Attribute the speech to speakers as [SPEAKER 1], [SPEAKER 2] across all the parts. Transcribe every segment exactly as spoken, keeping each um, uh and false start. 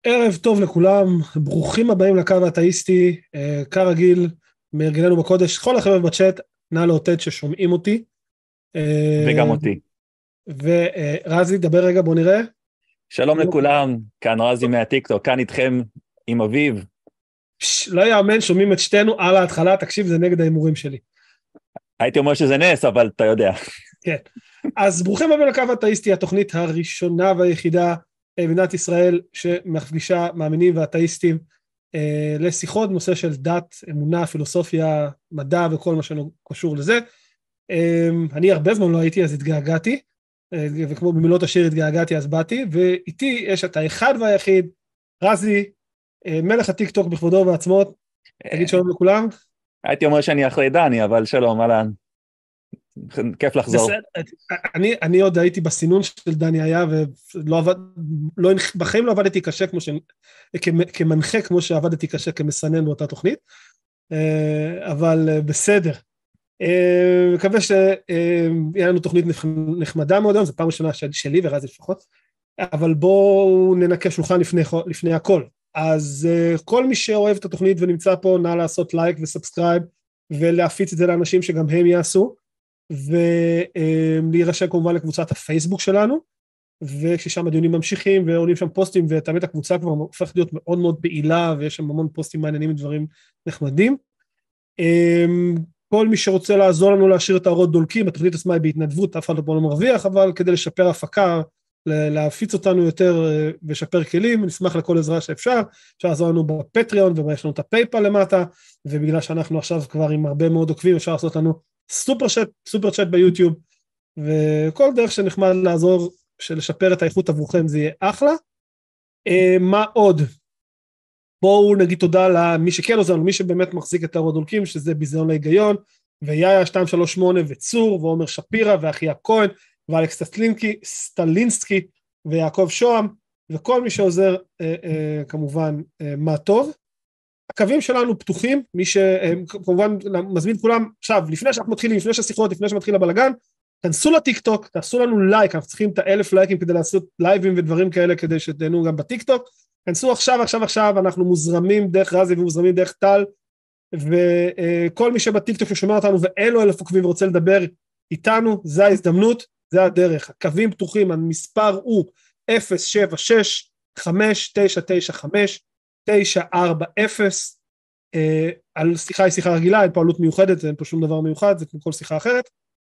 [SPEAKER 1] ערב טוב לכולם, ברוכים הבאים לקו האתאיסטי, אה, כרגיל, מארגננו בקודש, כל החבר'ה בצ'אט, נא לאותת ששומעים אותי.
[SPEAKER 2] וגם
[SPEAKER 1] אה,
[SPEAKER 2] אותי.
[SPEAKER 1] ורזי, דבר רגע, בוא נראה.
[SPEAKER 2] שלום לכולם, כאן רזי מהטיקטוק, כאן איתכם עם אביב.
[SPEAKER 1] פש, לא יאמן, שומעים את שתינו על ההתחלה, תקשיב, זה נגד ההימורים שלי.
[SPEAKER 2] הייתי אומר שזה נס, אבל אתה יודע.
[SPEAKER 1] כן, אז ברוכים הבאים לקו האתאיסטי, התוכנית הראשונה והיחידה במדינת ישראל, שמפגישה מאמינים ואתאיסטים, אה, לשיחות בנושא של דת, אמונה, פילוסופיה, מדע וכל מה שקשור לזה. אני הרבה זמן לא הייתי, אז התגעגעתי, וכמו במילות השיר התגעגעתי, אז באתי, ואיתי יש את האחד והיחיד, רזי, מלך הטיקטוק בכבודו ובעצמו, תגיד שלום לכולם.
[SPEAKER 2] הייתי אומר שאני אחרי דני, אבל שלום, אהלן. כיף לחזור.
[SPEAKER 1] אני, אני עוד הייתי בסינון של דני היה, ולא עבד, לא, בחיים לא עבדתי קשה כמו ש... כמנחה כמו שעבדתי קשה כמסנן באותה תוכנית, אבל בסדר. מקווה שיהיה לנו תוכנית נחמדה מאוד היום, זו פעם ראשונה שלי ורזי לפחות, אבל בואו ננקה שולחן לפני, לפני הכל. אז כל מי שאוהב את התוכנית ונמצא פה, נא לעשות לייק וסאבסקרייב, ולהפיץ את זה לאנשים שגם הם יעשו, ולהירשם כמובן לקבוצת הפייסבוק שלנו, וכששם הדיונים ממשיכים ועולים שם פוסטים, ותאמת הקבוצה כבר הופכת להיות מאוד מאוד פעילה, ויש שם המון פוסטים מעניינים ודברים נחמדים. כל מי שרוצה לעזור לנו להשאיר את האורות דולקים, התוכנית עצמה היא בהתנדבות, אף אחד לא מרוויח, אבל כדי לשפר הפקה, להפיץ אותנו יותר ושפר כלים, נשמח לכל עזרה שאפשר, אפשר לעזור לנו בפטריון, ויש לנו את הפייפל למטה, ובגלל שאנחנו עכשיו כבר עם הרבה מאוד עוקבים, אפשר לעשות לנו סופר צ'אט, סופר צ'אט ביוטיוב, וכל דרך שנחמד לעזור, לשפר את האיכות עבורכם, זה יהיה אחלה. מה עוד? בואו נגיד תודה למי שכן עוזר, למי שבאמת מחזיק את האורות דולקים, שזה ביזיון להיגיון, ויאיה שתיים שלוש שמונה וצור, ועומר שפירה, ואחיה כהן, ואלכס סטלינסקי, ויעקב שוהם, וכל מי שעוזר, אה, אה, כמובן, אה, מה טוב. הקווים שלנו פתוחים, מי שכמובן מזמין כולם, עכשיו, לפני שאנחנו מתחילים, לפני שהשיחות, לפני שמתחיל הבלגן, כנסו לטיקטוק, תעשו לנו לייק, אנחנו צריכים את האלף לייקים כדי לעשות לייבים ודברים כאלה, כדי שתהנו גם בטיקטוק, כנסו עכשיו, עכשיו, עכשיו, אנחנו מוזרמים דרך רזי ומוזרמים דרך טל, וכל מי שבטיקטוק ששומע אותנו ואין לו אלף עוקבים ורוצה לדבר איתנו, זה ההזדמנות, זה הדרך, הקווים פתוחים, המספר הוא אפס שבע שש חמש תשע תשע חמש תשע ארבע אפס, על שיחה היא שיחה רגילה, אין פה עלות מיוחדת, אין פה שום דבר מיוחד, זה כמו כל שיחה אחרת,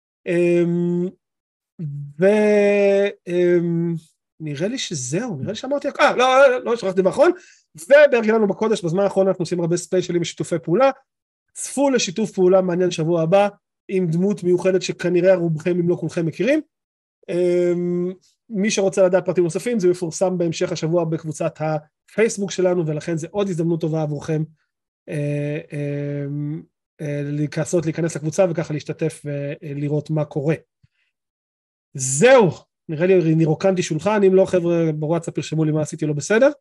[SPEAKER 1] ונראה לי שזהו, נראה לי שאמרתי, אה, לא, לא, שכחתי דבר אחרון, ובהרגלנו בקודש, בזמן האחרון אנחנו עושים הרבה ספיישלים ושיתופי פעולה, צפו לשיתוף פעולה מעניין שבוע הבא, עם דמות מיוחדת שכנראה רובכם אם לא כולכם מכירים, מי שרוצה לדעת פרטים נוספים, זה יפורסם בהמשך השבוע בקבוצת הפייסבוק שלנו, ולכן זה עוד הזדמנות טובה עבורכם, להיכנס, להיכנס לקבוצה וככה להשתתף ולראות מה קורה. זהו, נראה לי נירוקנתי שולחן, אם לא חבר'ה בוואטסאפ ירשמו לי מה עשיתי לא בסדר.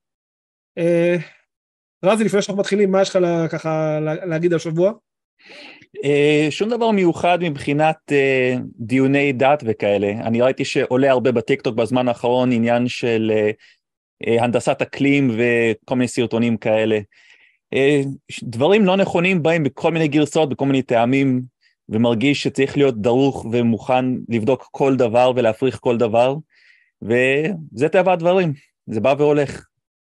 [SPEAKER 1] רזי, לפני שאנחנו מתחילים, מה יש לך ככה להגיד על שבוע?
[SPEAKER 2] שום דבר מיוחד מבחינת דיוני דת וכאלה. אני ראיתי שעולה הרבה בטיקטוק בזמן האחרון עניין של הנדסת אקלים וכל מיני סרטונים כאלה. דברים לא נכונים בהם בכל מיני גרסאות, בכל מיני טעמים, ומרגיש שצריך להיות דרוך ומוכן לבדוק כל דבר ולהפריך כל דבר, וזה טבע הדברים, זה בא והולך.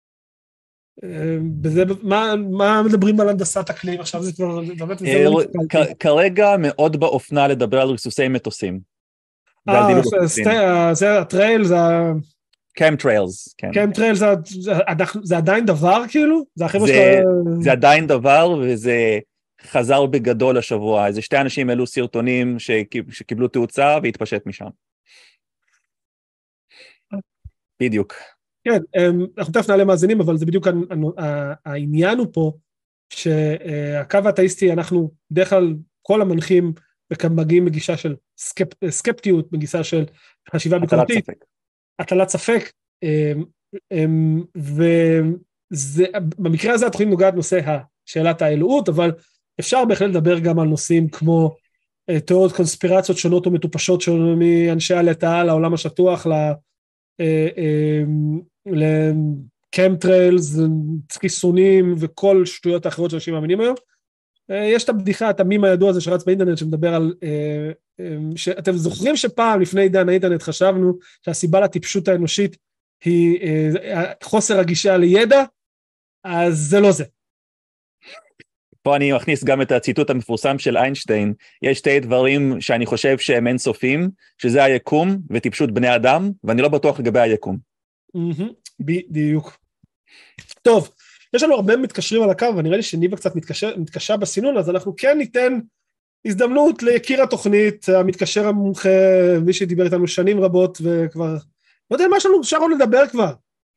[SPEAKER 1] בזה, מה, מה מדברים על הנדסת אקלים? עכשיו זה כבר, באמת, וזה לא נתקלתי.
[SPEAKER 2] כרגע מאוד באופנה לדבר על ריסוסי מטוסים.
[SPEAKER 1] אה, זה הטרייל, זה...
[SPEAKER 2] קמטריילס, כן.
[SPEAKER 1] קמטריילס, זה עדיין דבר כאילו? זה החבר'ה
[SPEAKER 2] זה,
[SPEAKER 1] שאתה...
[SPEAKER 2] זה עדיין דבר, וזה חזר בגדול השבוע. איזה שתי אנשים העלו סרטונים שקיבלו תאוצה והתפשט משם. בדיוק.
[SPEAKER 1] כן, אנחנו תכף נעלה מאזינים, אבל זה בדיוק העניין הוא פה, שהקו האתאיסטי, אנחנו בדרך כלל כל המנחים מגיעים בגישה של סקפ, סקפטיות, בגישה של חשיבה ביקורתית, הטלת ספק, ובמקרה הזה התוכנית נוגעת נושא שאלת האלוהות, אבל אפשר בהחלט לדבר גם על נושאים כמו תיאוריות קונספירציות שונות ומטופשות שונות מאנשי הלטה, לעולם השטוח, ל... קמטריילס, חיסונים וכל שטויות האחרות שאנשים מאמינים היום. יש את הבדיחה, את המים הידוע הזה שרץ באינטרנט שמדבר על, שאתם זוכרים שפעם לפני עידן האינטרנט חשבנו שהסיבה לטיפשות האנושית היא חוסר הגישה לידע, אז זה לא זה.
[SPEAKER 2] פה אני מכניס גם את הציטוט המפורסם של איינשטיין, יש שתי דברים שאני חושב שהם אינסופיים, שזה היקום וטיפשות בני אדם, ואני לא בטוח לגבי היקום.
[SPEAKER 1] בדיוק. טוב, יש לנו הרבה מתקשרים על הקו, ונראה לי שניבה קצת מתקשר, מתקשה בסינון, אז אנחנו כן ניתן הזדמנות להכיר התוכנית, המתקשר המומחה, מי שדיבר איתנו שנים רבות, וכבר, לא יודע מה יש לנו, שרון לדבר כבר.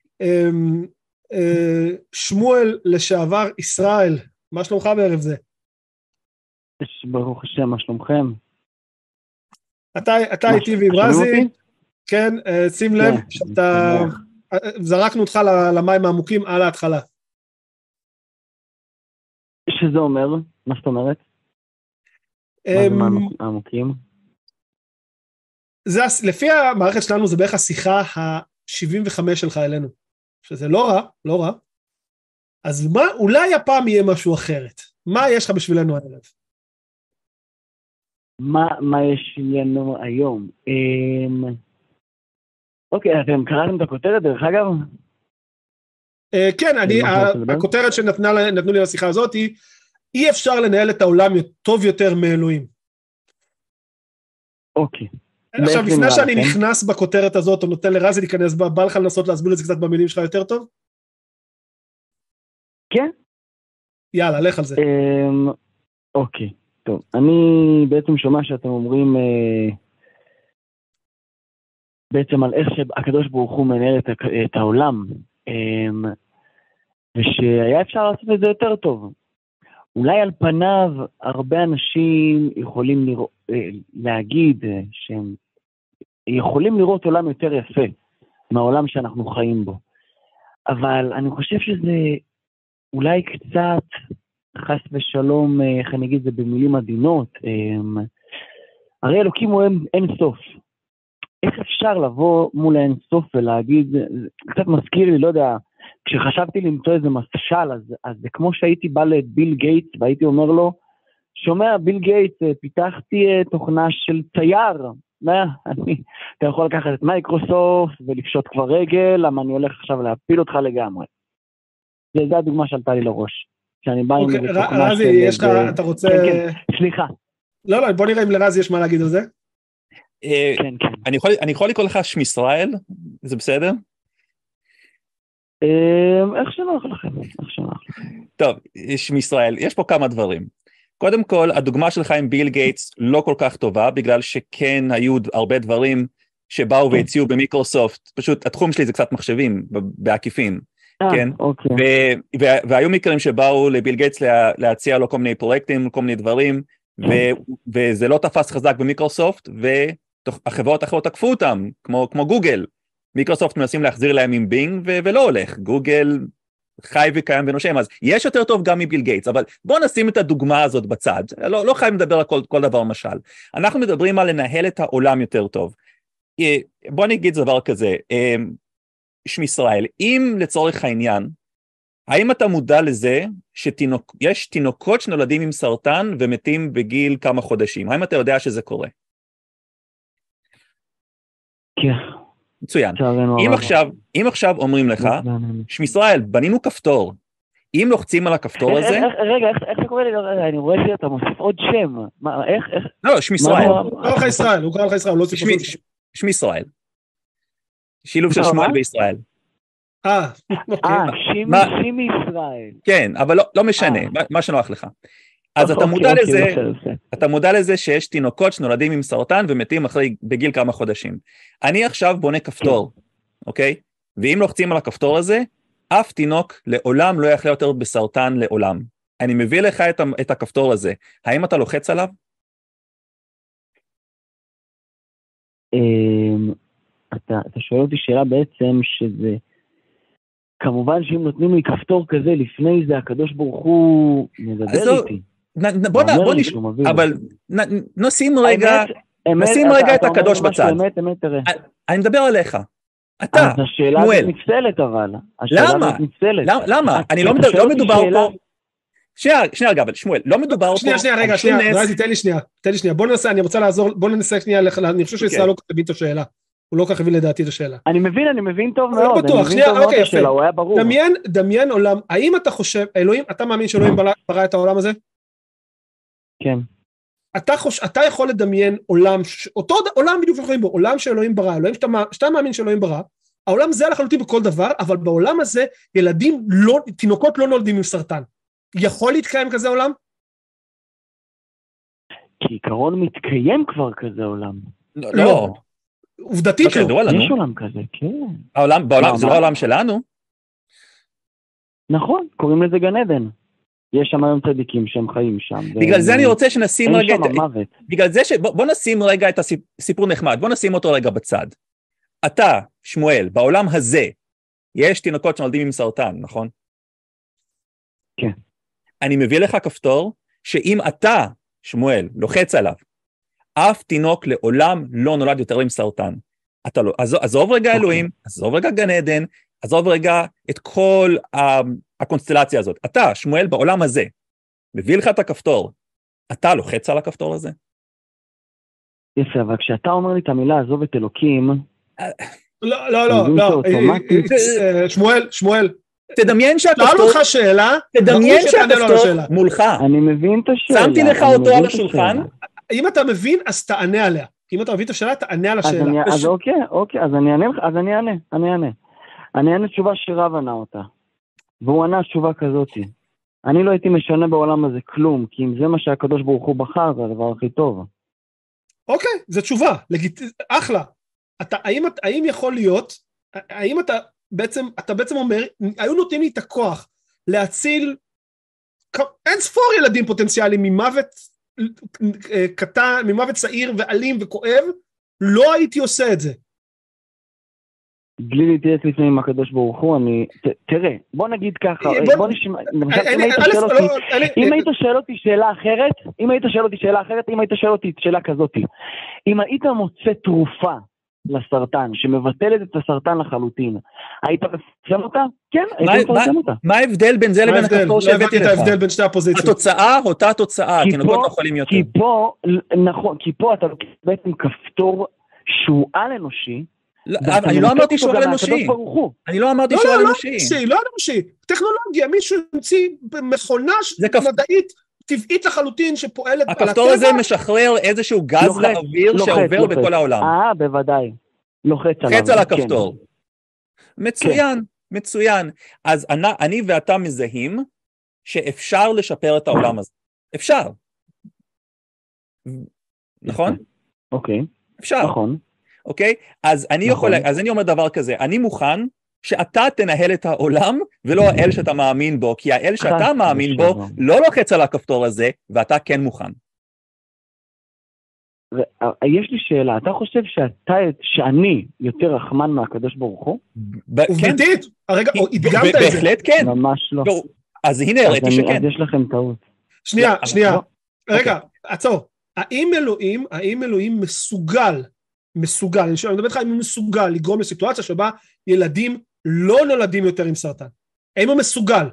[SPEAKER 1] שמואל לשעבר ישראל, מה שלומך בערב זה?
[SPEAKER 3] ברוך השם, מה שלומכם?
[SPEAKER 1] אתה איתי ועם רזי, כן, שים לב שאתה, זרקנו אותך למים העמוקים על ההתחלה.
[SPEAKER 3] שזה אומר, מה זאת אומרת? מה זה מים העמוקים?
[SPEAKER 1] לפי המערכת שלנו זה בערך השיחה ה-שבעים וחמש שלך אלינו, שזה לא רע, לא רע. אז מה, אולי הפעם יהיה משהו אחרת. מה יש לך בשבילנו הערב?
[SPEAKER 3] מה, מה יש לנו היום? אמ... אוקיי, אתם קראתם את הכותרת דרך אגב?
[SPEAKER 1] אה, כן, אני, הכותרת שנתנו לי לשיחה הזאת היא, אי אפשר לנהל את העולם טוב יותר מאלוהים.
[SPEAKER 3] אוקיי.
[SPEAKER 1] עכשיו, לפני שאני נכנס בכותרת הזאת, או נותן לרזי להיכנס בה, בא לך לנסות להסביר את זה קצת במילים שלך יותר טוב?
[SPEAKER 3] כן.
[SPEAKER 1] יאללה, לך על זה.
[SPEAKER 3] אוקיי, טוב. אני בעצם שומע שאתם אומרים בעצם על איך שהקדוש ברוך הוא מנהל את העולם, ושהיה אפשר לעשות את זה יותר טוב. אולי על פניו הרבה אנשים יכולים להגיד שהם יכולים לראות עולם יותר יפה מהעולם שאנחנו חיים בו. אבל אני חושב שזה אולי קצת חס ושלום, איך אני אגיד זה במילים עדינות, הרי אלוקים הוא אין, אין סוף. איך אפשר לבוא מול האין סוף ולהגיד, קצת מזכיר לי, לא יודע, כשחשבתי למצוא איזה משל, אז, אז זה כמו שהייתי בא לביל גייטס, והייתי אומר לו, שומע, ביל גייטס, פיתחתי תוכנה של צייר, מה, אני, אתה יכול לקחת את מייקרוסופט ולפשוט כבר רגל, למה אני הולך עכשיו להפיל אותך לגמרי. זה, זה הדוגמה שעלתה לי לראש. שאני בא עם איזה תוכנה של...
[SPEAKER 1] רזי, יש לך, אתה רוצה...
[SPEAKER 3] כן, כן, סליחה.
[SPEAKER 1] לא, לא, בוא נראה אם לרזי יש מה להגיד על זה.
[SPEAKER 3] כן, כן.
[SPEAKER 2] אני יכול לקרוא לך שם ישראל? זה בסדר?
[SPEAKER 3] איך שנוח לכם, איך שנוח לכם.
[SPEAKER 2] טוב, שם ישראל, יש פה כמה דברים. קודם כל, הדוגמה שלך עם ביל גייטס לא כל כך טובה, בגלל שכן היו הרבה דברים שבאו והציעו במיקרוסופט, פשוט התחום שלי זה קצת מחשבים, בעקיפין. כן, והיו מקרים שבאו לביל גייטס להציע לו כל מיני פרויקטים, כל מיני דברים, וזה לא תפס חזק במיקרוסופט, והחברות האחרות תקפו אותם, כמו גוגל. מיקרוסופט מנסים להחזיר להם עם בינג, ולא הולך. גוגל חי וקיים ונושם, אז יש יותר טוב גם מביל גייטס, אבל בואו נשים את הדוגמה הזאת בצד. לא חייב לדבר על כל דבר משל. אנחנו מדברים על לנהל את העולם יותר טוב. בואו נגיד דבר כזה, שם ישראל, אם לצורך העניין, האם אתה מודע לזה שיש תינוקות שנולדים עם סרטן ומתים בגיל כמה חודשים? האם אתה יודע שזה קורה?
[SPEAKER 3] כן.
[SPEAKER 2] מצוין. אם עכשיו, אם עכשיו אומרים לך, שם ישראל, בנינו כפתור, אם לוחצים על הכפתור הזה...
[SPEAKER 3] רגע, איך זה קורה לי? אני רואה שאתה מוסיף עוד שם. איך?
[SPEAKER 2] לא, שם ישראל.
[SPEAKER 1] הוא קרא לך ישראל, הוא קרא לך ישראל, הוא לא ציפור.
[SPEAKER 2] שם ישראל. שילוב של שמואל וישראל.
[SPEAKER 1] אה,
[SPEAKER 3] אה, שימי ישראל.
[SPEAKER 2] כן, אבל לא משנה, מה שנוח לך. אז אתה מודע לזה, אתה מודע לזה שיש תינוקות שנולדים עם סרטן ומתים אחרי בגיל כמה חודשים. אני עכשיו בונה כפתור, אוקיי? ואם לוחצים על הכפתור הזה, אף תינוק לעולם לא יחלה יותר בסרטן לעולם. אני מביא לך את הכפתור הזה. האם אתה לוחץ עליו?
[SPEAKER 3] אתה שואל אותי שאלה בעצם שזה, כמובן שאם נותנים לי כפתור כזה, לפני זה הקדוש ברוך הוא מדבר איתי.
[SPEAKER 2] בוא נשמע, אבל נשים רגע, נשים רגע את הקדוש בצד. אני מדבר עליך. אתה,
[SPEAKER 3] אז השאלה
[SPEAKER 2] שמואל.
[SPEAKER 3] הזאת נפסלת אבל.
[SPEAKER 2] למה? למה? אני לא מדובר פה... שנייה, שנייה רגע, אבל שמואל, לא מדובר פה...
[SPEAKER 1] שנייה, שנייה, רגע, שנייה, רזי, תן לי שנייה, תן לי שנייה, בוא ננסה, אני רוצה לעזור, בוא ננסה שנייה, אני חושב שישראל לא כך הבין את השאלה, הוא לא כך הבין לדעתי את השאלה.
[SPEAKER 3] אני מבין, אני מבין טוב
[SPEAKER 1] מאוד,
[SPEAKER 3] מאוד, אני מבין טוב מאוד את השאלה, הוא היה ברור.
[SPEAKER 1] דמיין, דמיין עולם, האם אתה חושב, אלוהים, אתה מאמין שאלוהים ברא את העולם הזה?
[SPEAKER 3] כן.
[SPEAKER 1] אתה חושב, אתה יכול לדמיין עולם, אותו עולם בדיוק שאנחנו רואים בו, עולם שאלוהים ברא, אלוהים שאתה מאמין שאלוהים ברא, העולם זה לחלוטין בכל דבר, אבל בעולם הזה ילדים לא, תינוקות לא נולדים עם סרטן. יכול להתקיים כזה עולם?
[SPEAKER 3] כעיקרון מתקיים כבר כזה עולם.
[SPEAKER 2] לא. לא.
[SPEAKER 1] עובדתית לא.
[SPEAKER 3] יש עולם כזה, כן.
[SPEAKER 2] העולם, בעולם, זה לא העולם שלנו?
[SPEAKER 3] נכון, קוראים לזה גן עדן. יש שם היום צדיקים שהם חיים שם.
[SPEAKER 2] בגלל זה אני רוצה שנשים רגע...
[SPEAKER 3] אין שם מוות.
[SPEAKER 2] בגלל זה ש... בוא נשים רגע את הסיפור נחמד, בוא נשים אותו רגע בצד. אתה, שמואל, בעולם הזה, יש תינוקות שנולדים עם סרטן, נכון?
[SPEAKER 3] כן.
[SPEAKER 2] אני מביא לך כפתור, שאם אתה, שמואל, לוחץ עליו, אף תינוק לעולם לא נולד יותר עם סרטן. אתה לא, עזוב, עזוב רגע okay. אלוהים, עזוב רגע גן עדן, עזוב רגע את כל הקונסטלציה הזאת. אתה, שמואל, בעולם הזה, מביא לך את הכפתור, אתה לוחץ על הכפתור הזה?
[SPEAKER 3] יפה, אבל כשאתה אומר לי את המילה עזוב את אלוקים,
[SPEAKER 1] לא, לא, לא, לא, שמואל, שמואל,
[SPEAKER 2] תדמיין שהכפתור...
[SPEAKER 1] שאלו לך שאלה,
[SPEAKER 2] תדמיין שהכפתור מולך.
[SPEAKER 3] אני מבין את השאלה.
[SPEAKER 2] שמתי לך אותו על השולחן.
[SPEAKER 1] אם אתה מבין, אז תענה עליה. אם אתה מבין את השאלה, תענה על השאלה.
[SPEAKER 3] אז אוקיי, אוקיי, אז אני אענה לך, אז אני אענה, אני אענה. אני אענה תשובה שרב ענה אותה. והוא ענה תשובה כזאת. אני לא הייתי משנה בעולם הזה כלום, כי אם זה מה שהקדוש ברוך הוא בחר, זה הדבר הכי טוב.
[SPEAKER 1] אוקיי, זו תשובה, אחלה. האם יכול להיות, האם אתה... בעצם, אתה בעצם אומר, היו נותנים לי את הכוח להציל אין ספור ילדים פוטנציאליים ממוות קטן, ממוות צעיר ואלים וכואב, לא הייתי עושה את זה.
[SPEAKER 3] בלי להתייעץ לפני עם הקדוש ברוך הוא, אני, תראה, בוא נגיד ככה, בוא נשמע, אם היית שואל אותי שאלה אחרת, אם היית שואל אותי שאלה אחרת, אם היית שואל אותי שאלה כזאת, אם היית מוצא תרופה, לסרטן, שמבטלת את הסרטן לחלוטין. היית מפרסם אותה? כן, היית מפרסם אותה.
[SPEAKER 2] מה ההבדל בין זה לבין הכפתור שהבאתי לך?
[SPEAKER 1] לא הבנתי את ההבדל בין שתי הפוזיציות.
[SPEAKER 2] התוצאה, אותה תוצאה, תינוקות לא יכולים יותר.
[SPEAKER 3] כי פה, נכון, כי פה אתה בעצם כפתור שהוא על אנושי,
[SPEAKER 2] אני לא אמרתי שהוא על אנושי. אני לא אמרתי שהוא על אנושי.
[SPEAKER 1] לא על אנושי, טכנולוגיה, מישהו המציא מכונה מדעית, טבעית לחלוטין שפועלת על הטבע.
[SPEAKER 2] הכפתור הזה משחרר איזשהו גז לאוויר שעובר בכל העולם.
[SPEAKER 3] אה, בוודאי. לוחץ עליו.
[SPEAKER 2] לוחץ על הכפתור. מצוין, מצוין. אז אני ואתה מזהים שאפשר לשפר את העולם הזה. אפשר. נכון?
[SPEAKER 3] אוקיי.
[SPEAKER 2] אפשר.
[SPEAKER 3] נכון.
[SPEAKER 2] אוקיי? אז אני יכול, אז אני אומר דבר כזה, אני מוכן שאתה תנהל את העולם, ולא האל שאתה מאמין בו, כי האל שאתה מאמין בו, לא לוחץ על הכפתור הזה, ואתה כן מוכן.
[SPEAKER 3] יש לי שאלה, אתה חושב שאתה, שאני יותר רחמן מהקדוש ברוך הוא?
[SPEAKER 1] עובדתית, הרגע, הדגמת את זה.
[SPEAKER 2] בהחלט כן.
[SPEAKER 3] ממש לא.
[SPEAKER 2] אז הנה, הראיתי שכן.
[SPEAKER 3] אז יש לכם טעות.
[SPEAKER 1] שנייה, שנייה, רגע, עצור. האם אלוהים, האם אלוהים מסוגל, מסוגל, אני מדבר לך אם הוא מסוגל לגרום לסיטואציה שבה ילדים לא נולדים יותר עם סרטן. האם הוא מסוגל?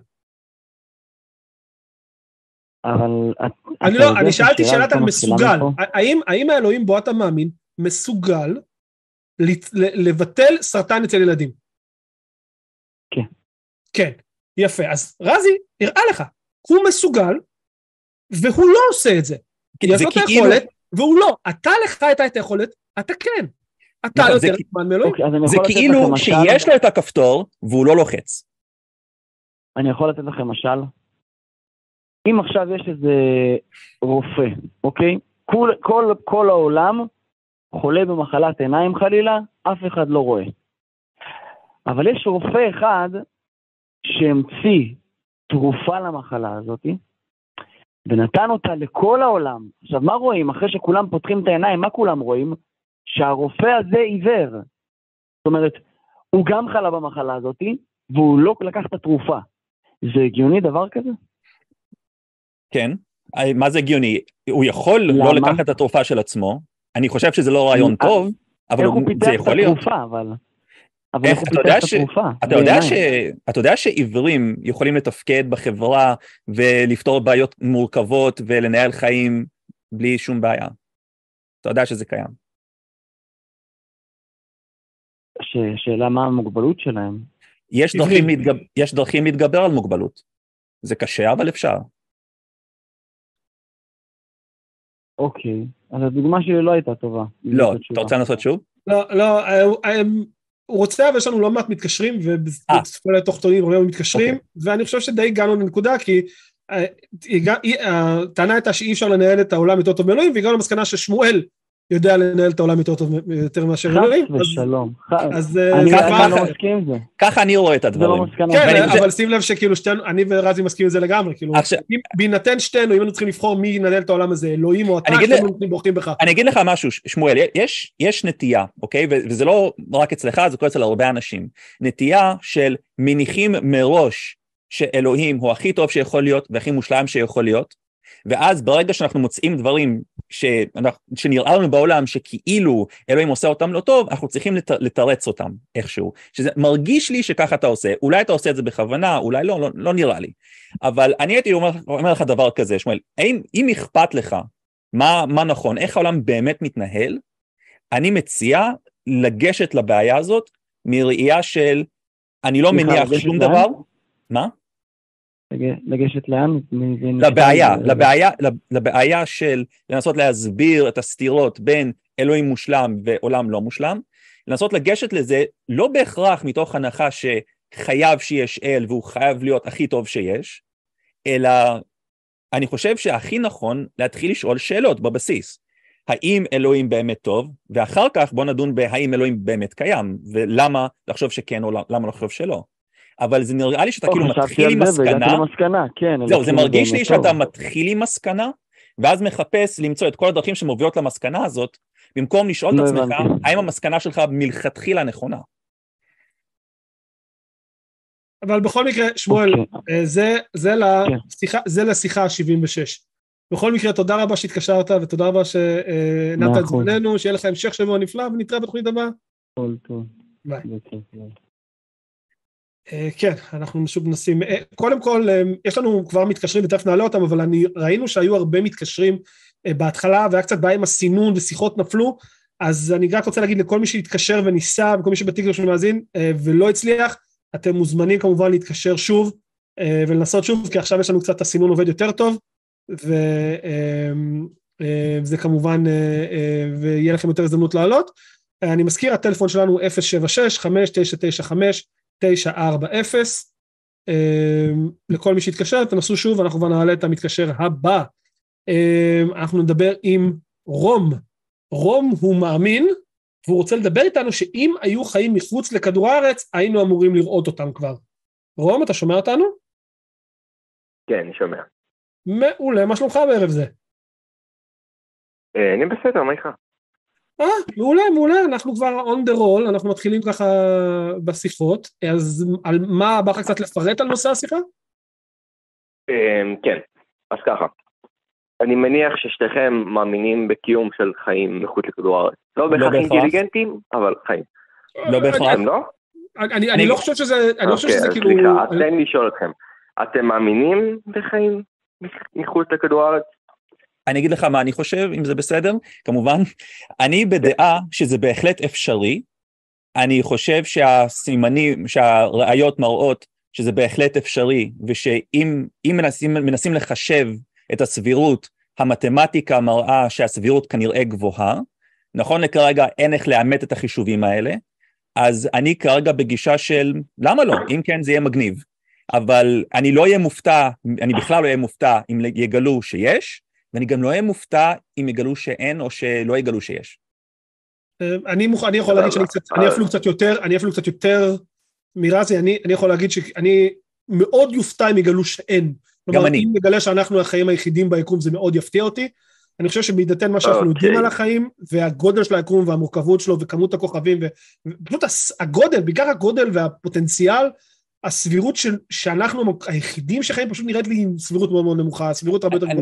[SPEAKER 3] אבל...
[SPEAKER 1] אני לא, אני שאלתי שאלת על מסוגל. האם, האם האלוהים בו אתה מאמין מסוגל לבטל סרטן אצל ילדים?
[SPEAKER 3] כן.
[SPEAKER 1] כן, יפה. אז רזי, הראה לך, הוא מסוגל, והוא לא עושה את זה. יש לו את היכולת, והוא לא. אתה לך הייתה את היכולת, אתה כן. אתה יותר זמן מאלוהים.
[SPEAKER 2] זה כאילו שיש לו את הכפתור, והוא לא לוחץ.
[SPEAKER 3] אני יכול לתת לכם משל? אם עכשיו יש איזה רופא, אוקיי? כל, כל, כל העולם חולה במחלת עיניים חלילה, אף אחד לא רואה. אבל יש רופא אחד שהמציא תרופה למחלה הזאת, ונתן אותה לכל העולם. עכשיו, מה רואים? אחרי שכולם פותחים את העיניים, מה כולם רואים? שהרופא הזה עיוור. זאת אומרת, הוא גם חלה במחלה הזאת, והוא לא לקח את התרופה. זה הגיוני דבר כזה?
[SPEAKER 2] כן. מה זה הגיוני? הוא יכול לא לקחת את התרופה של עצמו. אני חושב שזה לא רעיון טוב, אבל זה יכול להיות.
[SPEAKER 3] אבל איך הוא
[SPEAKER 2] אתה
[SPEAKER 3] פיתח
[SPEAKER 2] יודע
[SPEAKER 3] את
[SPEAKER 2] ש-
[SPEAKER 3] התרופה?
[SPEAKER 2] אתה יודע ש-
[SPEAKER 3] בעיניים.
[SPEAKER 2] אתה יודע שעיוורים יכולים לתפקד בחברה ולפתור בעיות מורכבות ולנהל חיים בלי שום בעיה. אתה יודע שזה קיים.
[SPEAKER 3] ש- שאלה מה המוגבלות שלהם.
[SPEAKER 2] יש
[SPEAKER 1] עיוורים.
[SPEAKER 2] דרכים להתגב... יש דרכים להתגבר על מוגבלות. זה קשה, אבל אפשר.
[SPEAKER 3] אוקיי, אז הדוגמה שלי לא הייתה טובה.
[SPEAKER 2] לא,
[SPEAKER 3] זאת
[SPEAKER 2] אתה
[SPEAKER 3] התשובה.
[SPEAKER 2] רוצה לנסות שוב?
[SPEAKER 1] לא, לא, אה, אה, הוא רוצה, אבל יש לנו לא מעט מתקשרים,
[SPEAKER 2] אה.
[SPEAKER 1] ובכל התוכנונים הרבה מתקשרים,
[SPEAKER 2] אוקיי.
[SPEAKER 1] ואני חושב שדי הגענו לנקודה, כי אה, הגע- אי- הטענה הייתה שאי אפשר לנהל את העולם יותר טוב מאלוהים, והגענו למסקנה ששמואל יודע לנהל את העולם יותר טוב יותר מאשר אלוהים.
[SPEAKER 3] חס
[SPEAKER 1] אז-
[SPEAKER 3] ושלום. ח-
[SPEAKER 1] אז אה,
[SPEAKER 3] אני
[SPEAKER 1] זה
[SPEAKER 2] ככה-
[SPEAKER 1] כבר-
[SPEAKER 3] אני לא מסכים עם זה.
[SPEAKER 2] ככה אני רואה את
[SPEAKER 3] זה
[SPEAKER 2] הדברים.
[SPEAKER 3] לא מסקנה.
[SPEAKER 1] כן,
[SPEAKER 2] ואני חושב-
[SPEAKER 1] אבל שים לב שכאילו שתינו, אני ורזי מסכים עם זה לגמרי, כאילו,
[SPEAKER 2] עכשיו-
[SPEAKER 1] אם- בהינתן שתינו, אם היינו צריכים לבחור מי ינהל את העולם הזה, אלוהים או אתה,
[SPEAKER 2] אני אגיד
[SPEAKER 1] שתינו נותנים בוחרים בך.
[SPEAKER 2] אני אגיד לך משהו, שמואל, יש, יש נטייה, אוקיי? ו- וזה לא רק אצלך, זה קורה אצל הרבה אנשים. נטייה של מניחים מראש שאלוהים הוא הכי טוב שיכול להיות, והכי מושלם שיכול להיות, ואז ברגע שאנחנו מוצאים דברים שאנחנו, שנראה לנו בעולם שכאילו אלוהים עושה אותם לא טוב, אנחנו צריכים לת, לתרץ אותם איכשהו. שזה מרגיש לי שככה אתה עושה, אולי אתה עושה את זה בכוונה, אולי לא, לא, לא נראה לי. אבל אני הייתי אומר, אומר לך דבר כזה, שמואל, האם, אם אכפת לך מה, מה נכון, איך העולם באמת מתנהל, אני מציע לגשת לבעיה הזאת מראייה של, אני לא
[SPEAKER 3] סליחה,
[SPEAKER 2] מניח
[SPEAKER 3] לגשת
[SPEAKER 2] שום
[SPEAKER 3] לאן?
[SPEAKER 2] דבר, מה?
[SPEAKER 3] לג- לגשת לאן? מ- זה נשמע-
[SPEAKER 2] לבעיה, לבעיה, לבעיה של לנסות להסביר את הסתירות בין אלוהים מושלם ועולם לא מושלם, לנסות לגשת לזה לא בהכרח מתוך הנחה שחייב שיש אל והוא חייב להיות הכי טוב שיש, אלא אני חושב שהכי נכון להתחיל לשאול שאלות בבסיס. האם אלוהים באמת טוב, ואחר כך בוא נדון בהאם אלוהים באמת קיים, ולמה לחשוב שכן או למה לחשוב שלא. אבל זה נראה לי שאתה
[SPEAKER 3] או,
[SPEAKER 2] כאילו
[SPEAKER 3] חשבתי
[SPEAKER 2] מתחיל
[SPEAKER 3] על
[SPEAKER 2] עם
[SPEAKER 3] זה והגעתי
[SPEAKER 2] מסקנה,
[SPEAKER 3] למסקנה, כן.
[SPEAKER 2] זהו, זה
[SPEAKER 3] אלוקים
[SPEAKER 2] מרגיש
[SPEAKER 3] באמת
[SPEAKER 2] לי
[SPEAKER 3] טוב.
[SPEAKER 2] שאתה מתחיל עם מסקנה, ואז מחפש למצוא את כל הדרכים שמובילות למסקנה הזאת, במקום לשאול את
[SPEAKER 3] לא
[SPEAKER 2] עצמך,
[SPEAKER 3] הבנתי.
[SPEAKER 2] האם המסקנה שלך מלכתחילה נכונה.
[SPEAKER 1] אבל בכל מקרה, שמואל,
[SPEAKER 3] אוקיי.
[SPEAKER 1] אה, זה, זה, לשיחה, זה לשיחה ה-שבעים ושש. בכל מקרה, תודה רבה שהתקשרת, ותודה רבה שהנעת
[SPEAKER 3] מאה
[SPEAKER 1] את
[SPEAKER 3] אחוז.
[SPEAKER 1] זמננו, שיהיה לך המשך שבוע נפלא, ונתראה בתוכנית הבאה.
[SPEAKER 3] כל טוב.
[SPEAKER 1] ביי.
[SPEAKER 3] בכיף, ביי.
[SPEAKER 1] אה, כן, אנחנו שוב מנסים, אה, קודם כל, אה, יש לנו כבר מתקשרים, ותכף נעלה אותם, אבל אני, ראינו שהיו הרבה מתקשרים אה, בהתחלה, והיה קצת בעיה עם הסינון, ושיחות נפלו, אז אני רק רוצה להגיד לכל מי שהתקשר וניסה, וכל מי שבטיקטוק שמאזין, אה, ולא הצליח, אתם מוזמנים כמובן להתקשר שוב, אה, ולנסות שוב, כי עכשיו יש לנו קצת הסינון עובד יותר טוב, וזה כמובן, אה, אה, ויהיה לכם יותר הזדמנות לעלות. אה, אני מזכיר, הטלפון שלנו אפס שבע שש חמש תשע תשע חמש תשע ארבע אפס, לכל מי שהתקשר, תנסו שוב, אנחנו כבר נעלה את המתקשר הבא. אנחנו נדבר עם רום. רום הוא מאמין, והוא רוצה לדבר איתנו שאם היו חיים מחוץ לכדור הארץ, היינו אמורים לראות אותם כבר. רום, אתה שומע אותנו?
[SPEAKER 4] כן, אני שומע.
[SPEAKER 1] מעולה, מה שלומך בערב זה?
[SPEAKER 4] אה, אני בסדר, מה איתך?
[SPEAKER 1] אה, מעולה, מעולה, אנחנו כבר on the roll, אנחנו מתחילים ככה בשיחות, אז על מה, בא לך קצת לפרט על נושא השיחה?
[SPEAKER 4] אה, כן, אז ככה. אני מניח ששתיכם מאמינים בקיום של חיים מחוץ לכדור הארץ. לא בהכרח
[SPEAKER 2] בהכרח.
[SPEAKER 4] אינטליגנטים, אבל חיים.
[SPEAKER 2] לא בהכרח.
[SPEAKER 4] אתם לא?
[SPEAKER 1] אני, אני, אני לא חושב שזה, אני לא חושב
[SPEAKER 4] אוקיי,
[SPEAKER 1] שזה
[SPEAKER 4] אז
[SPEAKER 1] כאילו...
[SPEAKER 4] סליחה, אז תן לי לשאול אתכם. אתם מאמינים בחיים מחוץ לכדור הארץ?
[SPEAKER 2] אני אגיד לך מה אני חושב, אם זה בסדר, כמובן. אני בדעה שזה בהחלט אפשרי. אני חושב שהסימנים, שהראיות מראות שזה בהחלט אפשרי, ושאם אם מנסים, מנסים לחשב את הסבירות, המתמטיקה מראה שהסבירות כנראה גבוהה, נכון לכרגע אין איך לאמת את החישובים האלה, אז אני כרגע בגישה של, למה לא? אם כן זה יהיה מגניב. אבל אני לא אהיה מופתע, אני בכלל לא אהיה מופתע אם יגלו שיש, ואני גם לא אהיה מופתע אם יגלו שאין או שלא יגלו שיש.
[SPEAKER 1] אני מוכן, אני יכול להגיד שאני קצת, אני אפילו קצת יותר, אני אפילו קצת יותר מרזי, אני, אני יכול להגיד שאני מאוד יופתע אם יגלו שאין.
[SPEAKER 2] גם אני.
[SPEAKER 1] אם נגלה שאנחנו החיים היחידים ביקום, זה מאוד יפתיע אותי. אני חושב שבהינתן מה שאנחנו יודעים על החיים, והגודל של היקום והמורכבות שלו, וכמות הכוכבים, ופשוט הגודל, בעיקר הגודל והפוטנציאל, הסבירות של, שאנחנו היחידים שחיים פשוט נראית לי עם סבירות מאוד מאוד נמוכה, הסבירות הרבה יותר גבוהה,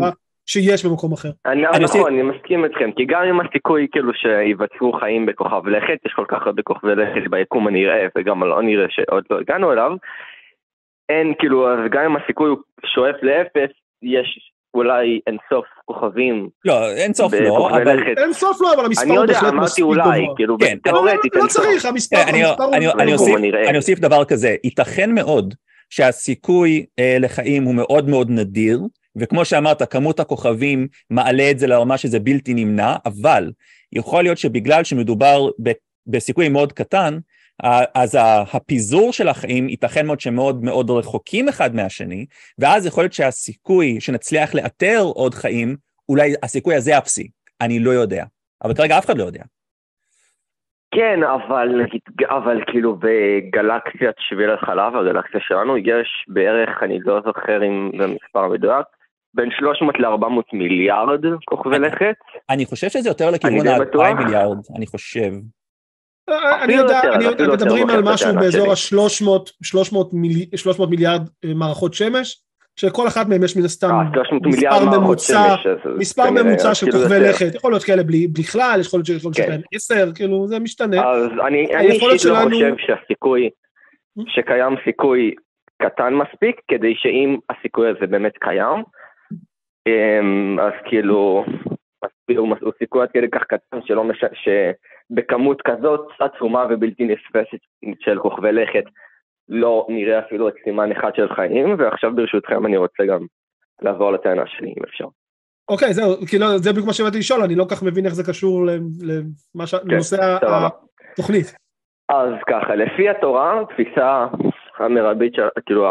[SPEAKER 1] שיש במקום אחר.
[SPEAKER 4] אני,
[SPEAKER 2] אני
[SPEAKER 4] נכון,
[SPEAKER 2] עושה...
[SPEAKER 4] אני מסכים אתכם, כי גם עם הסיכוי כאילו שיווצרו חיים בכוכב לכת, יש כל כך הרבה כוכבי לכת ביקום הנראה, וגם לא נראה שעוד לא הגענו אליו, אין כאילו, אז גם אם הסיכוי הוא שואף לאפס, יש אולי אינסוף כוכבים.
[SPEAKER 2] לא, אינסוף לא, אבל...
[SPEAKER 1] אינסוף לא, אבל המספר הוא בהחלט מספיק גבוה.
[SPEAKER 4] אני יודע, אמרתי אולי, כאילו,
[SPEAKER 2] כן.
[SPEAKER 4] תיאורטית
[SPEAKER 1] לא צריך, המספר הוא...
[SPEAKER 2] אני אוסיף דבר כזה, ייתכן מאוד שהסיכוי לחיים הוא מאוד מאוד נדיר, וכמו שאמרת, כמות הכוכבים מעלה את זה לרמה שזה בלתי נמנע, אבל יכול להיות שבגלל שמדובר בסיכוי מאוד קטן, אז הפיזור של החיים ייתכן מאוד שמאוד מאוד רחוקים אחד מהשני, ואז יכול להיות שהסיכוי שנצליח לאתר עוד חיים, אולי הסיכוי הזה אפסי, אני לא יודע, אבל כרגע אף אחד לא יודע.
[SPEAKER 4] כן, אבל, אבל כאילו בגלקסיית שביל החלב, הגלקסיה שלנו, יש בערך, אני לא זוכר אם זה מספר מדויק, בין שלוש מאות ל-ארבע מאות מיליארד כוכבי לכת.
[SPEAKER 2] אני חושב שזה יותר לכיוון ה-אלפיים מיליארד, אני חושב.
[SPEAKER 1] אני יודע, מדברים על משהו באזור ה-שלוש מאות מיליארד מערכות שמש, שכל אחת מהם יש מן הסתם מספר ממוצע של כוכבי לכת, יכול להיות כאלה בלי כלל, יכול להיות שיש להם עשר, כאילו זה משתנה.
[SPEAKER 4] אז אני אישית לא חושב שהסיכוי, שקיים סיכוי קטן מספיק, כדי שאם הסיכוי הזה באמת קיים, אז כאילו, הוא סיכוי עד כדי כך קטן שלא משנה, שבכמות כזאת עצומה ובלתי נתפסת של כוכבי לכת, לא נראה אפילו את סימן אחד של חיים, ועכשיו ברשותכם אני רוצה גם לעבור לטענה שלי, אם אפשר.
[SPEAKER 1] אוקיי, זהו, כאילו, זה בדיוק מה שבאתי לשאול, אני לא כך מבין איך זה קשור לנושא התוכנית.
[SPEAKER 4] אז ככה, לפי התורה, תפיסה המרבית, כאילו,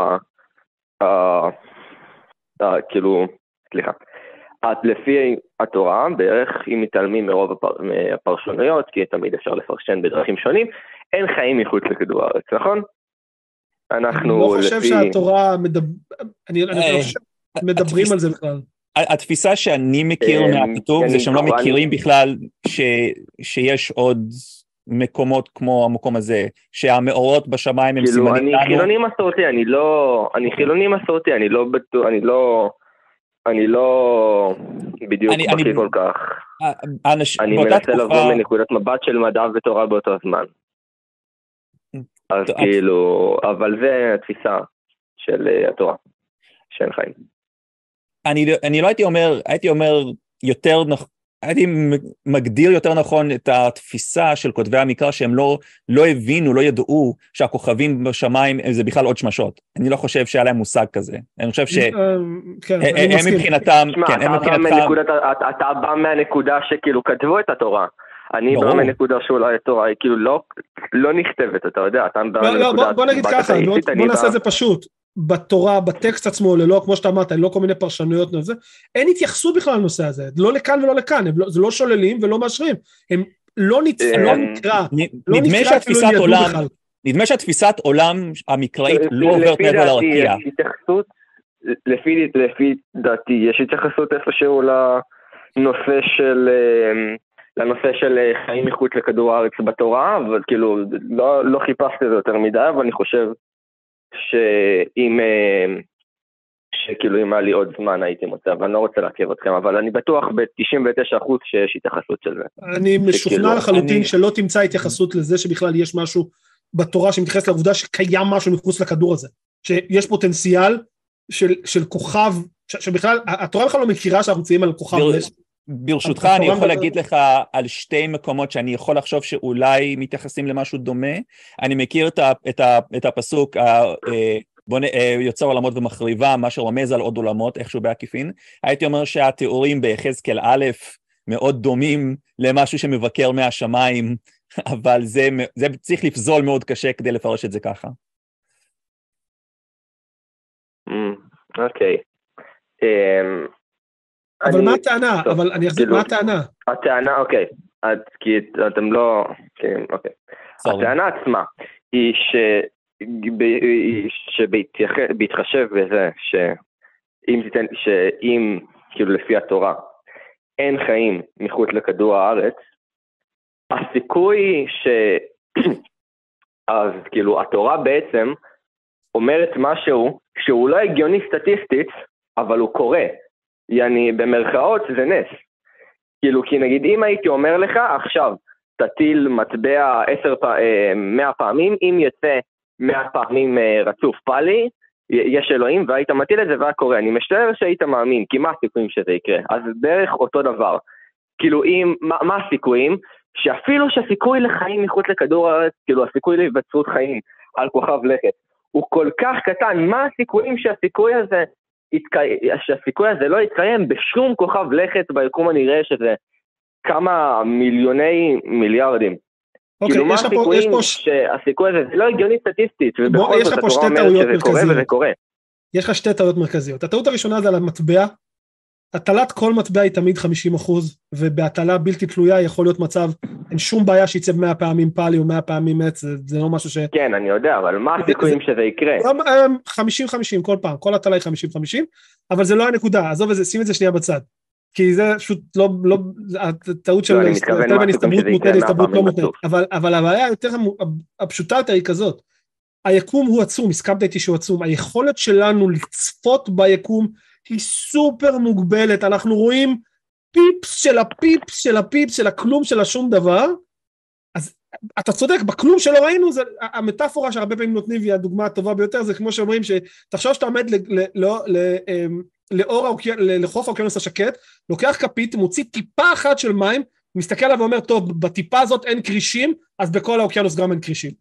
[SPEAKER 4] כאילו, סליחה, לפי התורה, בערך, אם מתעלמים מרוב הפרשנויות, כי תמיד אפשר לפרשן בדרכים שונים, אין חיים מחוץ לכדור הארץ, נכון? אנחנו
[SPEAKER 1] אני לא חושב שהתורה מדברים על זה בכלל.
[SPEAKER 2] התפיסה שאני מכיר מהכתוב זה שהם לא מכירים בכלל שיש עוד מקומות כמו המקום הזה, שהמאורות בשמיים הם סימנים לנו.
[SPEAKER 4] אני חילוני מסורתי, אני לא, אני חילוני מסורתי, אני לא בטוח, אני לא, אני לא בדיוק בקיא כל כך. אני מנסה לבוא מנקודת מבט של מדע ותורה באותו זמן. אז כאילו, אבל זה התפיסה של התורה, שאין חיים.
[SPEAKER 2] אני, אני לא הייתי אומר, הייתי אומר יותר נכון, הייתי מגדיר יותר נכון את התפיסה של כותבי המקרא, שהם לא, לא הבינו, לא ידעו שהכוכבים בשמיים זה בכלל עוד שמשות. אני לא חושב שהיה להם מושג כזה. אני חושב שהם מבחינתם, כן, הם מבחינתם...
[SPEAKER 4] אתה בא מהנקודה שכאילו כתבו את התורה. אני בא מהנקודה שאולי התורה היא כאילו לא נכתבת, אתה יודע.
[SPEAKER 1] בוא נגיד ככה, בוא נעשה את זה פשוט. בתורה, בטקסט עצמו, ללא, כמו שאתה אמרת, לא כל מיני פרשנויות, אין התייחסות בכלל לנושא הזה, לא לכאן ולא לכאן, זה לא שוללים ולא מאשרים, הם לא נקרא,
[SPEAKER 2] נדמה שהתפיסת עולם, נדמה שהתפיסת עולם המקראית לא עוברת מעבר להרקיע.
[SPEAKER 4] לפי דעתי, יש התייחסות איפשהו לנושא של, לנושא של חיים מחוץ לכדור הארץ בתורה, אבל כאילו, לא חיפשתי את זה יותר מדי, אבל אני חושב, שאם, שכאילו אם היה לי עוד זמן הייתי מוצא, אבל אני לא רוצה לעכב אתכם, אבל אני בטוח ב-תשעים ותשעה אחוז שיש התייחסות של זה.
[SPEAKER 1] אני משוכנע לחלוטין שלא תמצא התייחסות לזה שבכלל יש משהו בתורה שמתייחס לעובדה שקיים משהו מחוץ לכדור הזה, שיש פוטנציאל של כוכב, שבכלל, התורה בכלל לא מכירה שאנחנו נמצאים על כוכב.
[SPEAKER 2] ברשותך אני יכול להגיד לך על שתי מקומות שאני יכול לחשוב שאולי מתייחסים למשהו דומה. אני מכיר את, ה, את, ה, את הפסוק בוא, יוצר עולמות ומחריבה, מה שרומז על עוד עולמות איכשהו בעקיפין. הייתי אומר שהתיאורים ביחזקאל א' מאוד דומים למשהו שמבקר מהשמיים, אבל זה, זה צריך לפזול מאוד קשה כדי לפרש את זה ככה.
[SPEAKER 4] אוקיי.
[SPEAKER 1] אבל מה הטענה? אבל אני אחזיר, מה הטענה?
[SPEAKER 4] הטענה, אוקיי, כי אתם לא, אוקיי. הטענה עצמה היא שבהתחשב בזה שאם, כאילו לפי התורה, אין חיים מחוץ לכדור הארץ, הסיכוי ש... אז כאילו התורה בעצם אומרת משהו שהוא לא הגיוני סטטיסטית, אבל הוא קורה. יעני, במרכאות זה נס. כאילו, כי נגיד, אם הייתי אומר לך, עכשיו, תטיל מטבע עשר, מאה פעמים, אם יצא מאה פעמים רצוף פאלי, יש אלוהים, והיית מטיל את זה והיה קורה. אני משתער שהיית מאמין, כי מה הסיכויים שזה יקרה? אז בערך אותו דבר. כאילו, אם, מה, מה הסיכויים? שאפילו שהסיכוי לחיים מחוץ לכדור הארץ, כאילו, הסיכוי להיווצרות חיים על כוכב לכת, הוא כל כך קטן. מה הסיכויים שהסיכוי הזה, שהסיכוי הזה לא יתקיים בשום כוכב לכת ביקום הנראה שזה כמה מיליוני מיליארדים? כאילו מה הסיכויים שהסיכוי הזה, זה לא הגיוני סטטיסטית, ובכל זאת התורה אומרת שזה קורה וזה קורה.
[SPEAKER 1] יש לך שתי טעויות מרכזיות. הטעות הראשונה זה על המטבע, הטלת כל מטבע היא תמיד חמישים אחוז, ובהטלה בלתי תלויה יכול להיות מצב, אין שום בעיה שיצא מאה פעמים פאלי או מאה פעמים עץ, זה לא משהו ש...
[SPEAKER 4] כן, אני יודע, אבל מה הסיכויים שזה יקרה?
[SPEAKER 1] חמישים חמישים כל פעם, כל הטלה היא חמישים חמישים, אבל זה לא הנקודה, עזוב את זה, שים את זה שנייה בצד. כי זה פשוט לא, לא, הטעות של הסתברות מותנית, הסתברות לא מותנית, אבל, אבל הבעיה יותר, הפשוטה יותר היא כזאת, היקום הוא עצום, הסכמת איתי שהוא עצום, היכולת שלנו לצפות ביקום היא סופר מוגבלת, אנחנו רואים פיפס של הפיפס של הפיפס של הכלום של השום דבר, אז אתה צודק, בכלום שלא ראינו, זה, המטאפורה שהרבה פעמים נותנים, והיא הדוגמה הטובה ביותר, זה כמו שאומרים, שתחשוב שאתה עומד ל, ל, לא, ל, לאור, לחוף האוקיינוס השקט, לוקח כפית, מוציא טיפה אחת של מים, מסתכל עליו ואומר, טוב, בטיפה הזאת אין קרישים, אז בכל האוקיינוס גם אין קרישים.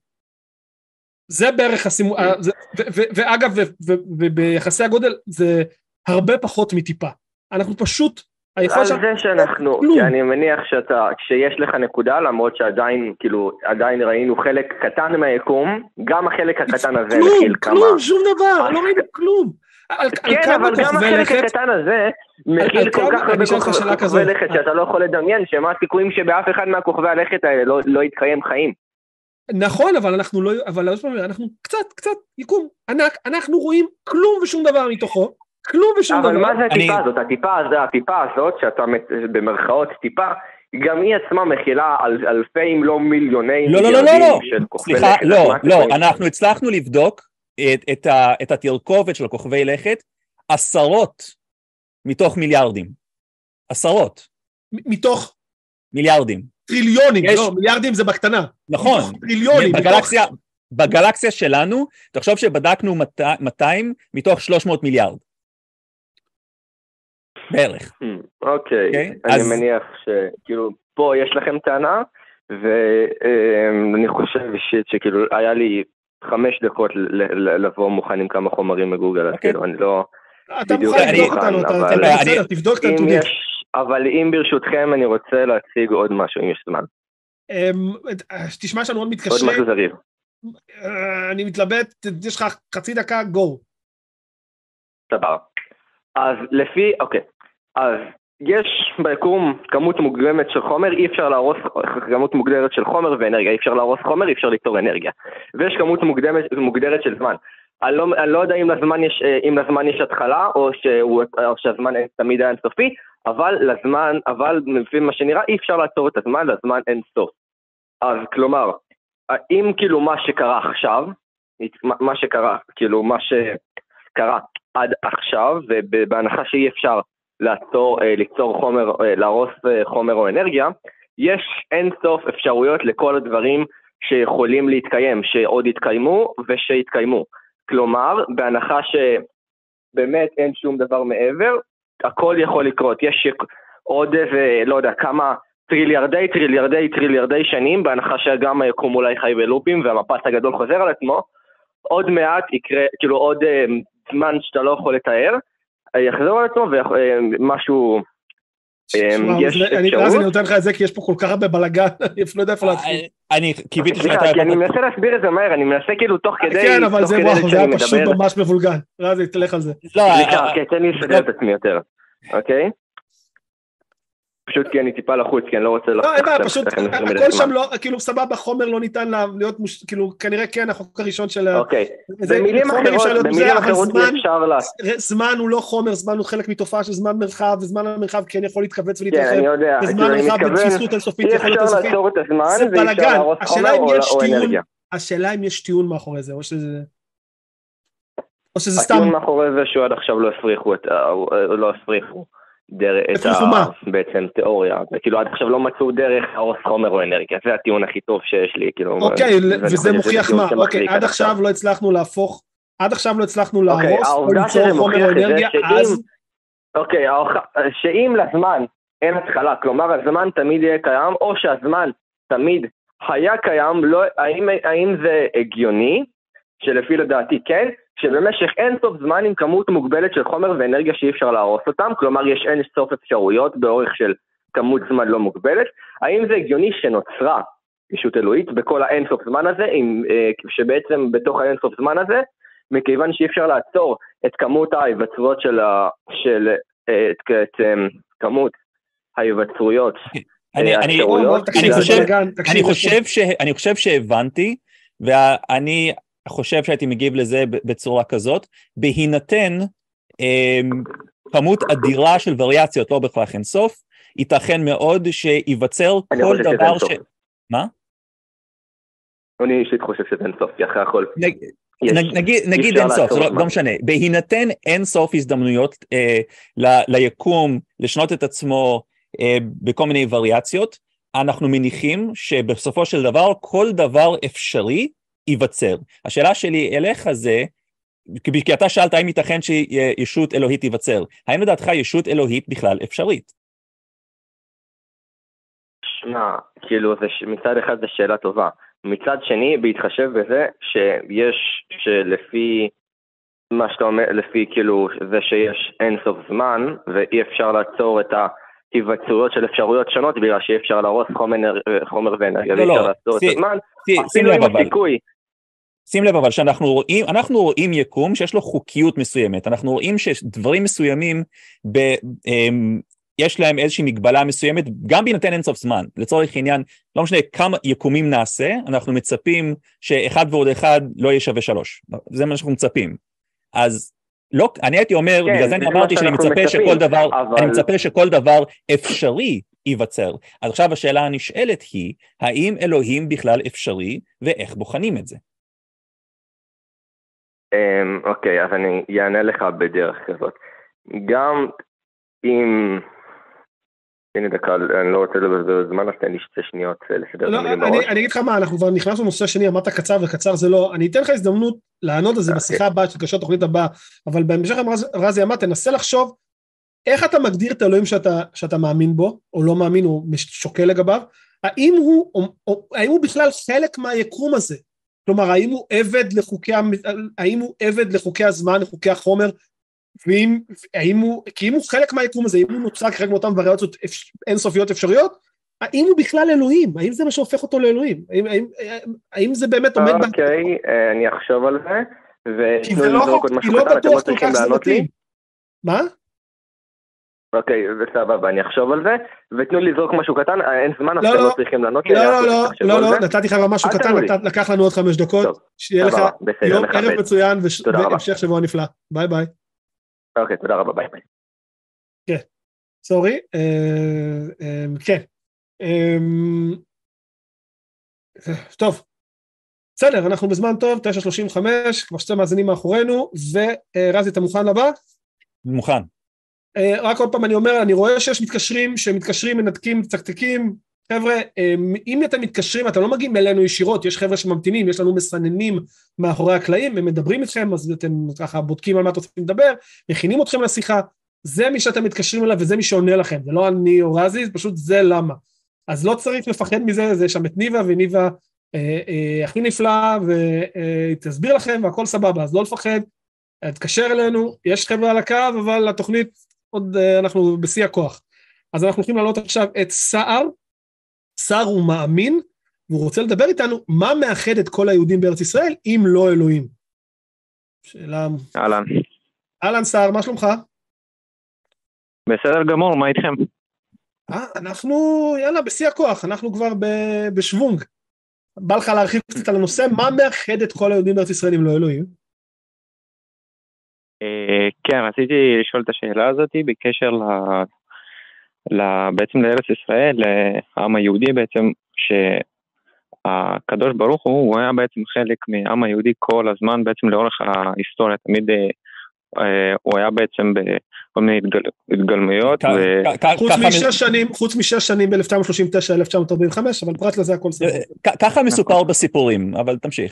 [SPEAKER 1] זה בערך הסימו... ואגב, וביחסי הגודל, זה הרבה פחות מטיפה. אנחנו פשוט...
[SPEAKER 4] על זה שאנחנו, כי אני מניח שאתה, כשיש לך נקודה, למרות שעדיין, כאילו, עדיין ראינו חלק קטן מהיקום, גם החלק הקטן הזה מכיל כמה...
[SPEAKER 1] כלום, כלום, שום דבר, לא ראינו כלום.
[SPEAKER 4] כן, אבל גם החלק הקטן הזה מכיל כל כך הרבה כוכבי לכת שאתה לא יכול לדמיין, שמה הסיכויים שבאף אחד מהכוכבי הלכת האלה לא יתקיים חיים.
[SPEAKER 1] נכון, אבל אנחנו לא, אבל אנחנו קצת, קצת יקום ענק, אנחנו רואים כלום ושום דבר מתוכו, כלום ושום דבר.
[SPEAKER 4] אבל מה זה הטיפה הזאת? הטיפה הזאת, הטיפה הזאת, שאתה במרכאות טיפה, גם היא עצמה מכילה אלפי אם לא מיליוני מיליארדים של כוכבי לכת.
[SPEAKER 2] סליחה, לא, לא, אנחנו הצלחנו לבדוק את התרכובת של הכוכבי לכת, עשרות מתוך מיליארדים. עשרות.
[SPEAKER 1] מתוך?
[SPEAKER 2] מיליארדים.
[SPEAKER 1] טריליונים, לא, מיליארדים זה בקטנה.
[SPEAKER 2] נכון.
[SPEAKER 1] טריליונים.
[SPEAKER 2] בגלקסיה, בגלקסיה שלנו, תחשוב שבדקנו מאתיים מתוך שלוש מאות מיליארד. בערך.
[SPEAKER 4] אוקיי, אני מניח שכאילו, פה יש לכם טענה, ואני חושב שכאילו היה לי חמש דקות לבוא מוכן עם כמה חומרים מגוגל, אז כאילו אני לא...
[SPEAKER 1] אתה מוכן לבדוק אותנו, אתה בסדר, תבדוק את הנתונים.
[SPEAKER 4] אבל אם ברשותכם אני רוצה להציג עוד משהו, אם יש זמן.
[SPEAKER 1] תשמע שאני מאוד מתקשה.
[SPEAKER 4] עוד משהו זריז.
[SPEAKER 1] אני מתלבט, יש לך חצי דקה, גו.
[SPEAKER 4] סבבה. אז לפי, אוקיי, אז יש ביקום כמות מוגדרת של חומר, אי אפשר להרוס, כמות מוגדרת של חומר ואנרגיה, אי אפשר להרוס חומר, אי אפשר ליצור אנרגיה. ויש כמות מוגדרת, מוגדרת של זמן. אני לא, אני לא יודע אם לזמן יש, אם לזמן יש התחלה, או, שהוא, או שהזמן תמיד היה אינסופי, אבל לזמן, אבל לפי מה שנראה, אי אפשר לעצור את הזמן, לזמן אין סוף. אז כלומר, אם כאילו מה שקרה עכשיו, מה שקרה, כאילו מה שקרה עד עכשיו, ובהנחה שאי אפשר לעצור, ליצור חומר, להרוס חומר או אנרגיה, יש אין סוף אפשרויות לכל הדברים שיכולים להתקיים, שעוד יתקיימו ושיתקיימו. כלומר, בהנחה שבאמת אין שום דבר מעבר, הכל יכול לקרות. יש עוד איזה, לא יודע, כמה טריליארדי, טריליארדי, טריליארדי שנים, בהנחה שגם היקום אולי חי בלופים, והמפס הגדול חוזר על עצמו, עוד מעט יקרה, כאילו עוד אה, זמן שאתה לא יכול לתאר, יחזור על עצמו, ומשהו...
[SPEAKER 1] אני נותן לך את זה כי יש פה כל כך הרבה בלגן, אני אפילו לא יודע איפה להתחיל.
[SPEAKER 2] אני קיוויתי שאתה...
[SPEAKER 4] כי אני מנסה להסביר את זה מהר, אני מנסה כאילו תוך כדי...
[SPEAKER 1] כן, אבל זה היה פשוט ממש מבולגן, רזי, תלך על זה.
[SPEAKER 4] סליחה, תן לי לסדר את עצמי יותר, אוקיי? פשוט כי אני טיפה לחוץ, כי אני לא רוצה...
[SPEAKER 1] לא, אין בעיה, פשוט, הכל שם לא, כאילו סבבה, חומר לא ניתן להיות, כאילו, כנראה כן, החוק הראשון של...
[SPEAKER 4] אוקיי, במילים אחרות, במילים אחרות אפשר לה...
[SPEAKER 1] זמן הוא לא חומר, זמן הוא חלק מתופעה של זמן מרחב, וזמן המרחב כן יכול להתכווץ ולהתרחב.
[SPEAKER 4] כן, אני יודע,
[SPEAKER 1] וזמן מרחב בתפיסות אינסופית יכול להיות אינסופית.
[SPEAKER 4] אי אפשר לעצור את הזמן, ואי אפשר להרוס חומר או אנרגיה.
[SPEAKER 1] השאלה אם יש טיעון מאחורי זה, או שזה... או שזה סתם...
[SPEAKER 4] הטיעון מאחורי זה שהוא עד עכשיו לא הפריחו, לא הפריחו. את בעצם תיאוריה, וכאילו עד עכשיו לא מצאו דרך להרוס חומר או אנרגיה, זה הטיעון הכי טוב שיש לי, כאילו...
[SPEAKER 1] אוקיי, וזה מוכיח מה? אוקיי, עד עכשיו לא הצלחנו להפוך, עד עכשיו לא הצלחנו להרוס או ליצור חומר או אנרגיה, אז...
[SPEAKER 4] אוקיי, שאם לזמן אין התחלה, כלומר הזמן תמיד יהיה קיים, או שהזמן תמיד היה קיים, האם זה הגיוני, שלפי לדעתי כן, שבמשך אין סוף זמן עם כמות מוגבלת של חומר ואנרגיה שאי אפשר להרוס אותם, כלומר יש אין סוף אפשרויות באורך של כמות זמן לא מוגבלת, האם זה הגיוני שנוצרה ישות אלוהית בכל האין סוף זמן הזה, עם, שבעצם בתוך האין סוף זמן הזה, מכיוון שאי אפשר לעצור את כמות ההיווצרויות של, של את, את, כמות ההיווצרויות,
[SPEAKER 2] אני, אני, אני, חושב, אני, חושב ש, אני חושב שהבנתי, ואני חושב שהייתי מגיב לזה בצורה כזאת, בהינתן כמות אדירה של וריאציות, לא בכלל אין סוף, ייתכן מאוד שיווצר כל דבר ש... מה?
[SPEAKER 4] אני אישית חושב שזה אין סוף, אחרי הכל.
[SPEAKER 2] נגיד אין סוף, לא משנה, בהינתן אין סוף הזדמנויות ליקום, לשנות את עצמו בכל מיני וריאציות, אנחנו מניחים שבסופו של דבר כל דבר אפשרי ייווצר. השאלה שלי אליך זה, כי אתה שאלת האם ייתכן שישות אלוהית ייווצר, האם לדעתך ישות אלוהית בכלל אפשרית?
[SPEAKER 4] שמע, כאילו זה, מצד אחד זו שאלה טובה, מצד שני בהתחשב בזה שיש, שלפי מה שאתה אומר, לפי כאילו זה שיש אין סוף זמן ואי אפשר לעצור את ההיווצרויות של אפשרויות שונות בגלל שאי אפשר להרוס חומר, חומר ואנרגיה, ואי אפשר לעצור את הזמן, אפילו עם הסיכוי.
[SPEAKER 2] שים לב אבל שאנחנו רואים, אנחנו רואים יקום שיש לו חוקיות מסוימת, אנחנו רואים שדברים מסוימים ב, יש להם איזושהי מגבלה מסוימת, גם בהינתן אין סוף זמן, לצורך עניין, לא משנה כמה יקומים נעשה, אנחנו מצפים שאחד ועוד אחד לא יהיה שווה שלוש, זה מה שאנחנו מצפים, אז לא, אני הייתי אומר, כן, בגלל זה אני אמרתי שאני מצפה מצפים, שכל דבר, אבל... אני מצפה שכל דבר אפשרי ייווצר, אז עכשיו השאלה הנשאלת היא, האם אלוהים בכלל אפשרי, ואיך בוחנים את זה?
[SPEAKER 4] אוקיי, אז אני יענה לך בדרך כזאת, גם אם... הנה דקה, אני לא רוצה לבזבז זמן, אז תן לי שתי שניות לסדר את המילים בראש.
[SPEAKER 1] אני אגיד לך מה, אנחנו כבר נכנסנו לנושא שני, אמרת קצר וקצר זה לא, אני אתן לך הזדמנות לענות על זה בשיחה הבאה, שתקשר תוכנית הבאה, אבל בהמשך רזי אמר, תנסה לחשוב, איך אתה מגדיר את האלוהים שאתה מאמין בו, או לא מאמין, או שוקל לגביו, האם הוא בכלל חלק מהיקום הזה? כלומר, האם הוא עבד לחוקי, האם הוא עבד לחוקי הזמן, לחוקי החומר, ואם, האם הוא, כי אם הוא חלק מהיקום הזה, אם הוא נוצר כחלק מאותם וריאציות אינסופיות אפשריות, האם הוא בכלל אלוהים? האם זה מה שהופך אותו לאלוהים? האם, האם, האם זה באמת עומד...
[SPEAKER 4] אוקיי, אני אחשוב על זה,
[SPEAKER 1] כי זה לא, כי לא בטוח כל כך זה מתאים. מה?
[SPEAKER 4] אוקיי, בסבבה, אני אחשוב על זה, ותנו לי לזרוק משהו קטן, אין זמן, אז אתם לא צריכים לענות לי.
[SPEAKER 1] לא, לא, לא, לא, נתתי לך משהו קטן, לקח לנו עוד חמש דקות, שיהיה לך יום ערב מצוין, והמשך שבוע נפלא. ביי ביי.
[SPEAKER 4] אוקיי, תודה רבה, ביי ביי.
[SPEAKER 1] כן, סורי, כן. טוב, בסדר, אנחנו בזמן טוב, תשע שלושים וחמש, כבר שתי מאזינים מאחורינו, ורזי, אתה מוכן לבא?
[SPEAKER 2] מוכן.
[SPEAKER 1] רק עוד פעם אני אומר, אני רואה שיש מתקשרים, שמתקשרים, מנתקים, צקתקים, חבר'ה, אם אתם מתקשרים, אתם לא מגיעים אלינו ישירות, יש חבר'ה שממתינים, יש לנו מסננים מאחורי הקלעים, הם מדברים איתכם, אז אתם ככה בודקים על מה אתם רוצים לדבר, מכינים אתכם לשיחה, זה מי שאתם מתקשרים אליו, וזה מי שעונה לכם, זה לא אני או רזי, פשוט זה למה. אז לא צריך לפחד מזה, זה שם את ניבה, וניבה אה, אה, הכי נפלא, ותסביר לכם, והכל סבבה, אז לא לפחד, תקשר אלינו, יש חבר'ה על הקו, אבל התוכנית עוד אה, אנחנו בשיא הכוח. אז אנחנו הולכים לעלות עכשיו את סער, סער הוא מאמין, והוא רוצה לדבר איתנו, מה מאחד את כל היהודים בארץ ישראל, אם לא אלוהים? שאלה...
[SPEAKER 5] אהלן.
[SPEAKER 1] אהלן סער, מה שלומך?
[SPEAKER 5] בסדר גמור, מה איתכם?
[SPEAKER 1] אה, אנחנו, יאללה, בשיא הכוח, אנחנו כבר ב- בשוונג. בא לך להרחיב קצת על הנושא, מה מאחד את כל היהודים בארץ ישראל, אם לא אלוהים?
[SPEAKER 5] כן, רציתי לשאול את השאלה הזאת, בקשר ל... בעצם לארץ ישראל, לעם היהודי בעצם, שהקדוש ברוך הוא, הוא היה בעצם חלק מהעם היהודי כל הזמן, בעצם לאורך ההיסטוריה, תמיד הוא היה בעצם בכל מיני התגלמויות.
[SPEAKER 1] חוץ משש שנים ב-אלף תשע מאות שלושים ותשע עד אלף תשע מאות ארבעים וחמש, אבל פרט לזה הכל סבבה.
[SPEAKER 2] ככה מסופר בסיפורים, אבל תמשיך.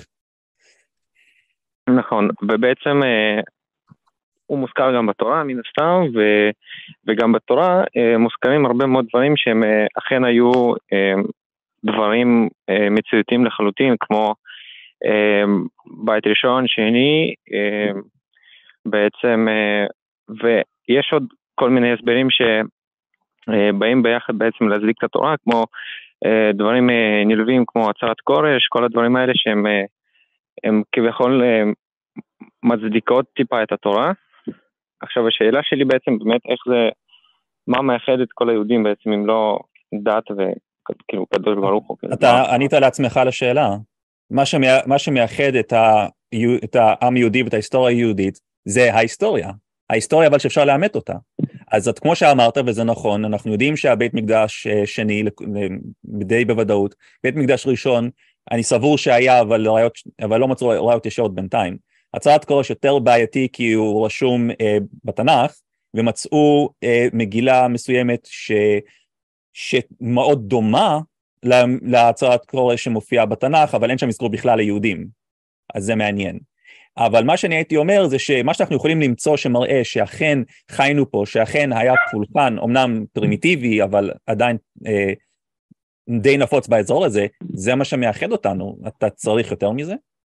[SPEAKER 5] נכון, ובעצם הוא מוזכר גם בתורה מן הסתם, וגם בתורה מוזכרים הרבה מאוד דברים שהם אכן היו דברים מציאותיים לחלוטין, כמו בית ראשון, שני, בעצם, ויש עוד כל מיני הסברים שבאים ביחד בעצם להצדיק את התורה, כמו דברים נלווים כמו הצהרת כורש, כל הדברים האלה שהם הם כביכול מצדיקות טיפה את התורה. עכשיו השאלה שלי בעצם באמת איך זה, מה מאחד את כל היהודים בעצם אם לא דת וכאילו קדוש ברוך הוא.
[SPEAKER 2] אתה ענית לעצמך לשאלה. מה שמאחד את העם היהודי ואת ההיסטוריה היהודית זה ההיסטוריה. ההיסטוריה אבל שאפשר לאמת אותה. אז כמו שאמרת וזה נכון, אנחנו יודעים שהבית מקדש שני, די בוודאות, בית מקדש ראשון, אני סבור שהיה אבל, ראיות, אבל לא מצאו ראיות ישרות בינתיים. הצהרת כורש יותר בעייתי כי הוא רשום אה, בתנ"ך, ומצאו אה, מגילה מסוימת ש, שמאוד דומה להצהרת כורש שמופיעה בתנ"ך, אבל אין שם אזכור בכלל ליהודים. אז זה מעניין. אבל מה שאני הייתי אומר זה שמה שאנחנו יכולים למצוא שמראה שאכן חיינו פה, שאכן היה פולחן, אמנם פרימיטיבי, אבל עדיין אה, די נפוץ באזור הזה, זה מה שמאחד אותנו. אתה צריך יותר מזה?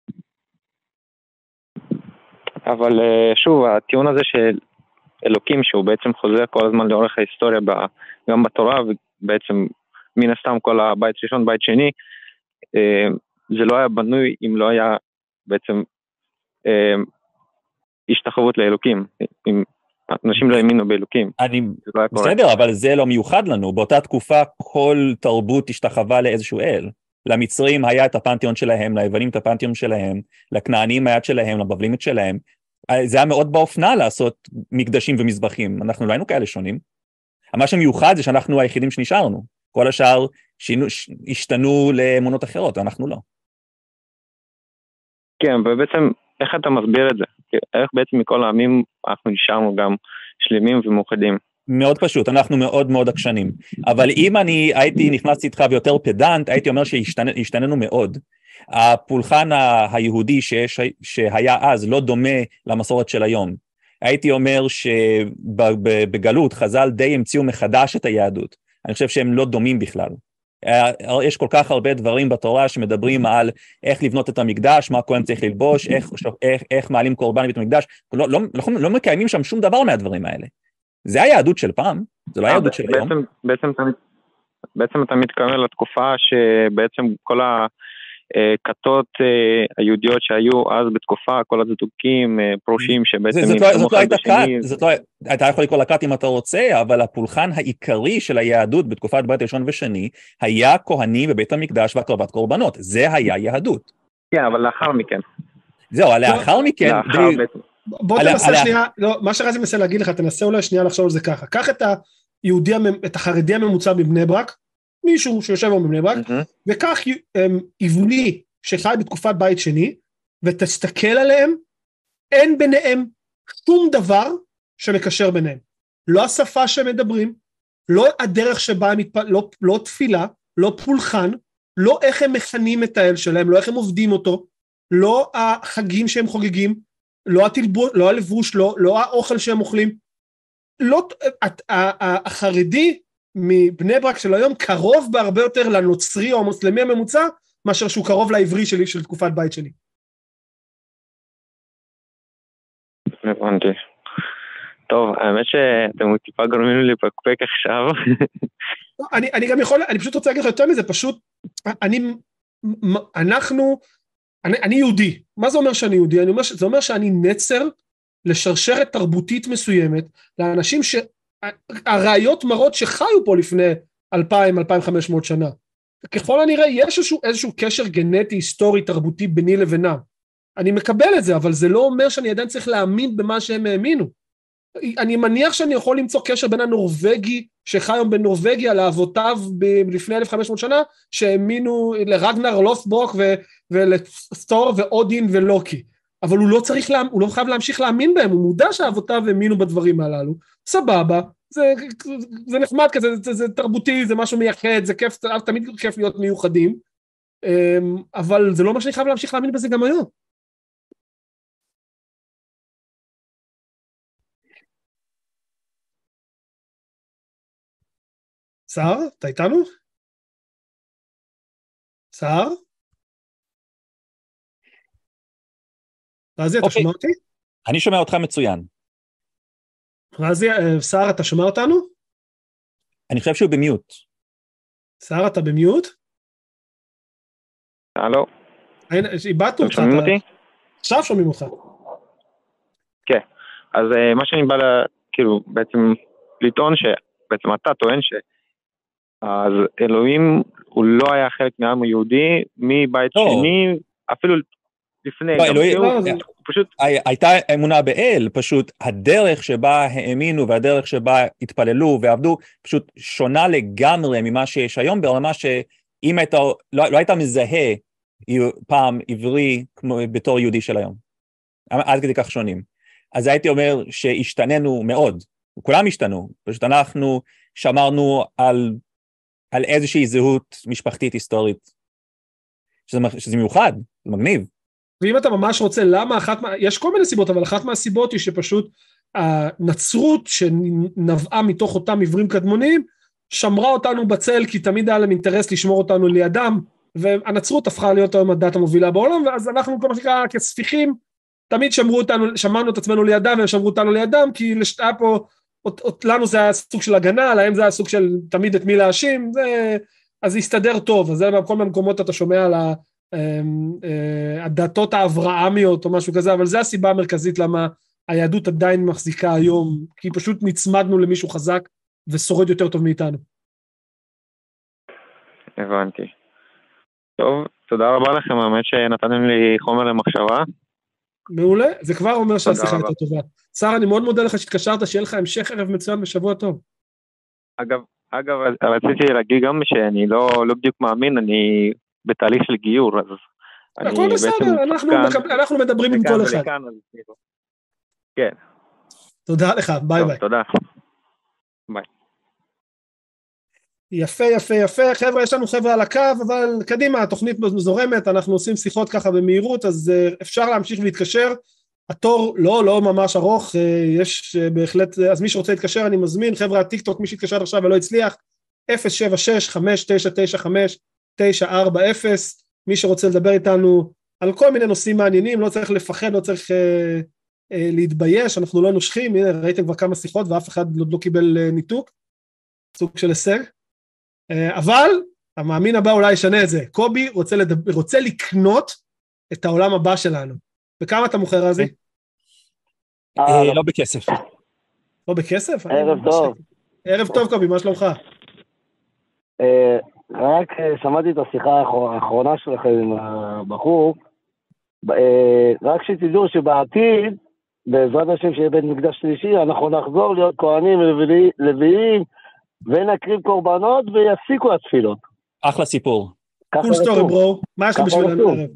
[SPEAKER 5] אבל שוב, הטיעון הזה של אלוקים, שהוא בעצם חוזר כל הזמן לאורך ההיסטוריה, גם בתורה, ובעצם מן הסתם כל הבית ראשון, בית שני, זה לא היה בנוי אם לא היה בעצם השתחוות לאלוקים. אם אנשים לא האמינו באלוקים.
[SPEAKER 2] אני, בסדר, אבל זה לא מיוחד לנו. באותה תקופה כל תרבות השתחווה לאיזשהו אל. למצרים היה את הפנתיאון שלהם, ליוונים את הפנתיאון שלהם, לכנענים היה את שלהם, לבבלים את שלהם. זה היה מאוד באופנה לעשות מקדשים ומזבחים. אנחנו לא היינו כאלה שונים. מה שמיוחד זה שאנחנו היחידים שנשארנו. כל השאר שינו, השתנו לאמונות אחרות, אנחנו לא.
[SPEAKER 5] כן, ובעצם איך אתה מסביר את זה? איך בעצם מכל העמים אנחנו נשארנו גם שלמים ומאוחדים?
[SPEAKER 2] מאוד פשוט, אנחנו מאוד מאוד עקשנים. אבל אם אני הייתי נכנס איתך ויותר פדנט, הייתי אומר שהשתננו מאוד. הפולחן היהודי שיש, שהיה אז לא דומה למסורת של היום. הייתי אומר שבגלות חז"ל די המציאו מחדש את היהדות. אני חושב שהם לא דומים בכלל. יש כל כך הרבה דברים בתורה שמדברים על איך לבנות את המקדש, מה הכהן צריך ללבוש, איך, איך, איך מעלים קורבן בבית המקדש. לא, לא, לא, לא מקיימים שם שום דבר מהדברים האלה. זה היהדות של פעם, זה לא היהדות של היום.
[SPEAKER 5] בעצם, בעצם, בעצם אתה מתכוון לתקופה שבעצם כל הכתות היהודיות שהיו אז בתקופה, כל הזדוקים, פרושים שבעצם...
[SPEAKER 2] זאת לא, זאת לא הייתה כת, זאת לא, אתה יכול לקרוא לכת אם אתה רוצה, אבל הפולחן העיקרי של היהדות בתקופת בית ראשון ושני, היה כהנים בבית המקדש והקרבת קורבנות, זה היה יהדות.
[SPEAKER 5] כן, אבל לאחר מכן.
[SPEAKER 2] זהו, לאחר מכן...
[SPEAKER 5] לאחר בעצם.
[SPEAKER 1] בוא תנסה שנייה, לא, מה שרזי מנסה להגיד לך, תנסה אולי שנייה לחשוב על זה ככה, קח את היהודי, את החרדי הממוצע בבני ברק, מישהו שיושב בבני ברק, וכך עברי שחי בתקופת בית שני, ותסתכל עליהם, אין ביניהם שום דבר שמקשר ביניהם, לא השפה שהם מדברים, לא הדרך שבה הם מתפ... לא, לא תפילה, לא פולחן, לא איך הם מכנים את האל שלהם, לא איך הם עובדים אותו, לא החגים שהם חוגגים, לא התלבוש, לא הלבוש, לא, לא האוכל שהם אוכלים, לא, החרדי מבני ברק של היום קרוב בהרבה יותר לנוצרי או המוסלמי הממוצע, מאשר שהוא קרוב לעברי שלי של תקופת בית שלי.
[SPEAKER 5] הבנתי. טוב, האמת שאתם טיפה גורמים לי לפקפק עכשיו.
[SPEAKER 1] אני, אני גם יכול, אני פשוט רוצה להגיד לך יותר מזה, פשוט, אני, אנחנו, אני, אני יהודי. מה זה אומר שאני יהודי? אני אומר, זה אומר שאני נצר לשרשרת תרבותית מסוימת, לאנשים שהראיות מראות שחיו פה לפני אלפיים, אלפיים וחמש מאות שנה. ככל הנראה, יש איזשהו, איזשהו קשר גנטי, היסטורי, תרבותי ביני לבינם. אני מקבל את זה, אבל זה לא אומר שאני עדיין צריך להאמין במה שהם האמינו. אני מניח שאני יכול למצוא קשר בין הנורווגי, שחי היום בנורווגיה, לאבותיו לפני אלף וחמש מאות שנה, שהאמינו לרגנר לוסברוק ולסטור ואודין ולוקי. אבל הוא לא צריך, לה, הוא לא חייב להמשיך להאמין בהם, הוא מודע שאבותיו האמינו בדברים הללו, סבבה, זה, זה נחמד כזה, זה, זה תרבותי, זה משהו מייחד, זה כיף, תמיד כיף להיות מיוחדים, אבל זה לא מה שאני חייב להמשיך להאמין בזה גם היום. סער, אתה איתנו? סער? רזי, אתה שומע אותי?
[SPEAKER 2] אני שומע אותך מצוין.
[SPEAKER 1] רזי, סער, אתה שומע אותנו?
[SPEAKER 2] אני חושב שהוא במיוט.
[SPEAKER 1] סער, אתה במיוט?
[SPEAKER 5] הלו.
[SPEAKER 1] איבדנו אותך.
[SPEAKER 5] שומעים אותי?
[SPEAKER 1] עכשיו שומעים אותך.
[SPEAKER 5] כן, אז מה שאני בא כאילו בעצם לטעון שבעצם אתה טוען ש אז אלוהים הוא לא היה חלק מהעם היהודי מבית שני, אפילו לפני.
[SPEAKER 2] לא, אלוהים, פשוט הייתה אמונה באל, פשוט הדרך שבה האמינו והדרך שבה התפללו ועבדו פשוט שונה לגמרי ממה שיש היום, ברמה שאם היית, לא, לא היית מזהה פעם עברי כמו בתור יהודי של היום. עד כדי כך שונים. אז הייתי אומר שהשתננו מאוד, כולם השתנו, פשוט אנחנו שמרנו על, על איזושהי זהות משפחתית היסטורית, שזה, שזה מיוחד, זה מגניב.
[SPEAKER 1] ואם אתה ממש רוצה, למה אחת, יש כל מיני סיבות, אבל אחת מהסיבות היא שפשוט הנצרות שנבעה מתוך אותם עברים קדמונים, שמרה אותנו בצל, כי תמיד היה להם אינטרס לשמור אותנו לידם, והנצרות הפכה להיות היום הדת המובילה בעולם, ואז אנחנו כמו שנקרא כספיחים, תמיד שמרו אותנו, שמרנו את עצמנו לידם, והם שמרו אותנו לידם, כי לשתה פה, לנו זה היה סוג של הגנה, להם זה היה סוג של תמיד את מי להאשים, זה, אז זה הסתדר טוב, אז זה בכל מיני מקומות אתה שומע על הדתות האברהמיות או משהו כזה, אבל זה הסיבה המרכזית למה היהדות עדיין מחזיקה היום, כי פשוט נצמדנו למישהו חזק, ושורד יותר טוב מאיתנו.
[SPEAKER 5] הבנתי. טוב, תודה רבה לכם, האמת שנתתם לי חומר למחשבה.
[SPEAKER 1] מעולה, זה כבר אומר שהשיחה הייתה טובה. שר, אני מאוד מודה לך שהתקשרת, שיהיה לך המשך ערב מצוין בשבוע טוב.
[SPEAKER 5] אגב, אגב, רציתי להגיד גם שאני לא, לא בדיוק מאמין, אני בתהליך של גיור, אז...
[SPEAKER 1] הכל בסדר, אנחנו, מקבל, אנחנו מדברים עם כל אחד.
[SPEAKER 5] כן.
[SPEAKER 1] תודה לך, ביי ביי.
[SPEAKER 5] תודה. ביי.
[SPEAKER 1] יפה, יפה, יפה, חבר'ה, יש לנו חבר'ה על הקו, אבל קדימה, התוכנית זורמת, אנחנו עושים שיחות ככה במהירות, אז אפשר להמשיך להתקשר, התור לא, לא ממש ארוך, יש בהחלט, אז מי שרוצה להתקשר אני מזמין, חבר'ה, הטיק טוק, מי שהתקשר עכשיו ולא הצליח, אפס שבע שש חמש תשע תשע חמש תשע ארבע אפס, מי שרוצה לדבר איתנו על כל מיני נושאים מעניינים, לא צריך לפחד, לא צריך אה, אה, להתבייש, אנחנו לא נושכים, הנה ראיתם כבר כמה שיחות ואף אחד לא, לא קיבל אה, ניתוק, סוג של הישג, אה, אבל המאמין הבא אולי ישנה את זה, קובי רוצה, לדבר, רוצה לקנות את העולם הבא שלנו, וכמה אתה מוכר רזי?
[SPEAKER 2] אה, לא בכסף.
[SPEAKER 1] לא בכסף?
[SPEAKER 3] ערב טוב.
[SPEAKER 1] ערב טוב קובי, מה שלומך?
[SPEAKER 3] אה... רק שמעתי את השיחה האחרונה שלכם עם הבחור, רק שתדעו שבעתיד, בעזרת השם שיהיה בית מקדש שלישי, אנחנו נחזור להיות כהנים לוויים, ונקריב קורבנות ויפסיקו התפילות.
[SPEAKER 2] אחלה סיפור.
[SPEAKER 1] קול סטורי ברו, מה יש לי בשבילנו ערב?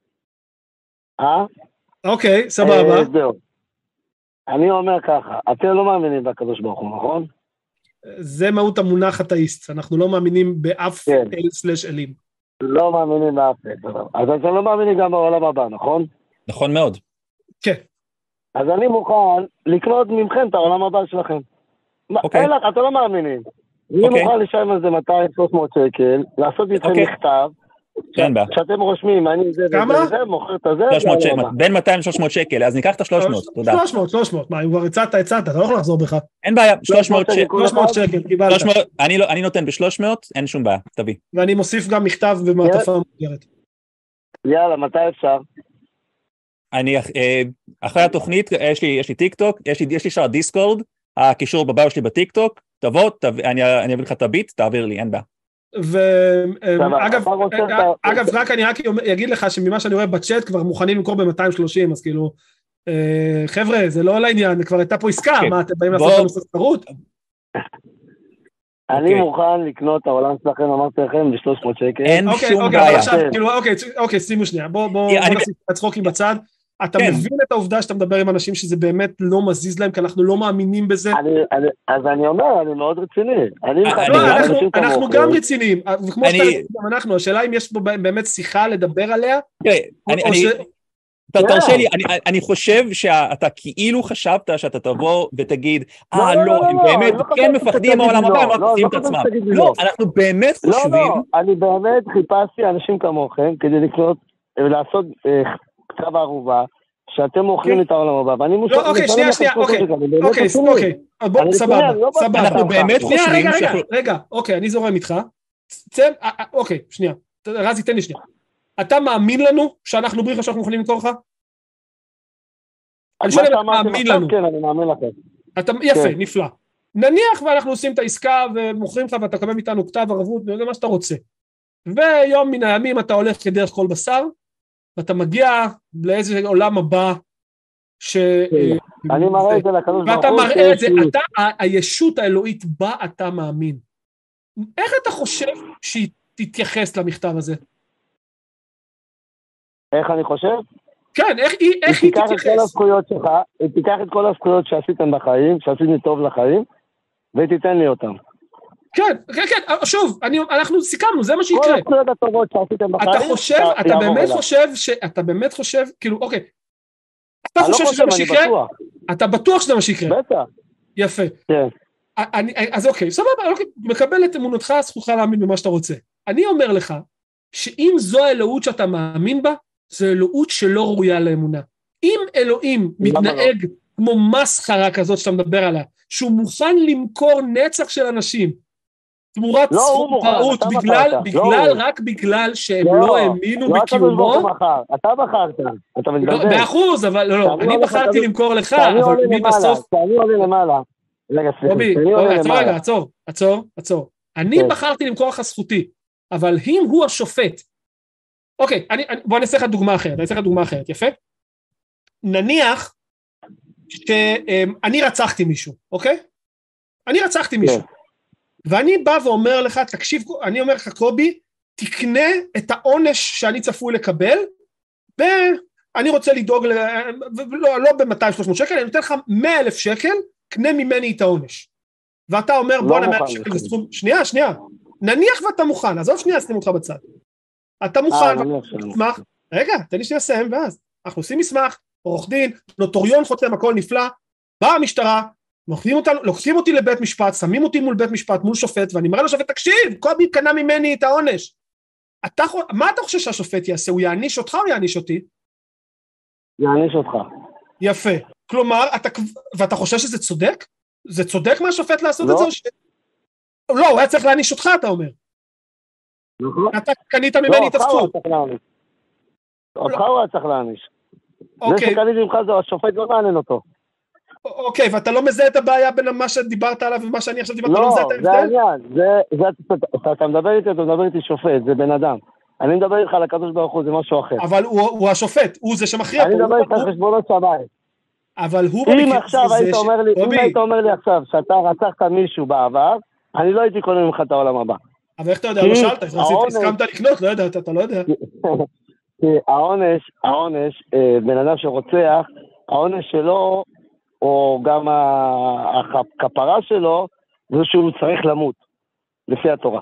[SPEAKER 3] אה?
[SPEAKER 1] אוקיי, סבבה.
[SPEAKER 3] זהו. אני אומר ככה, אתם לא מאמינים בקדוש ברוך הוא, נכון?
[SPEAKER 1] זה מהות המונח אתאיסט, אנחנו לא מאמינים באף
[SPEAKER 3] כן.
[SPEAKER 1] אל סלש אלים.
[SPEAKER 3] לא מאמינים באף אל, אז אתם לא מאמינים גם בעולם הבא, נכון?
[SPEAKER 2] נכון מאוד.
[SPEAKER 1] כן.
[SPEAKER 3] אז אני מוכן לקנות ממכם את העולם הבא שלכם.
[SPEAKER 2] אוקיי.
[SPEAKER 3] אין לך, אתם לא מאמינים. אני
[SPEAKER 2] אוקיי.
[SPEAKER 3] מוכן לשלם על זה מאתיים שלוש מאות שקל, לעשות איתכם
[SPEAKER 2] אוקיי.
[SPEAKER 3] מכתב,
[SPEAKER 2] כן, בה.
[SPEAKER 3] כשאתם רושמים, אני זה
[SPEAKER 1] כמה?
[SPEAKER 3] וזה, מוכר את זה,
[SPEAKER 2] שלוש מאות שקל, בין מאתיים ל-שלוש מאות שקל, אז ניקח את ה-שלוש מאות, תודה.
[SPEAKER 1] שלוש מאות, שלוש מאות, מה, אם כבר הצעת, הצעת, אתה לא יכול לחזור בך.
[SPEAKER 2] אין בעיה, שלוש מאות שקל.
[SPEAKER 1] שלוש מאות שקל, קיבלת.
[SPEAKER 2] אני נותן ב-שלוש מאות, אין שום בעיה, תביא.
[SPEAKER 1] ואני מוסיף גם מכתב במעטפה מוגרת.
[SPEAKER 3] יאללה, מתי אפשר?
[SPEAKER 2] אני, אחרי התוכנית, יש לי, יש לי טיק טוק, יש לי, יש לי שם דיסקורד, הקישור בביו שלי בטיק טוק, תבוא, אני אביא לך את הביט, תעביר לי, אין בעיה.
[SPEAKER 1] ואגב, אגב, רק אני רק אגיד לך שממה שאני רואה בצ'אט כבר מוכנים למכור ב-מאתיים ושלושים, אז כאילו, חבר'ה, זה לא לעניין, כבר הייתה פה עסקה, מה, אתם באים לעשות לנו ספרות?
[SPEAKER 3] אני מוכן לקנות את העולם שלכם, אמרתי לכם, ב-שלוש מאות שקל.
[SPEAKER 2] אין שום בעיה.
[SPEAKER 1] אוקיי, שימו שנייה, בואו נשים את הצחוקים בצד, אתה כן. מבין את העובדה שאתה מדבר עם אנשים שזה באמת לא מזיז להם, כי אנחנו לא מאמינים בזה?
[SPEAKER 6] אני, אני, אז אני אומר, אני מאוד רציני. אני,
[SPEAKER 1] לא,
[SPEAKER 6] אני,
[SPEAKER 1] אנחנו,
[SPEAKER 6] אני
[SPEAKER 1] אנחנו גם רציניים, וכמו אני... שאתה גם אנחנו, השאלה אם יש פה באמת שיחה לדבר עליה,
[SPEAKER 2] כן, אני... אני... ש... תרשה לי, אני, אני חושב שאתה כאילו חשבת שאתה תבוא ותגיד, אה, לא, הם באמת כן מפחדים מהעולם הבא, הם רק עושים את עצמם. לא, אנחנו באמת חושבים...
[SPEAKER 6] לא, לא, אני באמת חיפשתי אנשים כמוכם, כדי לקנות ולעשות כתב הערובה, שאתם מוכרים את העולם הבא, ואני מושך...
[SPEAKER 1] לא, אוקיי, שנייה, שנייה, אוקיי, אוקיי, אוקיי, בוא, סבבה, סבבה.
[SPEAKER 2] אנחנו באמת חושבים...
[SPEAKER 1] רגע, רגע, רגע, אוקיי, אני זורם איתך. אוקיי, שנייה, רזי, תן לי שנייה. אתה מאמין לנו שאנחנו אומרים לך שאנחנו יכולים למכור לך? אני שואל אם אתה מאמין לנו.
[SPEAKER 6] כן, אני מאמין לכם.
[SPEAKER 1] יפה, נפלא. נניח ואנחנו עושים את העסקה ומוכרים לך ואתה קבל איתנו כתב ערבות וזה מה שאתה רוצה. ויום מן הימים אתה הולך כדרך כל בשר, ואתה מגיע לאיזה עולם הבא ש...
[SPEAKER 6] אני מראה את זה לקדוש ברוך הוא.
[SPEAKER 1] ואתה מראה את זה, אתה, הישות האלוהית בה אתה מאמין. איך אתה חושב שהיא תתייחס למכתב הזה?
[SPEAKER 6] איך אני חושב?
[SPEAKER 1] כן, איך היא, איך היא תתייחס?
[SPEAKER 6] היא תיקח את כל הזכויות שלך, היא תיקח את כל הזכויות שעשיתם בחיים, שעשיתם טוב לחיים, והיא תיתן לי אותם.
[SPEAKER 1] כן, כן, כן, שוב, אני, אנחנו סיכמנו, זה מה שיקרה.
[SPEAKER 6] כל הזכויות הטובות שעשיתם בחיים,
[SPEAKER 1] אתה חושב, אתה באמת חושב, ש, אתה באמת חושב, כאילו, אוקיי, אתה חושב שזה מה שיקרה? אתה בטוח שזה מה שיקרה?
[SPEAKER 6] בטח.
[SPEAKER 1] יפה.
[SPEAKER 6] כן.
[SPEAKER 1] אני, אז אוקיי, סבבה, אוקיי, מקבל את אמונתך, זכותך להאמין במה שאתה רוצה. אני אומר לך, שאם זו האלוהות שאתה מאמין בה, זו אלוהות שלא ראויה לאמונה. אם אלוהים מתנהג כמו מסחרה כזאת שאתה מדבר עליה, שהוא מוכן למכור נצח של אנשים, תמורת סכום פעוט, בגלל, בגלל, רק בגלל שהם לא האמינו בקיומו.
[SPEAKER 6] אתה בחרת, אתה מדבר.
[SPEAKER 1] באחוז, אבל לא, לא, אני בחרתי למכור לך, אבל מי בסוף...
[SPEAKER 6] אני עולה למעלה. רגע,
[SPEAKER 1] סליחה. רגע, עצור, עצור, עצור. אני בחרתי למכור לך זכותי, אבל אם הוא השופט, אוקיי, אני, בוא נעשה לך דוגמה אחרת, אני אעשה לך דוגמה אחרת, יפה? נניח שאני רצחתי מישהו, אוקיי? אני רצחתי מישהו. ואני בא ואומר לך, תקשיב, אני אומר לך, קובי, תקנה את העונש שאני צפוי לקבל, ואני רוצה לדאוג, לא, לא ב-מאתיים שלוש מאות שקל, אני נותן לך מאה אלף שקל, קנה ממני את העונש. ואתה אומר, בוא נמאה אלף שקל, זה סכום, שנייה, שנייה, נניח ואתה מוכן, עזוב שנייה, שים אותך בצד. אתה מוכן, מסמך, רגע, תן לי שנייה לסיים, ואז אנחנו עושים מסמך, עורך דין, נוטוריון חותם, הכל נפלא, באה המשטרה, לוקחים אותנו, לוקחים אותי לבית משפט, שמים אותי מול בית משפט, מול שופט, ואני מראה לשופט, תקשיב, קובי קנה ממני את העונש. אתה, מה אתה חושב שהשופט יעשה? הוא יעניש אותך או יעניש אותי?
[SPEAKER 6] יעניש אותך.
[SPEAKER 1] יפה. כלומר, אתה, ואתה חושב שזה צודק? זה צודק מה השופט לעשות
[SPEAKER 6] לא.
[SPEAKER 1] את זה? ש... לא, הוא היה צריך להעניש אותך, אתה אומר.
[SPEAKER 6] נכון.
[SPEAKER 1] אתה קנית ממני את הזכות.
[SPEAKER 6] אותך הוא היה צריך להעניש. זה שקניתי ממך זה, השופט לא מעניין אותו.
[SPEAKER 1] אוקיי, ואתה לא מזהה את הבעיה בין מה שדיברת עליו ומה שאני עכשיו דיברתי,
[SPEAKER 6] לא, זה העניין, אתה מדבר איתי, אתה מדבר איתי שופט, זה בן אדם. אני מדבר איתך על הקדוש ברוך הוא, זה משהו אחר.
[SPEAKER 1] אבל הוא השופט, הוא זה שמכריע פה.
[SPEAKER 6] אני מדבר איתך על חשבונות שמיים.
[SPEAKER 1] אבל הוא...
[SPEAKER 6] אם עכשיו היית אומר לי, אם היית אומר לי עכשיו שאתה רצחת מישהו בעבר, אני לא הייתי קונה ממך את העולם הבא.
[SPEAKER 1] אבל איך אתה יודע, לא שאלת, הסכמת לקנות, לא יודע, אתה לא יודע.
[SPEAKER 6] כי העונש, העונש, בן אדם שרוצח, העונש שלו, או גם הכפרה שלו, זה שהוא צריך למות, לפי התורה.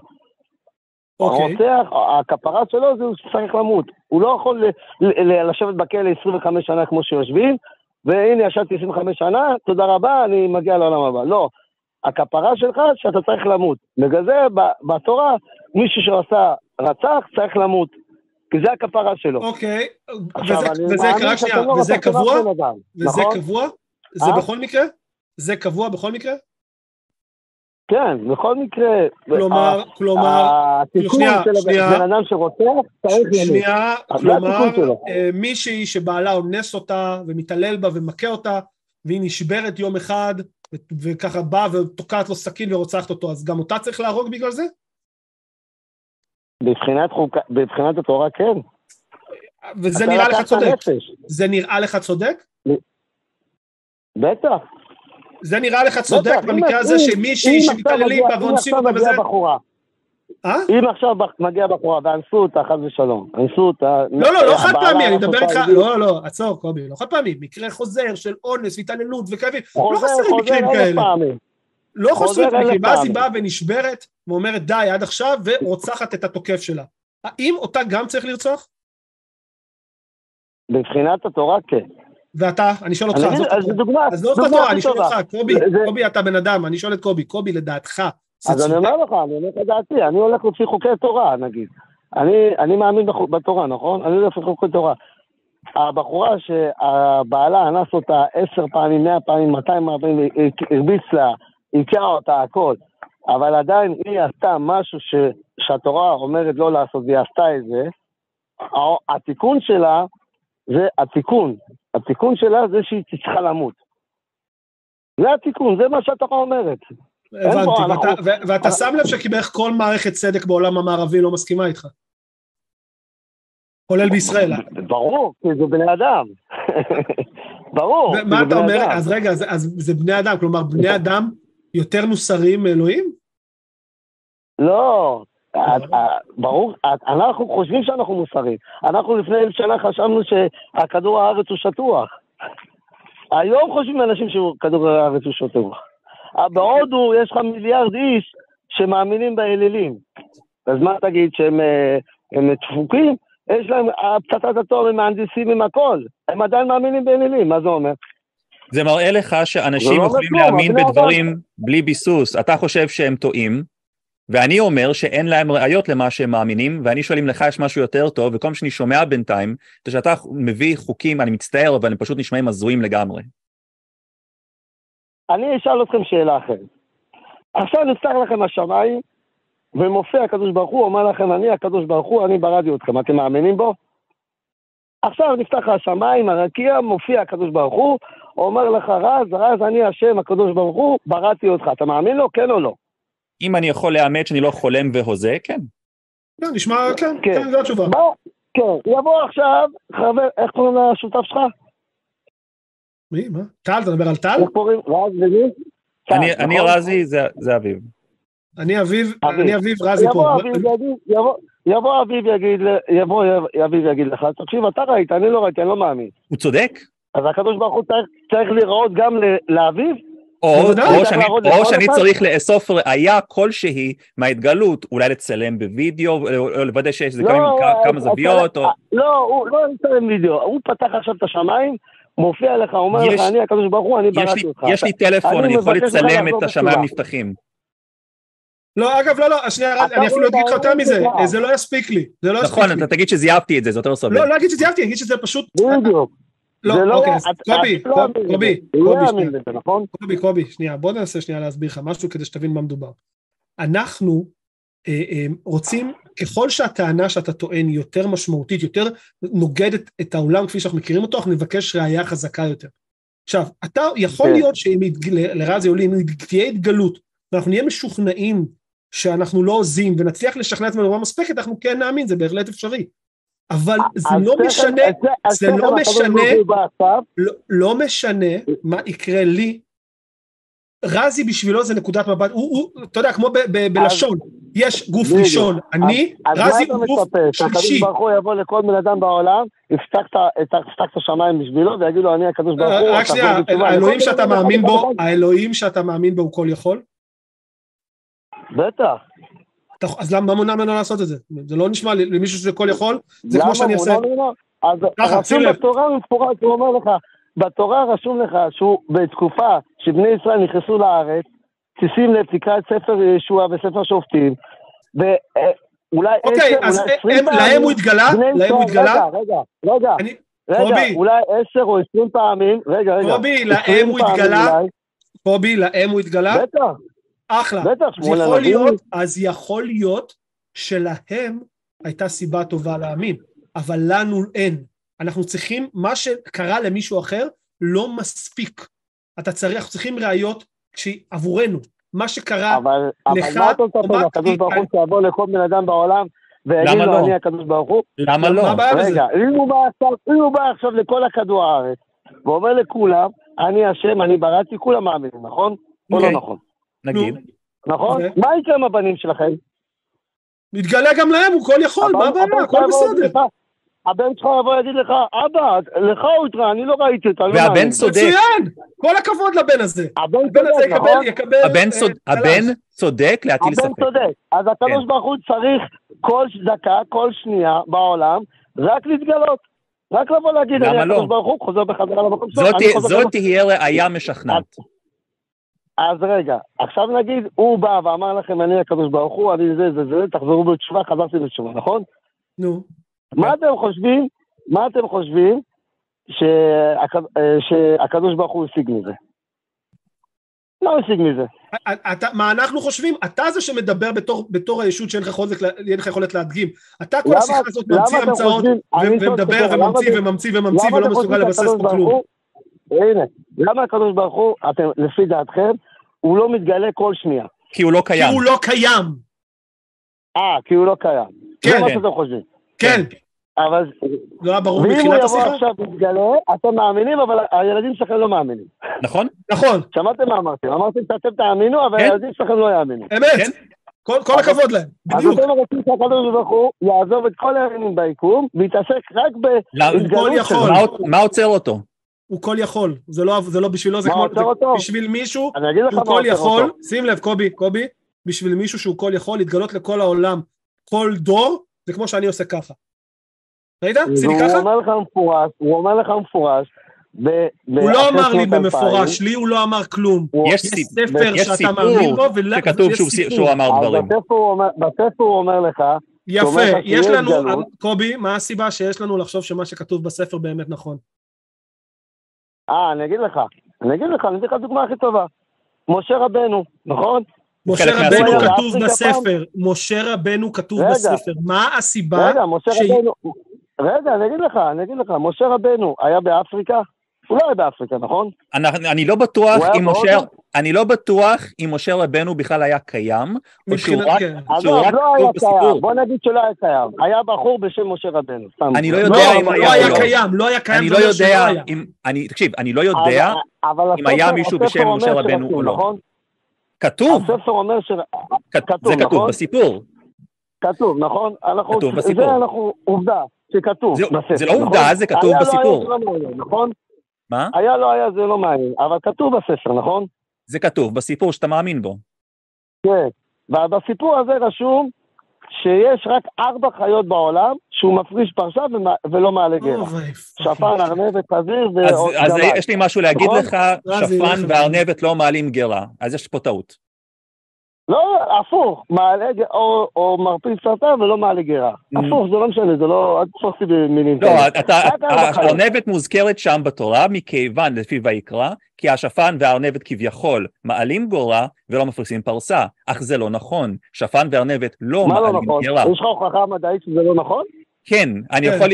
[SPEAKER 6] הרוצח, הכפרה שלו זה שהוא צריך למות. הוא לא יכול לשבת בכלא עשרים וחמש שנה כמו שיושבים, והנה ישבתי עשרים וחמש שנה, תודה רבה, אני מגיע לעולם הבא. לא, הכפרה שלך שאתה צריך למות. בגלל זה בתורה, מישהו שעושה רצח צריך למות. כי זה הכפרה שלו.
[SPEAKER 1] אוקיי, וזה רק שנייה, וזה קבוע? וזה קבוע? זה בכל מקרה? זה קבוע בכל מקרה?
[SPEAKER 6] כן, בכל מקרה.
[SPEAKER 1] כלומר, כלומר,
[SPEAKER 6] שנייה, שנייה. בן אדם שרוצח, צריך למות.
[SPEAKER 1] שנייה, כלומר, מישהי שבעלה אונס אותה, ומתעלל בה ומכה אותה, והיא נשברת יום אחד, וככה באה ותוקעת לו סכין ורוצחת אותו, אז גם אותה צריך להרוג בגלל זה?
[SPEAKER 6] בבחינת, חוק... בבחינת התורה כן.
[SPEAKER 1] וזה נראה לך צודק? זה נראה לך צודק?
[SPEAKER 6] בטח.
[SPEAKER 1] זה נראה לך צודק במקרה הזה שמישהי שמתעללים בה ואונסים אותה וזה?
[SPEAKER 6] אם עכשיו מגיע בחורה ואנסו אותה חד ושלום, אנסו אותה...
[SPEAKER 1] לא, לא, לא חד פעמי, אני מדבר איתך, לא, לא, עצור קובי, לא חד פעמי, מקרה חוזר של אונס והתעללות וכאבים, לא חסרים מקרים כאלה. לא חסרים מקרים, ואז היא באה ונשברת ואומרת די עד עכשיו ורוצחת את התוקף שלה. האם אותה גם צריך לרצוח?
[SPEAKER 6] בבחינת התורה כן.
[SPEAKER 1] ואתה, אני שואל אותך, עזוב את התורה, אני שואל אותך, קובי, קובי אתה בן אדם, אני שואל את קובי, קובי לדעתך,
[SPEAKER 6] אז אני אומר לך, אני אומר לך דעתי, אני הולך לפי חוקי תורה, נגיד. אני, אני מאמין בתורה, נכון? אני הולך לפי חוקי תורה. הבחורה שהבעלה אנס אותה עשר פעמים, מאה פעמים, מאתיים פעמים, הרביץ לה, עיקר אותה, הכל. אבל עדיין היא עשתה משהו ש, שהתורה אומרת לא לעשות, והיא עשתה את זה. התיקון שלה, זה התיקון. התיקון שלה זה שהיא צריכה למות. זה התיקון, זה מה שהתורה אומרת.
[SPEAKER 1] הבנתי, ואתה שם לב שכבערך כל מערכת צדק בעולם המערבי לא מסכימה איתך? כולל בישראל.
[SPEAKER 6] ברור, כי זה בני אדם. ברור.
[SPEAKER 1] מה אתה אומר? אז רגע, אז זה בני אדם, כלומר בני אדם יותר מוסריים מאלוהים?
[SPEAKER 6] לא, ברור, אנחנו חושבים שאנחנו מוסריים. אנחנו לפני אלף שנה חשבנו שהכדור הארץ הוא שטוח. היום חושבים אנשים שכדור הארץ הוא שטוח. בהודו יש לך מיליארד איש שמאמינים באלילים. אז מה תגיד, שהם דפוקים? יש להם פצצת אטום, הם מהנדסים עם הכל. הם עדיין מאמינים באלילים, מה זה אומר?
[SPEAKER 2] זה מראה לך שאנשים יכולים להאמין בדברים בלי ביסוס. אתה חושב שהם טועים, ואני אומר שאין להם ראיות למה שהם מאמינים, ואני שואל אם לך יש משהו יותר טוב, וכל מה שאני שומע בינתיים, זה שאתה מביא חוקים, אני מצטער, אבל הם פשוט נשמעים הזויים לגמרי.
[SPEAKER 6] אני אשאל אתכם שאלה אחרת. עכשיו נפתח לכם השמיים, ומופיע הקדוש ברוך הוא, אומר לכם, אני הקדוש ברוך הוא, אני בראתי אתכם, אתם מאמינים בו? עכשיו נפתח השמיים, הרקיע, מופיע הקדוש ברוך הוא, אומר לך, רז, רז, אני השם, הקדוש ברוך הוא, בראתי אותך, אתה מאמין לו, כן או לא?
[SPEAKER 2] אם אני יכול לאמת שאני לא חולם והוזה, כן.
[SPEAKER 1] כן, נשמע, כן, כן, זו התשובה.
[SPEAKER 6] כן, יבוא עכשיו, חבר, איך קוראים לשותף שלך?
[SPEAKER 1] מי, מה? טל, אתה מדבר על טל?
[SPEAKER 6] איך קוראים? רז וגיל?
[SPEAKER 2] אני רזי, זה אביב.
[SPEAKER 1] אני אביב, אני אביב, רזי פה.
[SPEAKER 6] יבוא אביב יגיד, יבוא אביב יגיד לך, תקשיב, אתה ראית, אני לא ראיתי, אני לא מאמין.
[SPEAKER 2] הוא צודק.
[SPEAKER 6] אז הקדוש ברוך הוא צריך לראות גם לאביב?
[SPEAKER 2] או שאני צריך לאסוף ראייה כלשהי מההתגלות, אולי לצלם בווידאו, או לוודא שיש כמה זוויות.
[SPEAKER 6] לא, הוא לא לצלם וידאו, הוא פתח עכשיו את השמיים, מופיע לך, אומר לך, אני הקדוש ברוך הוא, אני בראתי אותך.
[SPEAKER 2] יש לי טלפון, אני יכול לצלם את השמיים נפתחים.
[SPEAKER 1] לא, אגב, לא, לא, שנייה, אני אפילו אגיד לך יותר מזה, זה לא יספיק לי, זה לא יספיק לי.
[SPEAKER 2] נכון, אתה תגיד שזייפתי את זה, זה יותר סביר.
[SPEAKER 1] לא, לא אגיד שזייפתי, אני אגיד שזה פשוט...
[SPEAKER 6] בדיוק.
[SPEAKER 1] לא, אוקיי, קובי, קובי, קובי, שנייה, קובי, קובי, שנייה, בוא ננסה שנייה להסביר לך משהו כדי שתבין מה מדובר. אנחנו רוצים, ככל שהטענה שאתה טוען יותר משמעותית, יותר נוגדת את העולם כפי שאנחנו מכירים אותו, אנחנו נבקש ראייה חזקה יותר. עכשיו, אתה יכול להיות שלרזי עולים, אם תהיה התגלות, ואנחנו נהיה משוכנעים שאנחנו לא עוזים, ונצליח לשכנע את מנורה מספקת, אנחנו כן נאמין, זה בהחלט אפשרי. אבל זה לא משנה, זה לא משנה, לא משנה מה יקרה לי, רזי בשבילו זה נקודת מבט, אתה יודע, כמו בלשון, יש גוף ראשון, אני, רזי הוא גוף שלישי.
[SPEAKER 6] הקדוש ברוך הוא יבוא לכל בן אדם בעולם, יפתח את השמיים בשבילו, ויגיד לו, אני הקדוש ברוך הוא.
[SPEAKER 1] רק שנייה, האלוהים שאתה מאמין בו, האלוהים שאתה מאמין בו הוא כל יכול?
[SPEAKER 6] בטח.
[SPEAKER 1] אז למה מונע ממנו לעשות את זה? זה לא נשמע למישהו שזה כל יכול? זה כמו שאני אעשה...
[SPEAKER 6] למה מונע ממנו? אז רשום בתורה מפורט, הוא אומר לך, בתורה רשום לך שהוא בתקופה שבני ישראל נכנסו לארץ, תשים לב, תקרא את ספר ישוע וספר שופטים, ואולי...
[SPEAKER 1] אוקיי, אז להם הוא התגלה? להם הוא התגלה?
[SPEAKER 6] רגע, רגע, רגע, אולי עשר או עשרים פעמים, רגע, רגע.
[SPEAKER 1] קובי, להם הוא התגלה? קובי, להם הוא התגלה?
[SPEAKER 6] בטח.
[SPEAKER 1] אחלה, אז יכול להיות, אז יכול להיות שלהם הייתה סיבה טובה להאמין, אבל לנו אין. אנחנו צריכים, מה שקרה למישהו אחר לא מספיק. אתה צריך, אנחנו צריכים ראיות שעבורנו, מה שקרה לך...
[SPEAKER 6] אבל מה אתה מצפה, הקדוש ברוך הוא שיבוא לכל בן אדם בעולם, ויגיד לו אני הקדוש ברוך הוא?
[SPEAKER 2] למה לא?
[SPEAKER 6] רגע, אם הוא בא עכשיו לכל הכדור הארץ, ואומר לכולם, אני השם, אני בראתי, כולם מאמינים, נכון? או לא נכון?
[SPEAKER 2] נגיד.
[SPEAKER 6] נכון? מה יקרה עם הבנים שלכם?
[SPEAKER 1] מתגלה גם להם, הוא כל יכול, מה הבעיה, הכל בסדר.
[SPEAKER 6] הבן שלך יבוא יגיד לך, אבא, לך הוא יתראה, אני לא ראיתי אותה.
[SPEAKER 2] והבן צודק.
[SPEAKER 1] מצוין, כל הכבוד לבן הזה.
[SPEAKER 6] הבן צודק, נכון?
[SPEAKER 2] הבן צודק להטיל ספק.
[SPEAKER 6] הבן צודק, אז הקדוש ברוך הוא צריך כל דקה, כל שנייה בעולם, רק להתגלות. רק לבוא להגיד, אני הקדוש ברוך הוא חוזר בחזרה למקום שלו.
[SPEAKER 2] זאת תהיה ראיה משכנעת.
[SPEAKER 6] אז רגע, עכשיו נגיד, הוא בא ואמר לכם, אני הקדוש ברוך הוא, אני זה, זה, זה, תחזרו בתשובה, חזרתי בתשובה, נכון?
[SPEAKER 1] נו.
[SPEAKER 6] מה אתם חושבים, מה אתם חושבים שהקדוש ברוך הוא השיג מזה? לא השיג מזה.
[SPEAKER 1] מה אנחנו חושבים? אתה זה שמדבר בתור הישות שאין לך יכולת להדגים. אתה כל השיחה הזאת ממציא המצאות, ומדבר וממציא וממציא וממציא ולא מסוגל לבסס פה כלום.
[SPEAKER 6] הנה, למה הקדוש ברוך הוא, אתם, לפי דעתכם, הוא לא מתגלה כל שנייה?
[SPEAKER 2] כי הוא לא קיים.
[SPEAKER 1] כי הוא לא קיים.
[SPEAKER 6] אה, כי הוא לא קיים.
[SPEAKER 1] כן.
[SPEAKER 6] זה מה שאתם חושבים.
[SPEAKER 1] כן.
[SPEAKER 6] אבל...
[SPEAKER 1] לא היה ברור מתחילת השיחה?
[SPEAKER 6] ואם הוא יבוא עכשיו מתגלה, אתם מאמינים, אבל הילדים שלכם לא מאמינים.
[SPEAKER 2] נכון?
[SPEAKER 1] נכון.
[SPEAKER 6] שמעתם מה אמרתם? אמרתם שאתם תאמינו, אבל הילדים שלכם לא יאמינו.
[SPEAKER 1] אמת. כל הכבוד להם. בדיוק.
[SPEAKER 6] אז אתם רוצים שהקדוש ברוך הוא יעזוב את כל העניינים ביקום, ויתעסק רק בהתגלות שלו.
[SPEAKER 2] מה עוצר אותו?
[SPEAKER 1] הוא כל יכול, זה לא, זה לא בשבילו, זה כמו, זה בשביל מישהו, הוא כל יכול, שים לב, קובי, קובי, בשביל מישהו שהוא כל יכול, להתגלות לכל העולם, כל דור, זה כמו שאני עושה ככה. ראית? עשיתי ככה?
[SPEAKER 6] הוא אומר לך מפורש, הוא אומר לך מפורש,
[SPEAKER 1] הוא לא אמר לי במפורש, לי הוא לא אמר כלום, יש ספר שאתה מאמין בו,
[SPEAKER 2] שכתוב שהוא אמר דברים.
[SPEAKER 6] בספר הוא אומר לך,
[SPEAKER 1] יפה, יש לנו, קובי, מה הסיבה שיש לנו לחשוב שמה שכתוב בספר באמת נכון?
[SPEAKER 6] אה, אני אגיד לך, אני אגיד לך, אני אגיד לך דוגמה הכי טובה. משה רבנו, נכון?
[SPEAKER 1] משה רבנו כתוב בספר, משה רבנו כתוב בספר, מה הסיבה?
[SPEAKER 6] רגע, משה רבנו, רגע, אני אגיד לך, אני אגיד לך, משה רבנו היה באפריקה? הוא לא היה באפריקה, נכון?
[SPEAKER 2] אני לא בטוח אם משה, אני לא בטוח אם משה רבנו בכלל היה קיים, או שהוא רק, שהוא רק כתוב בסיפור.
[SPEAKER 6] בוא נגיד שלא היה קיים, היה בחור בשם משה רבנו.
[SPEAKER 2] אני לא יודע אם
[SPEAKER 1] היה, לא היה קיים, לא היה קיים,
[SPEAKER 2] אני לא יודע אם, אני, תקשיב, אני לא יודע אם היה מישהו בשם משה רבנו או לא. כתוב,
[SPEAKER 6] הספר אומר ש...
[SPEAKER 2] זה כתוב בסיפור.
[SPEAKER 6] כתוב, נכון?
[SPEAKER 2] כתוב בסיפור.
[SPEAKER 6] זה אנחנו עובדה, שכתוב.
[SPEAKER 2] זה לא עובדה, זה כתוב בסיפור.
[SPEAKER 6] נכון?
[SPEAKER 2] מה?
[SPEAKER 6] היה לא היה, זה לא מעניין, אבל כתוב בספר, נכון?
[SPEAKER 2] זה כתוב בסיפור שאתה מאמין בו.
[SPEAKER 6] כן, ובסיפור הזה רשום שיש רק ארבע חיות בעולם שהוא מפריש פרשה ולא מעלה גרע. שפן, ארנבת, חזיר ועוד גמל.
[SPEAKER 2] אז יש לי משהו להגיד לך, שפן וארנבת לא מעלים גרע, אז יש פה טעות.
[SPEAKER 6] לא, הפוך, מעלה גרע, או מרפיס סרטן ולא מעלה גרע. הפוך, זה לא משנה, זה לא, אל תפוסי במילים.
[SPEAKER 2] לא, הארנבת מוזכרת שם בתורה, מכיוון לפי ויקרא, כי השפן והארנבת כביכול מעלים גרע ולא מפריסים פרסה, אך זה לא נכון, שפן וארנבת לא מעלים גרע.
[SPEAKER 6] יש לך הוכחה מדעית שזה לא נכון?
[SPEAKER 2] כן, אני יכול,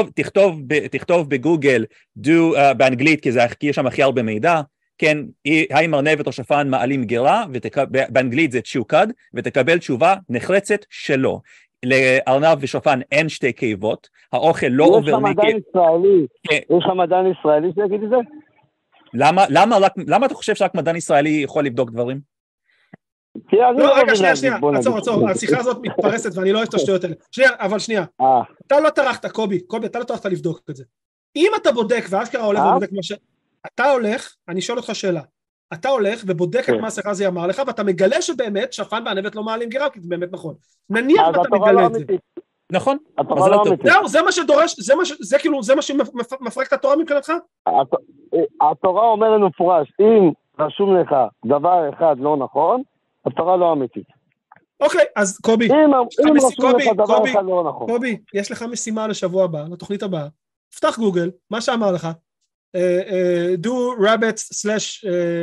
[SPEAKER 2] תכתוב בגוגל, באנגלית, כי יש שם הכי הרבה מידע, כן, האם ארנבת או שפן מעלים גרה, באנגלית זה תשוקד, ותקבל תשובה נחרצת שלא. לארנב ושפן אין שתי קיבות, האוכל לא עובר
[SPEAKER 6] מכי... יש לך מדען ישראלי, יש לך מדען ישראלי שיגיד את זה?
[SPEAKER 2] למה אתה חושב שרק מדען ישראלי יכול לבדוק דברים?
[SPEAKER 1] לא, רגע, שנייה, שנייה, עצור, עצור, השיחה הזאת מתפרסת ואני לא אוהב את השטויות האלה. שנייה, אבל שנייה, אתה לא טרחת, קובי, קובי, אתה לא טרחת לבדוק את זה. אם אתה בודק, ואשכרה הולך ובודק מה ש... אתה הולך, אני שואל אותך שאלה, אתה הולך ובודק את מה שחזי אמר לך, ואתה מגלה שבאמת שפן וארנבת לא מעלים גרה, כי זה באמת נכון. נניח ואתה מגלה את זה.
[SPEAKER 2] נכון.
[SPEAKER 1] זהו, זה מה שדורש, זה כאילו, זה מה שמפרק את התורה מבחינתך?
[SPEAKER 6] התורה אומר לנו פורש, אם רשום לך דבר אחד לא נכון, התורה לא אמיתית.
[SPEAKER 1] אוקיי, אז קובי,
[SPEAKER 6] אם רשום לך דבר אחד לא נכון.
[SPEAKER 1] קובי, יש לך משימה לשבוע הבא, לתוכנית הבאה, פתח גוגל, מה שאמר לך, do rabbits slash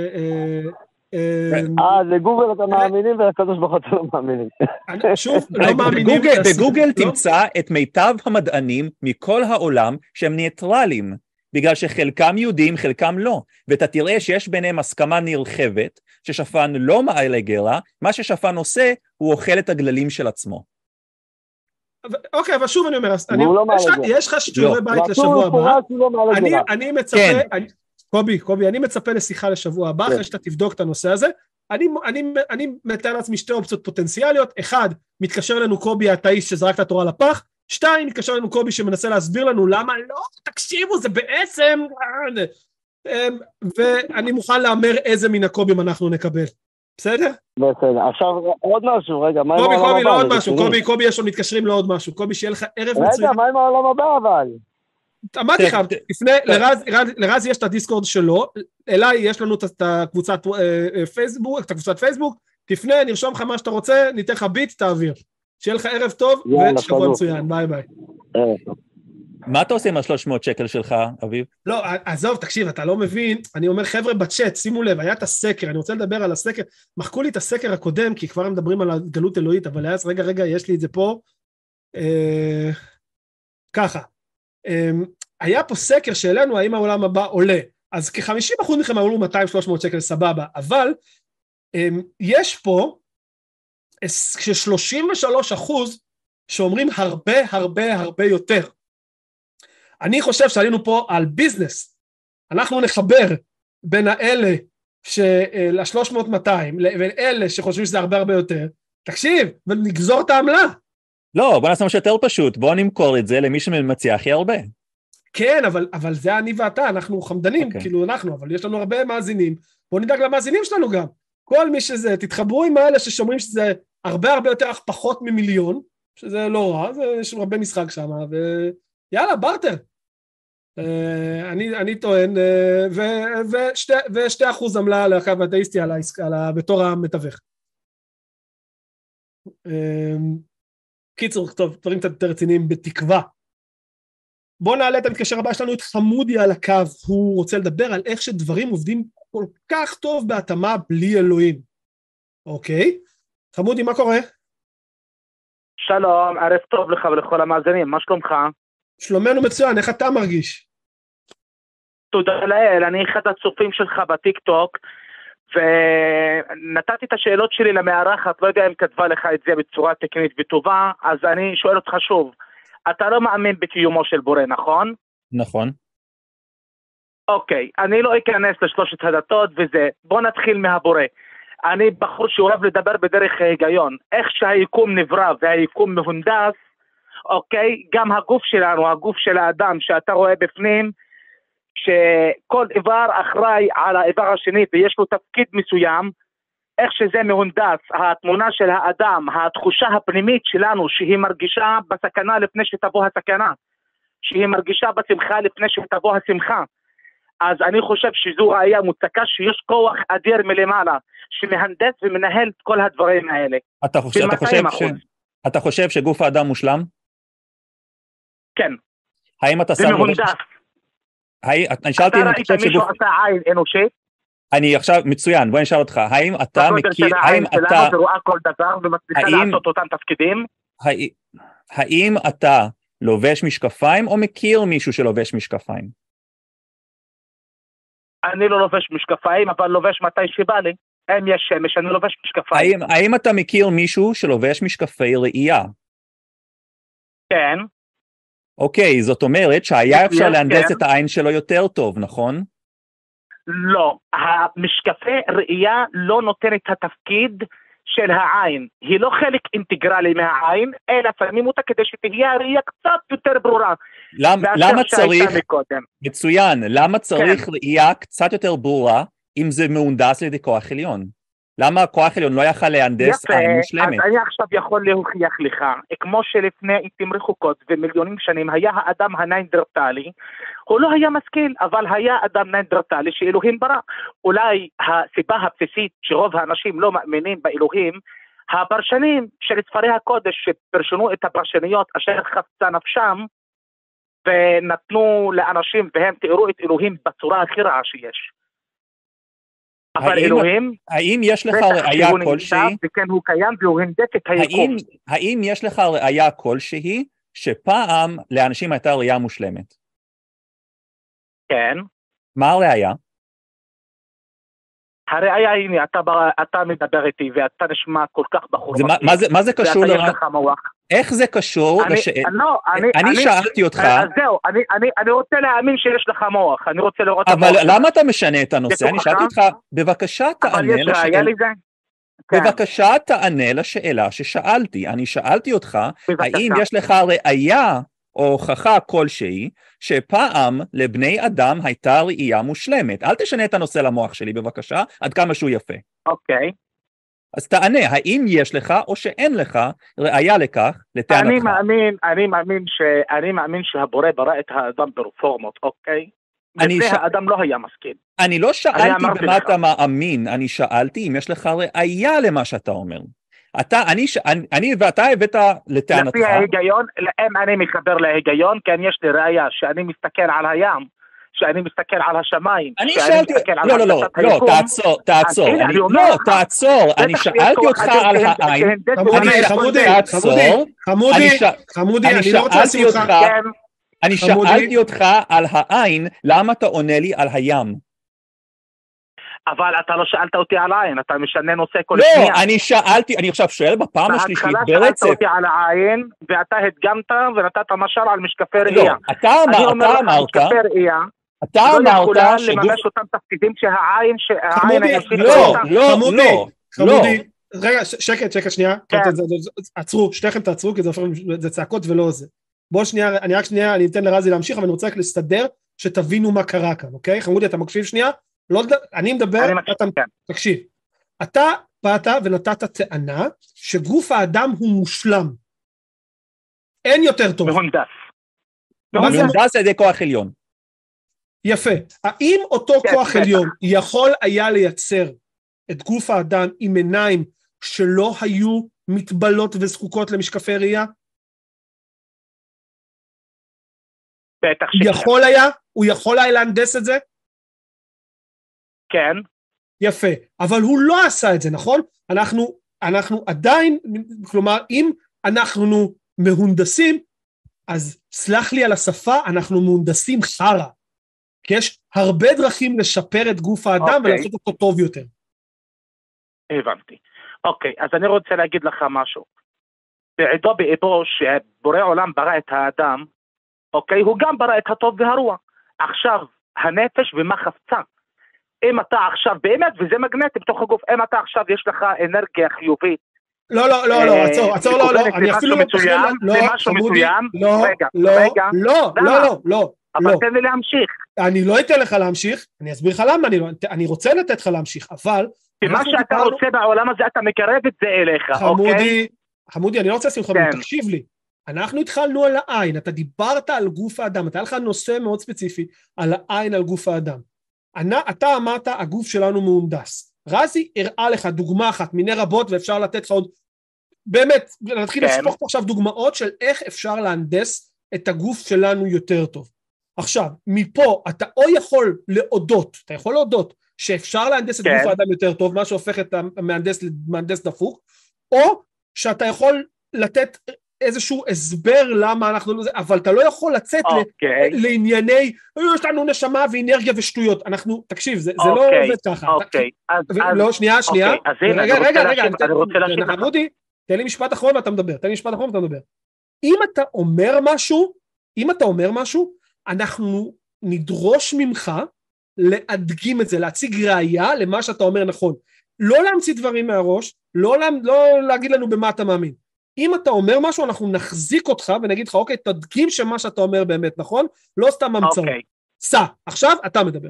[SPEAKER 6] אה, לגוגל אתה מאמינים ולקדוש ברוך הוא אתה לא מאמינים.
[SPEAKER 1] שוב, לא מאמינים.
[SPEAKER 2] בגוגל תמצא את מיטב המדענים מכל העולם שהם ניטרלים, בגלל שחלקם יהודים, חלקם לא, ואתה תראה שיש ביניהם הסכמה נרחבת, ששפן לא מעלה גרה, מה ששפן עושה, הוא אוכל את הגללים של עצמו.
[SPEAKER 1] אוקיי, אבל שוב אני אומר, יש לך שיעורי בית לשבוע הבא, אני מצפה, קובי, קובי, אני מצפה לשיחה לשבוע הבא, אחרי שאתה תבדוק את הנושא הזה, אני, אני, אני מתאר לעצמי שתי אופציות פוטנציאליות, אחד, מתקשר לנו קובי התאיסט שזרק את התורה לפח, שתיים, מתקשר לנו קובי שמנסה להסביר לנו למה לא, תקשיבו, זה בעצם, ואני מוכן לאמר איזה מן הקובים אנחנו נקבל, בסדר?
[SPEAKER 6] בסדר, עכשיו עוד משהו, רגע, מה עם העולם
[SPEAKER 1] הבא? קובי, קובי, לא עוד משהו, קובי, קובי יש לו מתקשרים לעוד משהו, קובי שיהיה לך ערב מצוין.
[SPEAKER 6] רגע, מה עם העולם הבא אבל?
[SPEAKER 1] אמרתי לך, תפנה, לרז יש את הדיסקורד שלו, אליי יש לנו את הקבוצת פייסבוק, את הקבוצת פייסבוק, תפנה, נרשום לך מה שאתה רוצה, ניתן לך ביט, תעביר. שיהיה לך ערב טוב ושבוע מצוין, ביי ביי.
[SPEAKER 2] מה אתה עושה עם ה-שלוש מאות שקל שלך, אביב?
[SPEAKER 1] לא, עזוב, תקשיב, אתה לא מבין, אני אומר חבר'ה בצ'אט, שימו לב, היה את הסקר, אני רוצה לדבר על הסקר, מחקו לי את הסקר הקודם, כי כבר מדברים על הגלות אלוהית, אבל אז רגע, רגע, יש לי את זה פה, ככה, היה פה סקר שאלינו, האם העולם הבא עולה, אז כ-חמישים אחוז מכם עלו מאתיים שלוש מאות שקל, סבבה, אבל יש פה כ-שלושים ושלושה אחוז שאומרים הרבה הרבה הרבה יותר. אני חושב שעלינו פה על ביזנס, אנחנו נחבר בין האלה ל-שלוש מאות מאתיים, לבין אלה שחושבים שזה הרבה הרבה יותר, תקשיב, ונגזור את העמלה.
[SPEAKER 2] לא, בוא נעשה משהו יותר פשוט, בוא נמכור את זה למי שמציע הכי הרבה.
[SPEAKER 1] כן, אבל, אבל זה אני ואתה, אנחנו חמדנים, okay. כאילו אנחנו, אבל יש לנו הרבה מאזינים, בוא נדאג למאזינים שלנו גם, כל מי שזה, תתחברו עם האלה ששומרים שזה הרבה הרבה יותר אך פחות ממיליון, שזה לא רע, זה, יש הרבה משחק שם, ויאללה, ברטר. Uh, אני, אני טוען, uh, ו, ושתי, ושתי אחוז עמלה על הקו האתאיסטי על העסק, על ה, בתור המתווך. Uh, קיצור, טוב, דברים קצת יותר רציניים בתקווה. בואו נעלה את המתקשר הבא, יש לנו את חמודי על הקו, הוא רוצה לדבר על איך שדברים עובדים כל כך טוב בהתאמה בלי אלוהים. אוקיי? חמודי, מה קורה?
[SPEAKER 7] שלום, ערב טוב לך ולכל המאזינים, מה שלומך?
[SPEAKER 1] שלומנו מצוין, איך אתה מרגיש?
[SPEAKER 7] תודה לאל, אני אחד הצופים שלך בטיק טוק, ונתתי את השאלות שלי למארחת, לא יודע אם כתבה לך את זה בצורה תקנית וטובה, אז אני שואל אותך שוב, אתה לא מאמין בקיומו של בורא, נכון?
[SPEAKER 2] נכון.
[SPEAKER 7] אוקיי, אני לא אכנס לשלושת הדתות וזה, בוא נתחיל מהבורא. אני בחור שאוהב לדבר בדרך היגיון, איך שהיקום נברא והיקום מהונדס, אוקיי, גם הגוף שלנו, הגוף של האדם שאתה רואה בפנים, שכל איבר אחראי על האיבר השני ויש לו תפקיד מסוים, איך שזה מהונדס, התמונה של האדם, התחושה הפנימית שלנו שהיא מרגישה בסכנה לפני שתבוא הסכנה, שהיא מרגישה בשמחה לפני שתבוא השמחה, אז אני חושב שזו ראייה מוצקה שיש כוח אדיר מלמעלה, שמהנדס ומנהל את כל הדברים האלה.
[SPEAKER 2] אתה חושב, אתה חושב, ש... אתה חושב שגוף האדם מושלם?
[SPEAKER 7] כן.
[SPEAKER 2] האם אתה
[SPEAKER 7] זה
[SPEAKER 2] שם...
[SPEAKER 7] מהונדס.
[SPEAKER 2] האי, אני שאלתי אם אתה חושב
[SPEAKER 7] שגוף... אתה ראית מישהו עשה עין אנושית?
[SPEAKER 2] אני עכשיו, מצוין, בוא נשאל אותך, האם אתה מכיר... האם אתה...
[SPEAKER 7] ורואה כל דבר ומצליחה לעשות אותם תפקידים?
[SPEAKER 2] האם אתה לובש משקפיים או מכיר מישהו שלובש משקפיים?
[SPEAKER 7] אני לא לובש משקפיים, אבל לובש מתי שבא לי. אם יש שמש, אני לובש משקפיים.
[SPEAKER 2] האם, האם אתה מכיר מישהו שלובש משקפי ראייה?
[SPEAKER 7] כן.
[SPEAKER 2] אוקיי, זאת אומרת שהיה אפשר להנדס את העין שלו יותר טוב, נכון?
[SPEAKER 7] לא, המשקפי ראייה לא נותן את התפקיד של העין. היא לא חלק אינטגרלי מהעין, אלא שמים אותה כדי שתהיה הראייה קצת יותר ברורה.
[SPEAKER 2] למה, למה צריך, מצוין, למה צריך כן. ראייה קצת יותר ברורה אם זה מהונדס לידי כוח עליון? למה הכוח עליון לא יכל להנדס
[SPEAKER 7] יפה,
[SPEAKER 2] עין מושלמת?
[SPEAKER 7] אז אני עכשיו יכול להוכיח לך, כמו שלפני עיתים רחוקות ומיליונים שנים היה האדם הניינדרטלי, הוא לא היה משכיל, אבל היה אדם ניינדרטלי שאלוהים ברא. אולי הסיבה הבסיסית שרוב האנשים לא מאמינים באלוהים, הפרשנים של ספרי הקודש שפרשנו את הפרשניות אשר חפצה נפשם, ונתנו לאנשים והם תיארו את אלוהים בצורה הכי רעה שיש. אבל
[SPEAKER 2] האם,
[SPEAKER 7] אלוהים,
[SPEAKER 2] האם יש לך ראייה כלשהי,
[SPEAKER 7] וכן הוא קיים והוא הנדס את היקום.
[SPEAKER 2] האם, האם יש לך ראייה כלשהי שפעם לאנשים הייתה ראייה מושלמת?
[SPEAKER 7] כן.
[SPEAKER 2] מה הראייה?
[SPEAKER 7] הראיה, הנה, אתה, אתה מדבר איתי, ואתה נשמע כל כך בחור.
[SPEAKER 2] זה, מה, זה, מה זה קשור?
[SPEAKER 7] ואתה
[SPEAKER 2] לרע...
[SPEAKER 7] יש לך מוח.
[SPEAKER 2] איך זה קשור?
[SPEAKER 7] אני,
[SPEAKER 2] לש...
[SPEAKER 7] לא, אני,
[SPEAKER 2] אני, אני שאלתי אותך.
[SPEAKER 7] אז זהו, אני, אני, אני רוצה להאמין שיש לך מוח, אני רוצה לראות...
[SPEAKER 2] אבל למה אתה משנה את הנושא? אני שאלתי אותך, בבקשה תענה לשאלה. בבקשה תענה לשאלה ששאלתי. אני שאלתי אותך, האם יש לך ראייה או הוכחה כלשהי, שפעם לבני אדם הייתה ראייה מושלמת. אל תשנה את הנושא למוח שלי, בבקשה, עד כמה שהוא יפה.
[SPEAKER 7] אוקיי.
[SPEAKER 2] אז תענה, האם יש לך או שאין לך ראייה לכך, לטענתך?
[SPEAKER 7] אני מאמין, אני מאמין ש... אני מאמין שהבורא ברא את האדם ברפורמות, אוקיי? לפני ש... האדם לא היה מסכים.
[SPEAKER 2] אני לא שאלתי במה אתה מאמין, אני שאלתי אם יש לך ראייה למה שאתה אומר. אתה, אני, אני, אני ואתה הבאת לטענתך.
[SPEAKER 7] לפי ההיגיון, אם אני מחבר להיגיון, כן יש לי ראייה שאני מסתכל על הים, שאני מסתכל על השמיים.
[SPEAKER 2] אני שאלתי, לא, לא, לא, לא, תעצור, תעצור, לא, תעצור, אני שאלתי אותך על העין,
[SPEAKER 1] חמודי, חמודי, חמודי, חמודי, אני לא רוצה לעשות אותך.
[SPEAKER 2] אני שאלתי אותך על העין, למה אתה עונה לי על הים?
[SPEAKER 7] אבל אתה לא שאלת אותי על העין, אתה משנה נושא כל
[SPEAKER 2] לא,
[SPEAKER 7] שנייה.
[SPEAKER 2] לא, אני שאלתי, אני עכשיו שואל בפעם השלישית ברצף.
[SPEAKER 7] בהתחלה שאלת אותי על העין, ואתה הדגמת ונתת משל על משקפי ראייה.
[SPEAKER 2] לא, אתה אמרת, אתה אמרת
[SPEAKER 7] לא שגוף... לממש אותם תפקידים שהעין, שהעין
[SPEAKER 2] האנושית... לא, לא, לא,
[SPEAKER 1] חמודי, רגע, שקט, שקט שנייה, עצרו, שניכם תעצרו, כי זה צעקות ולא זה. בוא שנייה, אני רק שנייה, אני אתן לרזי להמשיך, אבל אני רוצה רק לסדר, שתבינו מה קרה כאן, אוקיי? חמודי, אתה מקשיב שנייה? לא, אני מדבר, אני אתה, תקשיב, אתה באת ונתת טענה שגוף האדם הוא מושלם, אין יותר טוב.
[SPEAKER 7] מהונדס.
[SPEAKER 2] מהונדס על ידי כוח עליון.
[SPEAKER 1] יפה, האם אותו כוח עליון יכול היה לייצר את גוף האדם עם עיניים שלא היו מתבלות וזקוקות למשקפי ראייה?
[SPEAKER 7] בטח
[SPEAKER 1] שכן. יכול היה? הוא יכול היה להנדס את זה?
[SPEAKER 7] כן.
[SPEAKER 1] יפה, אבל הוא לא עשה את זה, נכון? אנחנו, אנחנו עדיין, כלומר, אם אנחנו מהונדסים, אז סלח לי על השפה, אנחנו מהונדסים חרה. כי יש הרבה דרכים לשפר את גוף האדם okay. ולעשות אותו טוב יותר.
[SPEAKER 7] הבנתי. אוקיי, אז אני רוצה להגיד לך משהו. בעידו באבו שבורא עולם ברא את האדם, אוקיי, הוא גם ברא את הטוב והרוע. עכשיו, הנפש ומה חפצה. אם אתה עכשיו, באמת, וזה מגנטי בתוך הגוף, אם אתה עכשיו יש לך אנרגיה חיובית.
[SPEAKER 1] לא, לא, לא, לא, עצור, עצור, לא, לא, אני אפילו מתחיל, לא, חמודי, לא, לא, לא, לא, לא, לא.
[SPEAKER 7] אבל תן לי להמשיך.
[SPEAKER 1] אני לא אתן לך להמשיך, אני אסביר לך למה, אני רוצה לתת לך להמשיך, אבל...
[SPEAKER 7] כי מה שאתה רוצה בעולם הזה, אתה מקרב את זה אליך, אוקיי?
[SPEAKER 1] חמודי, חמודי, אני לא רוצה לשים לך, תקשיב לי. אנחנו התחלנו על העין, אתה דיברת על גוף האדם, אתה היה לך נושא מאוד ספציפי על העין על גוף האדם. אתה אמרת, הגוף שלנו מהונדס. רזי הראה לך דוגמה אחת, מיני רבות, ואפשר לתת לך עוד, באמת, נתחיל לשפוך פה עכשיו דוגמאות של איך אפשר להנדס את הגוף שלנו יותר טוב. עכשיו, מפה אתה או יכול להודות, אתה יכול להודות, שאפשר להנדס את גוף האדם יותר טוב, מה שהופך את המהנדס למהנדס דפוק, או שאתה יכול לתת איזשהו הסבר למה אנחנו לא זה, אבל אתה לא יכול לצאת okay. לענייני, יש לנו נשמה ואנרגיה ושטויות, אנחנו, תקשיב, זה, okay. זה לא עובד ככה.
[SPEAKER 7] אוקיי,
[SPEAKER 1] אז... לא, שנייה, שנייה.
[SPEAKER 7] Okay. אז רגע, רגע, רגע,
[SPEAKER 1] אני רוצה להשיב לך. חמודי, תן לי משפט אחרון ואתה מדבר, תן לי משפט אחרון ואתה מדבר. אם אתה אומר משהו, אם אתה אומר משהו, אנחנו נדרוש ממך להדגים את זה, להציג ראייה למה שאתה אומר נכון. לא להמציא דברים מהראש, לא, לה, לא להגיד לנו במה אתה מאמין. אם אתה אומר משהו, אנחנו נחזיק אותך ונגיד לך, אוקיי, תדגים שמה שאתה אומר באמת, נכון? לא סתם ממצא.
[SPEAKER 7] אוקיי.
[SPEAKER 1] סע, עכשיו אתה מדבר.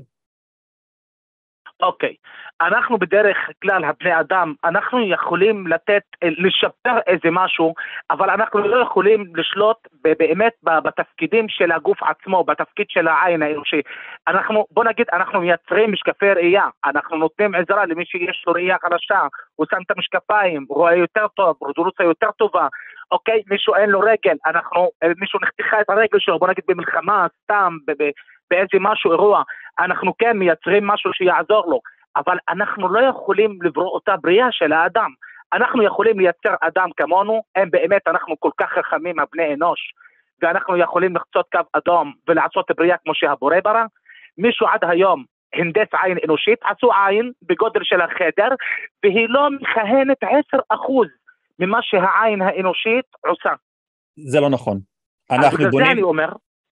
[SPEAKER 7] אוקיי. אנחנו בדרך כלל, הבני אדם, אנחנו יכולים לתת, לשפר איזה משהו, אבל אנחנו לא יכולים לשלוט באמת בתפקידים של הגוף עצמו, בתפקיד של העין האנושי. אנחנו, בוא נגיד, אנחנו מייצרים משקפי ראייה, אנחנו נותנים עזרה למי שיש לו ראייה חלשה, הוא שם את המשקפיים, הוא רואה יותר טוב, רזולוציה יותר טובה, אוקיי, מישהו אין לו רגל, אנחנו, מישהו נחתיכה את הרגל שלו, בוא נגיד במלחמה, סתם, באיזה משהו, אירוע, אנחנו כן מייצרים משהו שיעזור לו, אבל אנחנו לא יכולים לברוא אותה בריאה של האדם. אנחנו יכולים לייצר אדם כמונו, הם באמת, אנחנו כל כך חכמים, הבני אנוש, ואנחנו יכולים לחצות קו אדום ולעשות בריאה כמו שהבורא ברא. מישהו עד היום הנדס עין אנושית, עשו עין בגודל של החדר, והיא לא מכהנת עשרה אחוז ממה שהעין האנושית עושה.
[SPEAKER 2] זה לא נכון.
[SPEAKER 7] אנחנו בונים... זה אני אומר.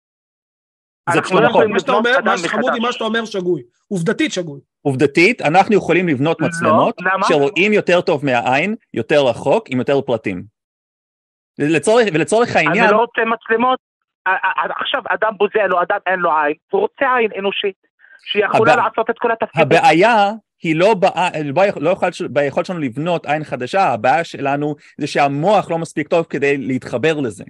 [SPEAKER 2] זה לא נכון.
[SPEAKER 1] מה שאתה אומר, חמודי, מה שאתה אומר שגוי. עובדתית שגוי.
[SPEAKER 2] עובדתית, אנחנו יכולים לבנות מצלמות שרואים יותר טוב מהעין, יותר רחוק, עם יותר פרטים. ולצורך העניין...
[SPEAKER 7] אני לא רוצה מצלמות, עכשיו אדם בוזה לו, אדם אין לו עין, הוא רוצה עין אנושית, שיכולה לעשות את כל התפקיד.
[SPEAKER 2] הבעיה היא לא ביכולת שלנו לבנות עין חדשה, הבעיה שלנו זה שהמוח לא מספיק טוב כדי להתחבר לזה.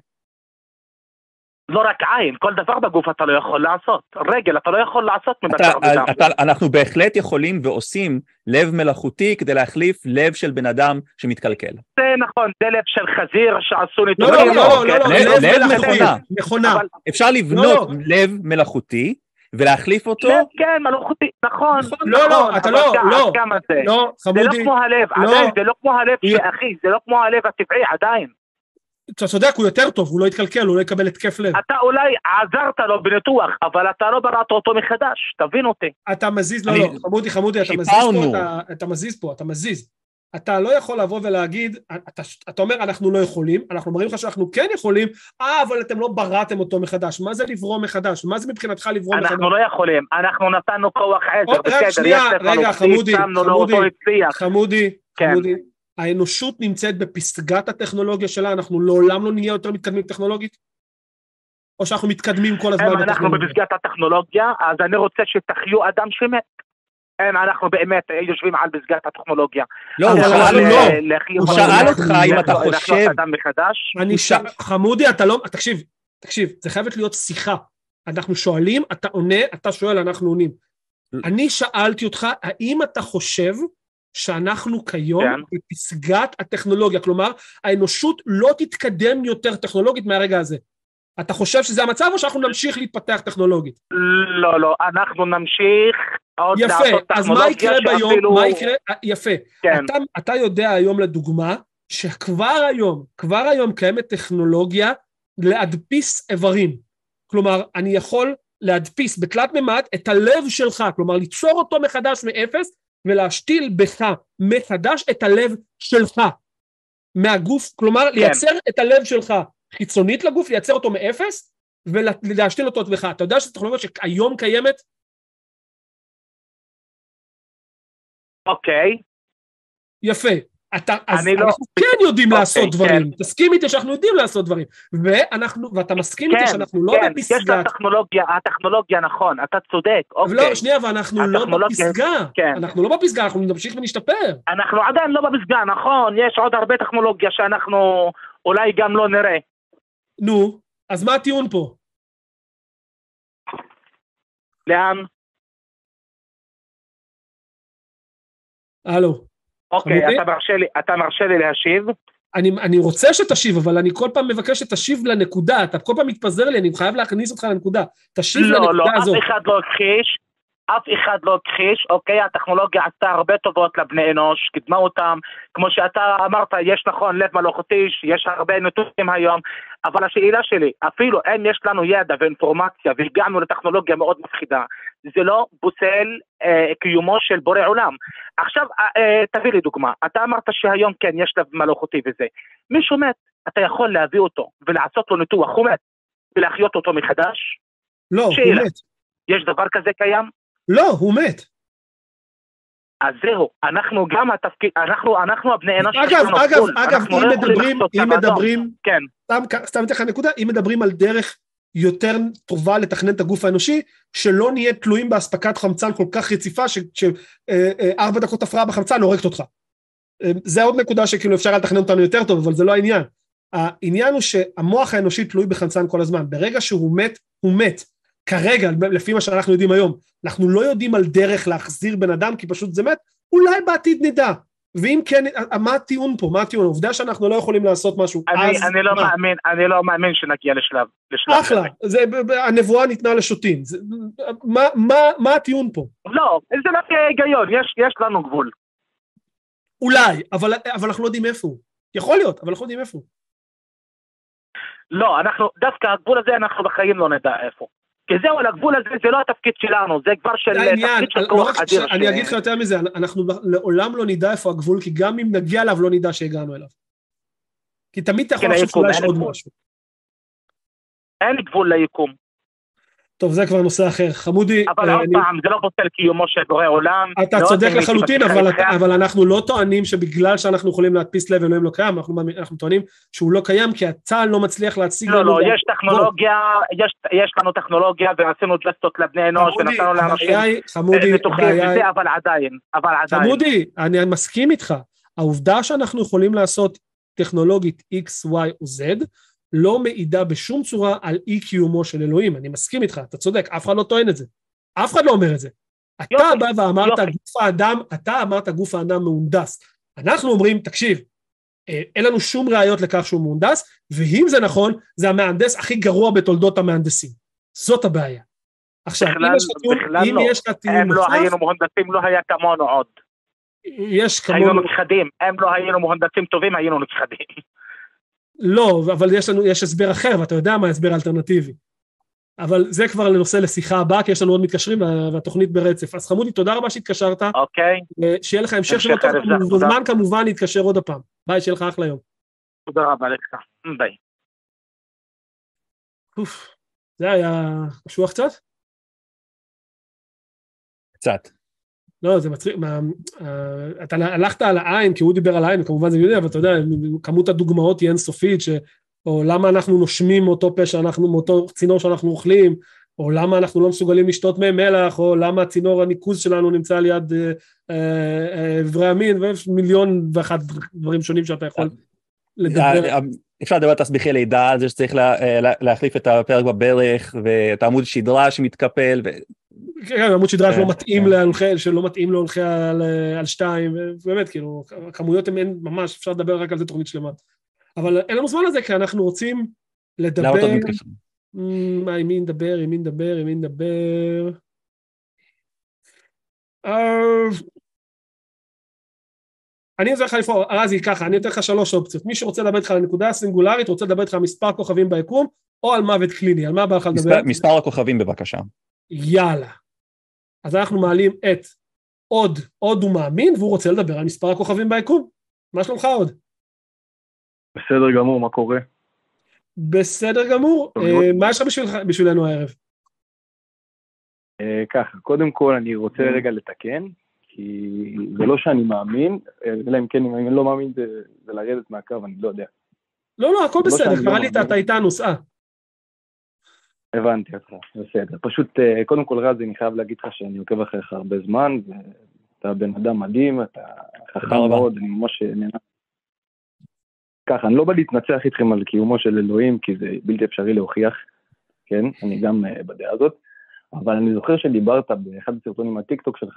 [SPEAKER 7] לא רק עין, כל דבר בגוף אתה לא יכול לעשות. רגל, אתה לא יכול לעשות מבצר בדם.
[SPEAKER 2] אנחנו בהחלט יכולים ועושים לב מלאכותי כדי להחליף לב של בן אדם שמתקלקל.
[SPEAKER 7] זה נכון, זה לב של חזיר שעשו ניתוח.
[SPEAKER 1] לא, לא, לא, לא,
[SPEAKER 2] לב מכונה. מכונה. אפשר לבנות לב מלאכותי ולהחליף אותו.
[SPEAKER 7] לב, כן, מלאכותי, נכון.
[SPEAKER 1] לא, לא, אתה לא, לא. לא, חמודי.
[SPEAKER 7] זה לא כמו הלב, עדיין, זה לא כמו הלב שאחי, זה לא כמו הלב הטבעי, עדיין.
[SPEAKER 1] אתה צודק, הוא יותר טוב, הוא לא יתקלקל, הוא לא יקבל התקף לב.
[SPEAKER 7] אתה אולי עזרת לו בניתוח, אבל אתה לא בראת אותו מחדש, תבין אותי.
[SPEAKER 1] אתה מזיז, לא, לא, חמודי, חמודי, אתה מזיז פה, אתה מזיז פה, אתה מזיז. אתה לא יכול לבוא ולהגיד, אתה אומר, אנחנו לא יכולים, אנחנו אומרים לך שאנחנו כן יכולים, אה, אבל אתם לא בראתם אותו מחדש. מה זה לברוא מחדש? מה זה מבחינתך לברוא מחדש?
[SPEAKER 7] אנחנו לא יכולים, אנחנו נתנו כוח עזר,
[SPEAKER 1] בסדר, שנייה, רגע, חמודי, חמודי, חמודי, חמודי. האנושות נמצאת בפסגת הטכנולוגיה שלה, אנחנו לעולם לא נהיה יותר מתקדמים טכנולוגית? או שאנחנו מתקדמים כל הזמן
[SPEAKER 7] בטכנולוגיה? אנחנו בפסגת הטכנולוגיה, אז אני רוצה שתחיו אדם שמת. אין, אנחנו באמת יושבים על פסגת הטכנולוגיה.
[SPEAKER 2] לא, הוא שאל אותך אם אתה חושב...
[SPEAKER 1] חמודי, אתה לא... תקשיב, תקשיב, זה חייבת להיות שיחה. אנחנו שואלים, אתה עונה, אתה שואל, אנחנו עונים. אני שאלתי אותך, האם אתה חושב... שאנחנו כיום כן. בפסגת הטכנולוגיה, כלומר, האנושות לא תתקדם יותר טכנולוגית מהרגע הזה. אתה חושב שזה המצב או שאנחנו נמשיך להתפתח טכנולוגית?
[SPEAKER 7] לא, לא, אנחנו נמשיך עוד
[SPEAKER 1] יפה,
[SPEAKER 7] לעשות טכנולוגיה.
[SPEAKER 1] אז מה יקרה ביום,
[SPEAKER 7] שאפילו...
[SPEAKER 1] מה יקרה, יפה, כן. אתה, אתה יודע היום לדוגמה, שכבר היום, כבר היום קיימת טכנולוגיה להדפיס איברים. כלומר, אני יכול להדפיס בתלת ממד את הלב שלך, כלומר, ליצור אותו מחדש מאפס, ולהשתיל בך מחדש את הלב שלך, מהגוף, כלומר, כן. לייצר את הלב שלך חיצונית לגוף, לייצר אותו מאפס, ולהשתיל אותו בך. אתה יודע שזו טכנולוגיה שהיום קיימת?
[SPEAKER 7] אוקיי.
[SPEAKER 1] יפה. אתה, אז
[SPEAKER 7] לא...
[SPEAKER 1] אנחנו כן יודעים
[SPEAKER 7] אוקיי,
[SPEAKER 1] לעשות
[SPEAKER 7] כן.
[SPEAKER 1] דברים, תסכים איתי שאנחנו יודעים לעשות דברים, ואנחנו, ואתה מסכים
[SPEAKER 7] כן,
[SPEAKER 1] איתי שאנחנו לא
[SPEAKER 7] כן,
[SPEAKER 1] בפסגת.
[SPEAKER 7] יש הטכנולוגיה, הטכנולוגיה נכון, אתה צודק, אוקיי.
[SPEAKER 1] לא, שנייה, ואנחנו לא בפסגה,
[SPEAKER 7] כן.
[SPEAKER 1] אנחנו לא בפסגה, אנחנו נמשיך ונשתפר.
[SPEAKER 7] אנחנו עדיין לא בפסגה, נכון, יש עוד הרבה טכנולוגיה שאנחנו אולי גם לא נראה.
[SPEAKER 1] נו, אז מה הטיעון פה?
[SPEAKER 7] לאן?
[SPEAKER 1] הלו.
[SPEAKER 7] אוקיי, אתה מרשה לי, אתה מרשה לי להשיב?
[SPEAKER 1] אני, אני רוצה שתשיב, אבל אני כל פעם מבקש שתשיב לנקודה, אתה כל פעם מתפזר לי, אני חייב להכניס אותך לנקודה, תשיב
[SPEAKER 7] לא,
[SPEAKER 1] לנקודה
[SPEAKER 7] לא,
[SPEAKER 1] הזאת.
[SPEAKER 7] לא, אף אחד לא הכחיש, אף אחד לא הכחיש, אוקיי, הטכנולוגיה עשתה הרבה טובות לבני אנוש, קדמה אותם, כמו שאתה אמרת, יש נכון לב מלאכותי, יש הרבה נתונים היום, אבל השאלה שלי, אפילו אם יש לנו ידע ואינפורמציה, והגענו לטכנולוגיה מאוד מפחידה, זה לא פוסל אה, קיומו של בורא עולם. עכשיו, אה, תביא לי דוגמה, אתה אמרת שהיום כן, יש לב מלאכותי וזה, מישהו מת, אתה יכול להביא אותו, ולעשות לו ניתוח, הוא מת, ולהחיות אותו מחדש?
[SPEAKER 1] לא,
[SPEAKER 7] שאלה.
[SPEAKER 1] הוא מת.
[SPEAKER 7] יש דבר כזה קיים?
[SPEAKER 1] לא, הוא מת.
[SPEAKER 7] אז זהו, אנחנו גם התפקיד, אנחנו, אנחנו הבני אנוש...
[SPEAKER 1] אגב, אגב, אגב, אם מדברים, אם מדברים,
[SPEAKER 7] כן.
[SPEAKER 1] סתם אתן לך נקודה, אם מדברים על דרך יותר טובה לתכנן את הגוף האנושי, שלא נהיה תלויים בהספקת חמצן כל כך רציפה, שארבע דקות הפרעה בחמצן הורגת אותך. זה עוד נקודה שכאילו אפשר לתכנן אותנו יותר טוב, אבל זה לא העניין. העניין הוא שהמוח האנושי תלוי בחמצן כל הזמן, ברגע שהוא מת, הוא מת. כרגע, לפי מה שאנחנו יודעים היום, אנחנו לא יודעים על דרך להחזיר בן אדם, כי פשוט זה מת, אולי בעתיד נדע. ואם כן, מה הטיעון פה? מה הטיעון? העובדה שאנחנו לא יכולים לעשות משהו.
[SPEAKER 7] אני,
[SPEAKER 1] אז
[SPEAKER 7] אני לא
[SPEAKER 1] מה?
[SPEAKER 7] מאמין, אני לא מאמין שנגיע לשלב, לשלב
[SPEAKER 1] אחלה, זה, הנבואה ניתנה לשוטים. זה, מה, מה, מה הטיעון פה?
[SPEAKER 7] לא, זה לא תהיה היגיון, יש, יש לנו גבול.
[SPEAKER 1] אולי, אבל, אבל אנחנו לא יודעים איפה הוא. יכול להיות, אבל אנחנו לא יודעים איפה הוא.
[SPEAKER 7] לא, אנחנו, דווקא הגבול הזה אנחנו בחיים לא נדע איפה. כי זהו, על הגבול הזה זה לא התפקיד שלנו, זה כבר של תפקיד של כוח אדיר.
[SPEAKER 1] אני אגיד לך יותר מזה, אנחנו לעולם לא נדע איפה הגבול, כי גם אם נגיע אליו לא נדע שהגענו אליו. כי תמיד אתה יכול לחשוב שאולי יש עוד משהו.
[SPEAKER 7] אין גבול ליקום.
[SPEAKER 1] טוב, זה כבר נושא אחר. חמודי...
[SPEAKER 7] אבל עוד פעם, זה לא פוסל קיומו של בורא עולם.
[SPEAKER 1] אתה צודק לחלוטין, אבל אנחנו לא טוענים שבגלל שאנחנו יכולים להדפיס לב אלוהים לא קיים, אנחנו טוענים שהוא לא קיים, כי הצה"ל לא מצליח להציג...
[SPEAKER 7] לא, לא, יש טכנולוגיה, יש לנו טכנולוגיה, ועשינו ג'סטות לבני אנוש, ונתנו לאנשים ניתוחים וזה, אבל עדיין, אבל עדיין.
[SPEAKER 1] חמודי, אני מסכים איתך. העובדה שאנחנו יכולים לעשות טכנולוגית X, Y או Z, לא מעידה בשום צורה על אי קיומו של אלוהים, אני מסכים איתך, אתה צודק, אף אחד לא טוען את זה, אף אחד לא אומר את זה. אתה בא ואמרת גוף האדם, אתה אמרת גוף האדם מהונדס, אנחנו אומרים, תקשיב, אין לנו שום ראיות לכך שהוא מהונדס, ואם זה נכון, זה המהנדס הכי גרוע בתולדות המהנדסים, זאת הבעיה. עכשיו, אם יש לך טיעון,
[SPEAKER 7] הם לא היינו מהונדסים, לא היה כמונו עוד.
[SPEAKER 1] יש כמונו.
[SPEAKER 7] היינו נכחדים, הם לא היינו מהונדסים טובים, היינו נכחדים.
[SPEAKER 1] לא, אבל יש לנו, יש הסבר אחר, ואתה יודע מה ההסבר האלטרנטיבי. אבל זה כבר לנושא לשיחה הבאה, כי יש לנו עוד מתקשרים, והתוכנית ברצף. אז חמודי, תודה רבה שהתקשרת.
[SPEAKER 7] אוקיי.
[SPEAKER 1] שיהיה לך המשך של אותו, מוזמן כמובן להתקשר עוד הפעם. ביי, שיהיה לך אחלה יום.
[SPEAKER 7] תודה רבה לך. ביי.
[SPEAKER 1] אוף, זה היה קשוח קצת?
[SPEAKER 2] קצת.
[SPEAKER 1] לא, זה מצחיק, אתה הלכת על העין, כי הוא דיבר על העין, וכמובן זה יודע, אבל אתה יודע, כמות הדוגמאות היא אינסופית, או למה אנחנו נושמים מאותו פה שאנחנו, מאותו צינור שאנחנו אוכלים, או למה אנחנו לא מסוגלים לשתות מי מלח, או למה צינור הניקוז שלנו נמצא ליד עברי המין, ומיליון ואחת דברים שונים שאתה יכול לדבר.
[SPEAKER 2] אפשר לדבר תסביכי לידה, על זה שצריך להחליף את הפרק בברך, ואת העמוד שדרה שמתקפל, ו...
[SPEAKER 1] כן, עמוד שדרה שלא מתאים להולכי, שלא מתאים להולכי על שתיים, ובאמת, כאילו, הכמויות הן ממש, אפשר לדבר רק על זה תוכנית שלמה. אבל אין לנו זמן לזה, כי אנחנו רוצים לדבר...
[SPEAKER 2] למה אתה מתקשר?
[SPEAKER 1] מה, עם מי נדבר, עם מי נדבר, עם מי נדבר... אני רוצה לך לפעול, רזי, ככה, אני אתן לך שלוש אופציות. מי שרוצה לדבר איתך על הנקודה הסינגולרית, רוצה לדבר איתך על מספר כוכבים ביקום, או על מוות קליני. על מה בא לך לדבר?
[SPEAKER 2] מספר הכוכבים בבקשה.
[SPEAKER 1] יאללה. אז אנחנו מעלים את עוד, עוד הוא מאמין, והוא רוצה לדבר על מספר הכוכבים ביקום. מה שלומך עוד?
[SPEAKER 8] בסדר גמור, מה קורה?
[SPEAKER 1] בסדר גמור. מה יש לך בשבילנו הערב?
[SPEAKER 8] ככה, קודם כל אני רוצה רגע לתקן, כי זה לא שאני מאמין, אלא אם כן, אם אני לא מאמין זה לרדת מהקו, אני לא יודע.
[SPEAKER 1] לא, לא, הכל בסדר, כבר עלית, אתה איתנו, סע.
[SPEAKER 8] הבנתי אותך, בסדר. פשוט, קודם כל רז, אני חייב להגיד לך שאני עוקב אחריך הרבה זמן, ואתה בן אדם מדהים, אתה חכם מאוד, אני ממש נהנה. ככה, אני לא בא להתנצח איתכם על קיומו של אלוהים, כי זה בלתי אפשרי להוכיח, כן? אני גם בדעה הזאת, אבל אני זוכר שדיברת באחד הסרטונים מהטיקטוק שלך,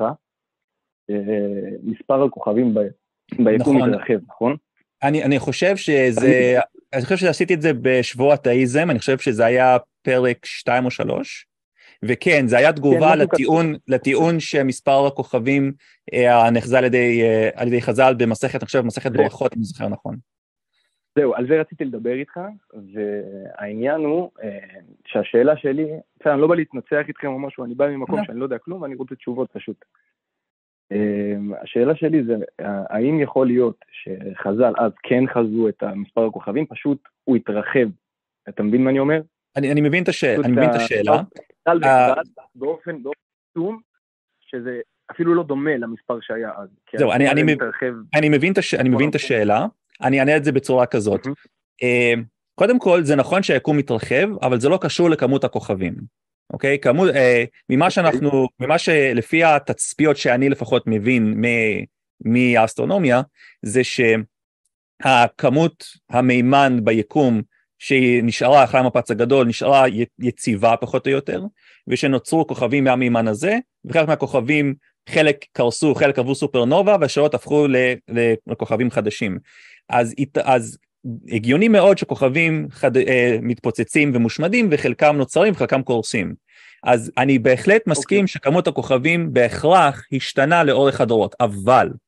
[SPEAKER 8] מספר הכוכבים ביקום מתרחב, נכון?
[SPEAKER 2] אני, אני חושב שזה, אני חושב שעשיתי את זה בשבוע התאיזם, אני חושב שזה היה פרק שתיים או שלוש, וכן, זה היה תגובה כן, לטיעון, לטיעון שמספר הכוכבים נחזה על ידי, על ידי חז"ל במסכת, אני חושב במסכת ברכות, אני זוכר נכון.
[SPEAKER 8] זהו, על זה רציתי לדבר איתך, והעניין הוא שהשאלה שלי, אני לא בא להתנצח איתכם או משהו, אני בא ממקום שאני לא יודע כלום, ואני רוצה תשובות פשוט. השאלה שלי זה, האם יכול להיות שחז"ל אז כן חזו את מספר הכוכבים, פשוט הוא התרחב, אתה מבין מה אני אומר?
[SPEAKER 2] אני, אני מבין את השאלה, אני מבין את השאלה.
[SPEAKER 8] באופן, באופן תום, שזה אפילו לא דומה למספר שהיה אז.
[SPEAKER 2] זהו, אני, אני, אני מבין את השאלה, אני מבין את השאלה, אני אענה את זה בצורה כזאת. קודם כל, זה נכון שהיקום מתרחב, אבל זה לא קשור לכמות הכוכבים. אוקיי? כמות, ממה שאנחנו, ממה שלפי התצפיות שאני לפחות מבין מהאסטרונומיה, זה שהכמות המימן ביקום שהיא נשארה אחרי המפץ הגדול, נשארה יציבה פחות או יותר, ושנוצרו כוכבים מהמימן הזה, וחלק מהכוכבים, חלק קרסו, חלק עברו סופרנובה, והשאלות הפכו לכוכבים חדשים. אז, אז הגיוני מאוד שכוכבים חד, אה, מתפוצצים ומושמדים, וחלקם נוצרים וחלקם קורסים. אז אני בהחלט מסכים okay. שכמות הכוכבים בהכרח השתנה לאורך הדורות, אבל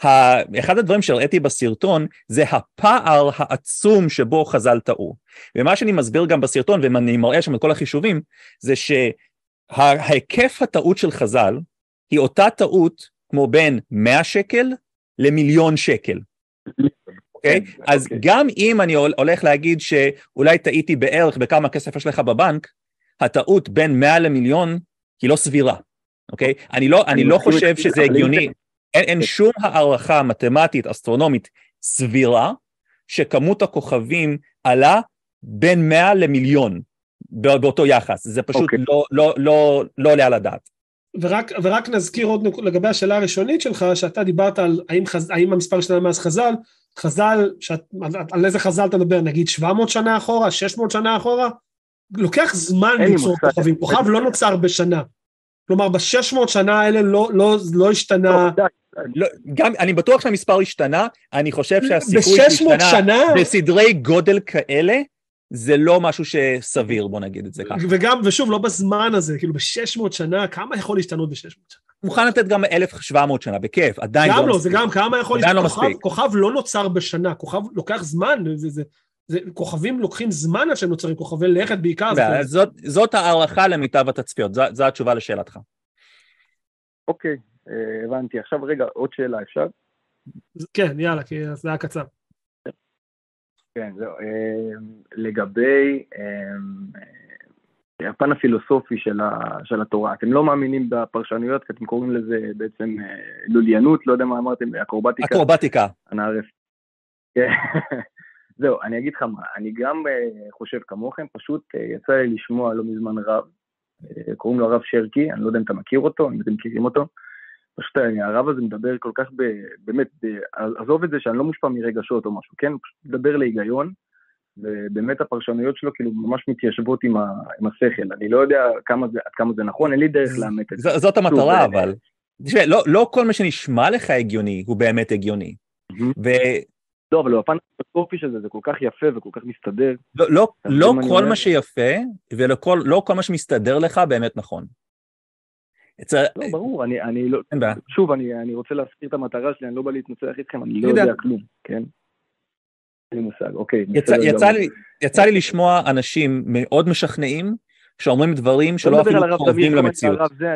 [SPEAKER 2] אחד הדברים שהראיתי בסרטון זה הפער העצום שבו חז"ל טעו. ומה שאני מסביר גם בסרטון, ואני מראה שם את כל החישובים, זה שההיקף הטעות של חז"ל היא אותה טעות כמו בין מאה שקל למיליון שקל. אוקיי? אז גם אם אני הולך להגיד שאולי טעיתי בערך בכמה כסף יש לך בבנק, הטעות בין מאה למיליון היא לא סבירה. אוקיי? אני לא, אני לא חושב שזה הגיוני. אין, אין שום הערכה מתמטית, אסטרונומית, סבירה, שכמות הכוכבים עלה בין מאה למיליון, באותו יחס. זה פשוט okay. לא, לא, לא, לא עולה על הדעת.
[SPEAKER 1] ורק, ורק נזכיר עוד לגבי השאלה הראשונית שלך, שאתה דיברת על האם, חז, האם המספר השתנה מאז חז"ל, חז"ל, שאת, על איזה חז"ל אתה מדבר, נגיד שבע מאות שנה אחורה, שש מאות שנה אחורה, לוקח זמן ליצור כוכבים, כוכב לא נוצר בשנה. כלומר, ב-שש מאות שנה האלה לא, לא, לא השתנה...
[SPEAKER 2] לא, גם, אני בטוח שהמספר השתנה, אני חושב שהסיכוי שהשתנה בסדרי גודל כאלה, זה לא משהו שסביר, בוא נגיד את זה ככה.
[SPEAKER 1] וגם, ושוב, לא בזמן הזה, כאילו ב-שש מאות שנה, כמה יכול להשתנות ב-שש מאות שנה?
[SPEAKER 2] מוכן לתת גם אלף ושבע מאות שנה, בכיף, עדיין
[SPEAKER 1] לא מספיק.
[SPEAKER 2] גם
[SPEAKER 1] לא, זה גם כמה יכול להשתנות, כוכב לא נוצר בשנה, כוכב לוקח זמן, זה, זה, זה, כוכבים לוקחים זמן עד שהם נוצרים, כוכבי לכת בעיקר.
[SPEAKER 2] זאת, זאת הערכה למיטב התצפיות, זו, זו התשובה לשאלתך.
[SPEAKER 8] אוקיי, הבנתי. עכשיו רגע, עוד שאלה, אפשר?
[SPEAKER 1] כן, יאללה, כי זה היה קצר.
[SPEAKER 8] כן, זהו. לגבי הפן הפילוסופי של התורה, אתם לא מאמינים בפרשנויות, כי אתם קוראים לזה בעצם לוליינות, לא יודע מה אמרתם, אקרובטיקה.
[SPEAKER 2] אקרובטיקה.
[SPEAKER 8] אני ערף. זהו, אני אגיד לך מה, אני גם חושב כמוכם, פשוט יצא לי לשמוע לא מזמן רב, קוראים לו הרב שרקי, אני לא יודע אם אתה מכיר אותו, אם אתם מכירים אותו, פשוט הרב הזה מדבר כל כך ב, באמת, ב, עזוב את זה שאני לא מושפע מרגשות או משהו, כן? פשוט מדבר להיגיון, ובאמת הפרשנויות שלו כאילו ממש מתיישבות עם, ה, עם השכל, אני לא יודע כמה זה, כמה זה נכון, אין לי דרך לאמת את זה.
[SPEAKER 2] זאת המטרה אבל, תשמע, לא, לא כל מה שנשמע לך הגיוני הוא באמת הגיוני, ו...
[SPEAKER 8] לא, אבל הפן הפילוסופי של זה, זה כל כך יפה וכל כך מסתדר.
[SPEAKER 2] לא, לא, לא כל מה שיפה, ולא כל, לא כל מה שמסתדר לך באמת נכון.
[SPEAKER 8] לא, ברור, אני, אני לא, שוב, אני, אני רוצה להזכיר את המטרה שלי, אני לא בא להתנצח איתכם, אני לא יודע כלום, כן? אין לי מושג, אוקיי.
[SPEAKER 2] יצא, יצא לי, יצא לי לשמוע אנשים מאוד משכנעים, שאומרים דברים שלא אפילו קרובים למציאות.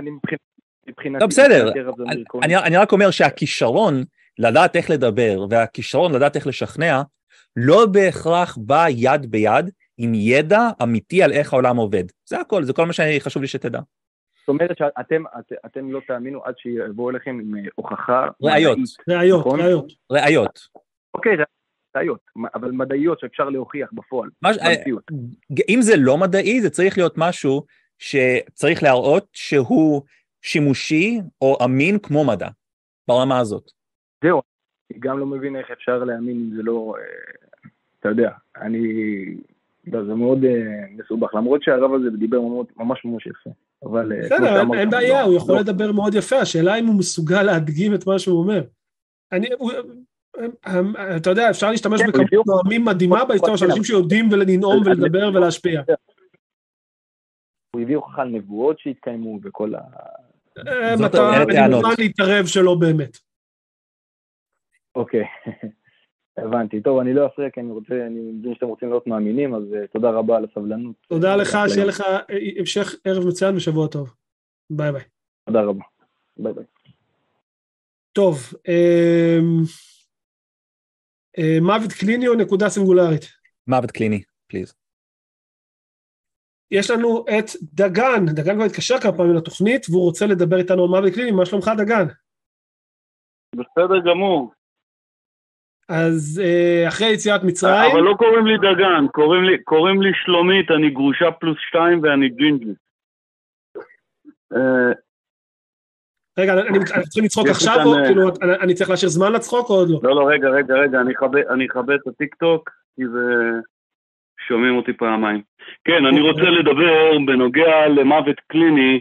[SPEAKER 2] לא, בסדר, אני, אני רק אומר שהכישרון, לדעת איך לדבר, והכישרון לדעת איך לשכנע, לא בהכרח בא יד ביד עם ידע אמיתי על איך העולם עובד. זה הכל, זה כל מה שחשוב לי שתדע.
[SPEAKER 8] זאת אומרת שאתם את, אתם לא תאמינו עד שיבואו אליכם עם הוכחה...
[SPEAKER 2] ראיות.
[SPEAKER 1] ראיות, ראיות.
[SPEAKER 2] ראיות.
[SPEAKER 8] אוקיי, ראיות, אבל מדעיות שאפשר להוכיח בפועל. מש...
[SPEAKER 2] אם זה לא מדעי, זה צריך להיות משהו שצריך להראות שהוא שימושי או אמין כמו מדע, ברמה הזאת.
[SPEAKER 8] זהו, אני גם לא מבין איך אפשר להאמין אם זה לא, אתה יודע, אני, זה מאוד מסובך, למרות שהרב הזה דיבר ממש ממש יפה, אבל...
[SPEAKER 1] בסדר, אין בעיה, הוא יכול לדבר מאוד יפה, השאלה אם הוא מסוגל להדגים את מה שהוא אומר. אני, אתה יודע, אפשר להשתמש בכמות נואמים מדהימה בהיסטוריה, של אנשים שיודעים ולנאום ולדבר ולהשפיע.
[SPEAKER 8] הוא הביא הוכחה על נבואות שהתקיימו וכל ה...
[SPEAKER 1] אני מוכן להתערב שלא באמת.
[SPEAKER 8] אוקיי, הבנתי. טוב, אני לא אפריע, כי אני רוצה, אני מבין שאתם רוצים להיות מאמינים, אז תודה רבה על הסבלנות.
[SPEAKER 1] תודה לך, שיהיה לך המשך ערב מצוין ושבוע טוב. ביי ביי.
[SPEAKER 8] תודה רבה. ביי ביי.
[SPEAKER 1] טוב, מוות קליני או נקודה סינגולרית?
[SPEAKER 2] מוות קליני, פליז.
[SPEAKER 1] יש לנו את דגן, דגן כבר התקשר כמה פעמים לתוכנית, והוא רוצה לדבר איתנו על מוות קליני. מה שלומך דגן?
[SPEAKER 9] בסדר גמור.
[SPEAKER 1] אז אחרי יציאת מצרים...
[SPEAKER 9] אבל לא קוראים לי דגן, קוראים לי, קוראים לי שלומית, אני גרושה פלוס שתיים ואני ג'ינג'י.
[SPEAKER 1] רגע, אני צריך לצחוק עכשיו או כאילו אני צריך להשאיר זמן לצחוק או עוד לא?
[SPEAKER 9] לא, לא, רגע, רגע, רגע, אני אכבה את הטיק-טוק, כי זה... שומעים אותי פעמיים. כן, אני רוצה לדבר בנוגע למוות קליני,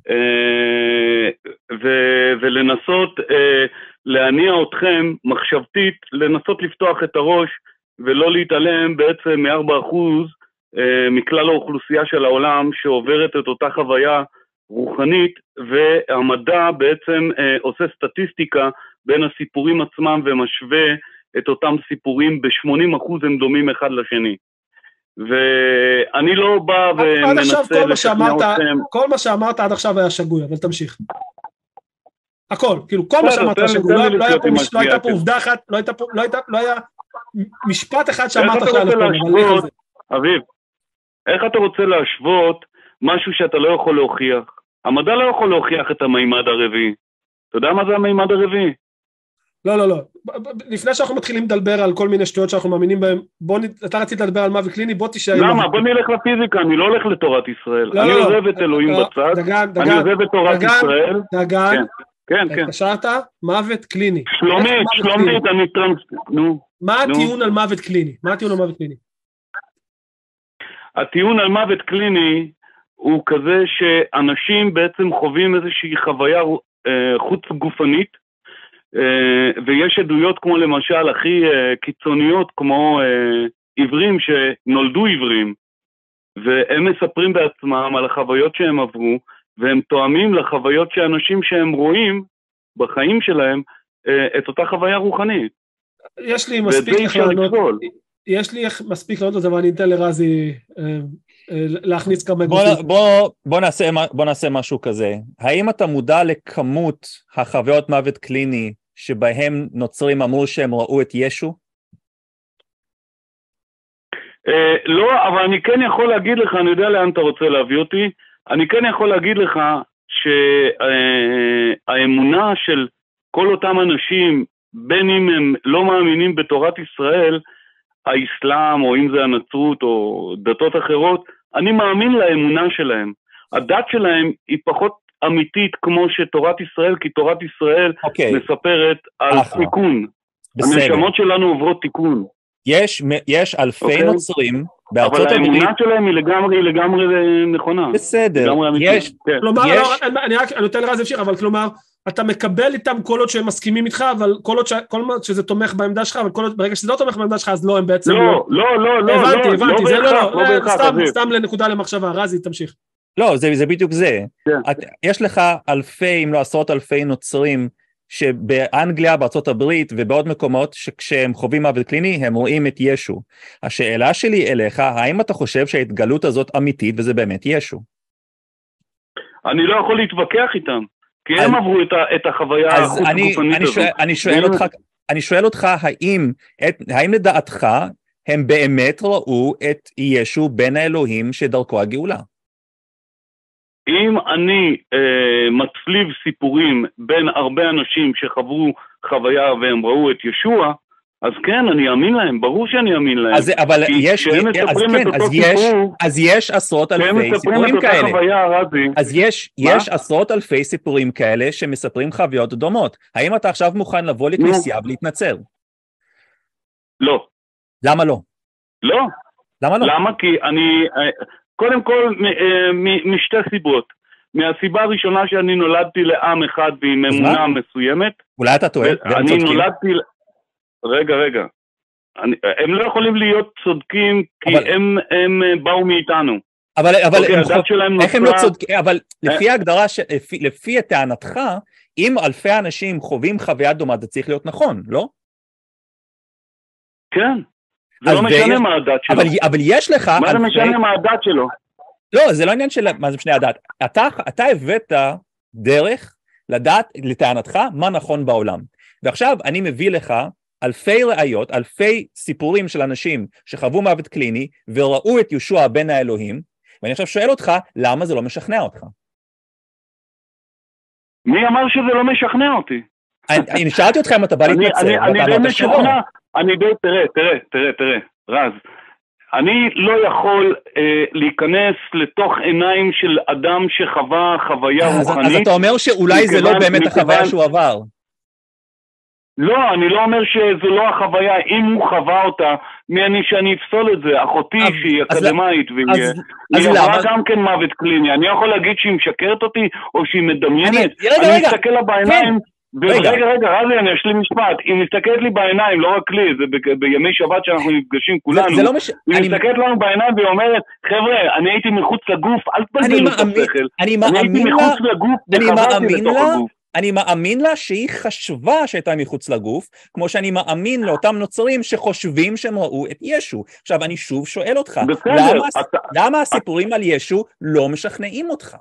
[SPEAKER 9] ולנסות להניע אתכם מחשבתית, לנסות לפתוח את הראש ולא להתעלם בעצם מ-ארבעה אחוז מכלל האוכלוסייה של העולם שעוברת את אותה חוויה רוחנית, והמדע בעצם עושה סטטיסטיקה בין הסיפורים עצמם ומשווה את אותם סיפורים, ב-שמונים אחוז הם דומים אחד לשני. ואני לא בא ומנסה לשכנע אתכם.
[SPEAKER 1] כל מה שאמרת עד עכשיו היה שגוי, אבל תמשיך. הכל, כאילו, כל מה שאמרת שגוי, לא הייתה פה עובדה אחת, לא היה משפט אחד שאמרת לך על הכל.
[SPEAKER 9] אביב, איך אתה רוצה להשוות משהו שאתה לא יכול להוכיח? המדע לא יכול להוכיח את המימד הרביעי. אתה יודע מה זה המימד הרביעי?
[SPEAKER 1] לא, לא, לא. לפני שאנחנו מתחילים לדבר על כל מיני שטויות שאנחנו מאמינים בהן, בוא, אתה רצית לדבר על מוות קליני, בוא תישאר.
[SPEAKER 9] למה? בוא נלך לפיזיקה, אני לא הולך לתורת ישראל. אני עוזב את אלוהים בצד, אני עוזב את תורת ישראל.
[SPEAKER 1] דגן,
[SPEAKER 9] כן, כן.
[SPEAKER 1] קשרת מוות קליני.
[SPEAKER 9] שלומית, שלומית, אני טרנס... נו.
[SPEAKER 1] מה הטיעון על מוות קליני? מה הטיעון על מוות קליני?
[SPEAKER 9] הטיעון על מוות קליני הוא כזה שאנשים בעצם חווים איזושהי חוויה חוץ גופנית, ויש עדויות כמו למשל הכי קיצוניות כמו עיוורים שנולדו עיוורים, והם מספרים בעצמם על החוויות שהם עברו, והם תואמים לחוויות שאנשים שהם רואים בחיים שלהם את אותה חוויה רוחנית.
[SPEAKER 1] יש לי מספיק לך לענות, יש לי מספיק לענות על זה, אבל אני אתן לרזי להכניס כמה גופים.
[SPEAKER 2] בוא, בוא, נעשה, בוא נעשה משהו כזה. האם אתה מודע לכמות החוויות מוות קליני שבהם נוצרים אמרו שהם ראו את ישו?
[SPEAKER 9] אה, לא, אבל אני כן יכול להגיד לך, אני יודע לאן אתה רוצה להביא אותי, אני כן יכול להגיד לך שהאמונה של כל אותם אנשים, בין אם הם לא מאמינים בתורת ישראל, האסלאם או אם זה הנצרות או דתות אחרות, אני מאמין לאמונה שלהם. הדת שלהם היא פחות אמיתית כמו שתורת ישראל, כי תורת ישראל okay. מספרת על אחלה. תיקון. בסדר. הנשמות שלנו עוברות תיקון.
[SPEAKER 2] יש, יש אלפי okay. נוצרים בארצות
[SPEAKER 9] הברית. אבל האמונה
[SPEAKER 2] הברית...
[SPEAKER 9] שלהם היא לגמרי, לגמרי נכונה.
[SPEAKER 2] בסדר. לגמרי יש,
[SPEAKER 1] כן. כלומר, יש... לא, אני רק, אני נותן לרז להמשיך, אבל כלומר, אתה מקבל איתם כל עוד שהם מסכימים איתך, אבל כל עוד, ש... כל עוד שזה תומך בעמדה שלך, אבל כל עוד, ברגע שזה לא תומך בעמדה שלך, אז לא, הם בעצם
[SPEAKER 9] לא. לא, לא, לא,
[SPEAKER 1] הבנתי,
[SPEAKER 9] לא,
[SPEAKER 1] הבנתי,
[SPEAKER 9] לא
[SPEAKER 1] זה
[SPEAKER 9] בהכרח,
[SPEAKER 1] לא,
[SPEAKER 9] לא
[SPEAKER 1] לא,
[SPEAKER 9] בהכרח,
[SPEAKER 1] סתם,
[SPEAKER 9] אביב.
[SPEAKER 1] סתם לנקודה למחשבה, רזי, תמשיך.
[SPEAKER 2] לא, זה, זה בדיוק זה.
[SPEAKER 9] כן.
[SPEAKER 2] את, יש לך אלפי, אם לא עשרות אלפי נוצרים, שבאנגליה, בארצות הברית ובעוד מקומות, שכשהם חווים מוות קליני, הם רואים את ישו. השאלה שלי אליך, האם אתה חושב שההתגלות הזאת אמיתית, וזה באמת ישו?
[SPEAKER 9] אני לא יכול להתווכח איתם, כי הם עברו את, ה, את החוויה החוץ גופנית הזאת.
[SPEAKER 2] אני שואל אותך, אני שואל אותך, האם, את, האם לדעתך, הם באמת ראו את ישו בן האלוהים שדרכו הגאולה?
[SPEAKER 9] אם אני אה, מצליב סיפורים בין הרבה אנשים שחוו חוויה והם ראו את ישוע, אז כן, אני אאמין להם, ברור שאני אאמין להם.
[SPEAKER 2] אז, אבל יש, אז כן, אז יש,
[SPEAKER 9] סיפור,
[SPEAKER 2] אז יש עשרות אלפי סיפורים כאלה.
[SPEAKER 9] חוויה, רזי.
[SPEAKER 2] אז יש, יש עשרות אלפי סיפורים כאלה שמספרים חוויות דומות. האם אתה עכשיו מוכן לבוא לכנסייה ולהתנצר?
[SPEAKER 9] לא.
[SPEAKER 2] למה לא?
[SPEAKER 9] לא.
[SPEAKER 2] למה לא?
[SPEAKER 9] למה? כי אני... קודם כל, משתי סיבות. מהסיבה הראשונה שאני נולדתי לעם אחד ועם אמונה מסוימת.
[SPEAKER 2] אולי אתה טועה?
[SPEAKER 9] אני נולדתי... רגע, רגע. אני... הם לא יכולים להיות צודקים כי אבל... הם, הם באו מאיתנו.
[SPEAKER 2] אבל, אבל
[SPEAKER 9] אוקיי,
[SPEAKER 2] הם
[SPEAKER 9] הדת שלהם
[SPEAKER 2] איך
[SPEAKER 9] נוצרה...
[SPEAKER 2] הם לא צודקים? אבל לפי ההגדרה, ש... לפי, לפי הטענתך, אם אלפי אנשים חווים חוויה דומה, זה צריך להיות נכון, לא?
[SPEAKER 9] כן. זה לא משנה מה הדת שלו.
[SPEAKER 2] אבל, אבל יש לך...
[SPEAKER 9] מה זה משנה מה הדת שלו?
[SPEAKER 2] לא, זה לא עניין של מה זה משנה הדת. אתה, אתה הבאת דרך לדעת, לטענתך, מה נכון בעולם. ועכשיו אני מביא לך אלפי ראיות, אלפי סיפורים של אנשים שחוו מוות קליני, וראו את ישוע בן האלוהים, ואני עכשיו שואל אותך, למה זה לא משכנע אותך?
[SPEAKER 9] מי אמר שזה לא משכנע אותי?
[SPEAKER 2] אני, אני שאלתי אותך אם אתה בא להתנצל, ואתה אמרת שלא.
[SPEAKER 9] אני די, תראה, תראה, תראה, תראה, רז, אני לא יכול אה, להיכנס לתוך עיניים של אדם שחווה חוויה
[SPEAKER 2] אז,
[SPEAKER 9] רוחנית.
[SPEAKER 2] אז אתה אומר שאולי זה לא באמת מכיוון... החוויה שהוא עבר.
[SPEAKER 9] לא, אני לא אומר שזו לא החוויה, אם הוא חווה אותה, מי אני שאני אפסול את זה, אחותי אז, שהיא אז אקדמאית, והיא אז, אז עברה למה... גם כן מוות קליני, אני יכול להגיד שהיא משקרת אותי, או שהיא מדמיינת, אני, רגע, אני רגע. מסתכל לה בעיניים, כן. רגע, רגע, רגע, רזי, אני אשלים משפט. היא מסתכלת לי בעיניים, לא רק לי, זה בימי שבת שאנחנו נפגשים כולנו. זה, זה לא מש... היא אני... מסתכלת לנו בעיניים והיא אומרת, חבר'ה, אני הייתי מחוץ לגוף, אל תבלבלו את השכל.
[SPEAKER 2] אני מאמין לה,
[SPEAKER 9] אני הייתי מחוץ לגוף,
[SPEAKER 2] אני מאמין לה, אני מאמין לה שהיא חשבה שהייתה מחוץ לגוף, כמו שאני מאמין לאותם נוצרים שחושבים שהם ראו את ישו. עכשיו, אני שוב שואל אותך,
[SPEAKER 9] בסדר,
[SPEAKER 2] למה,
[SPEAKER 9] אתה...
[SPEAKER 2] למה הסיפורים על ישו לא משכנעים אותך?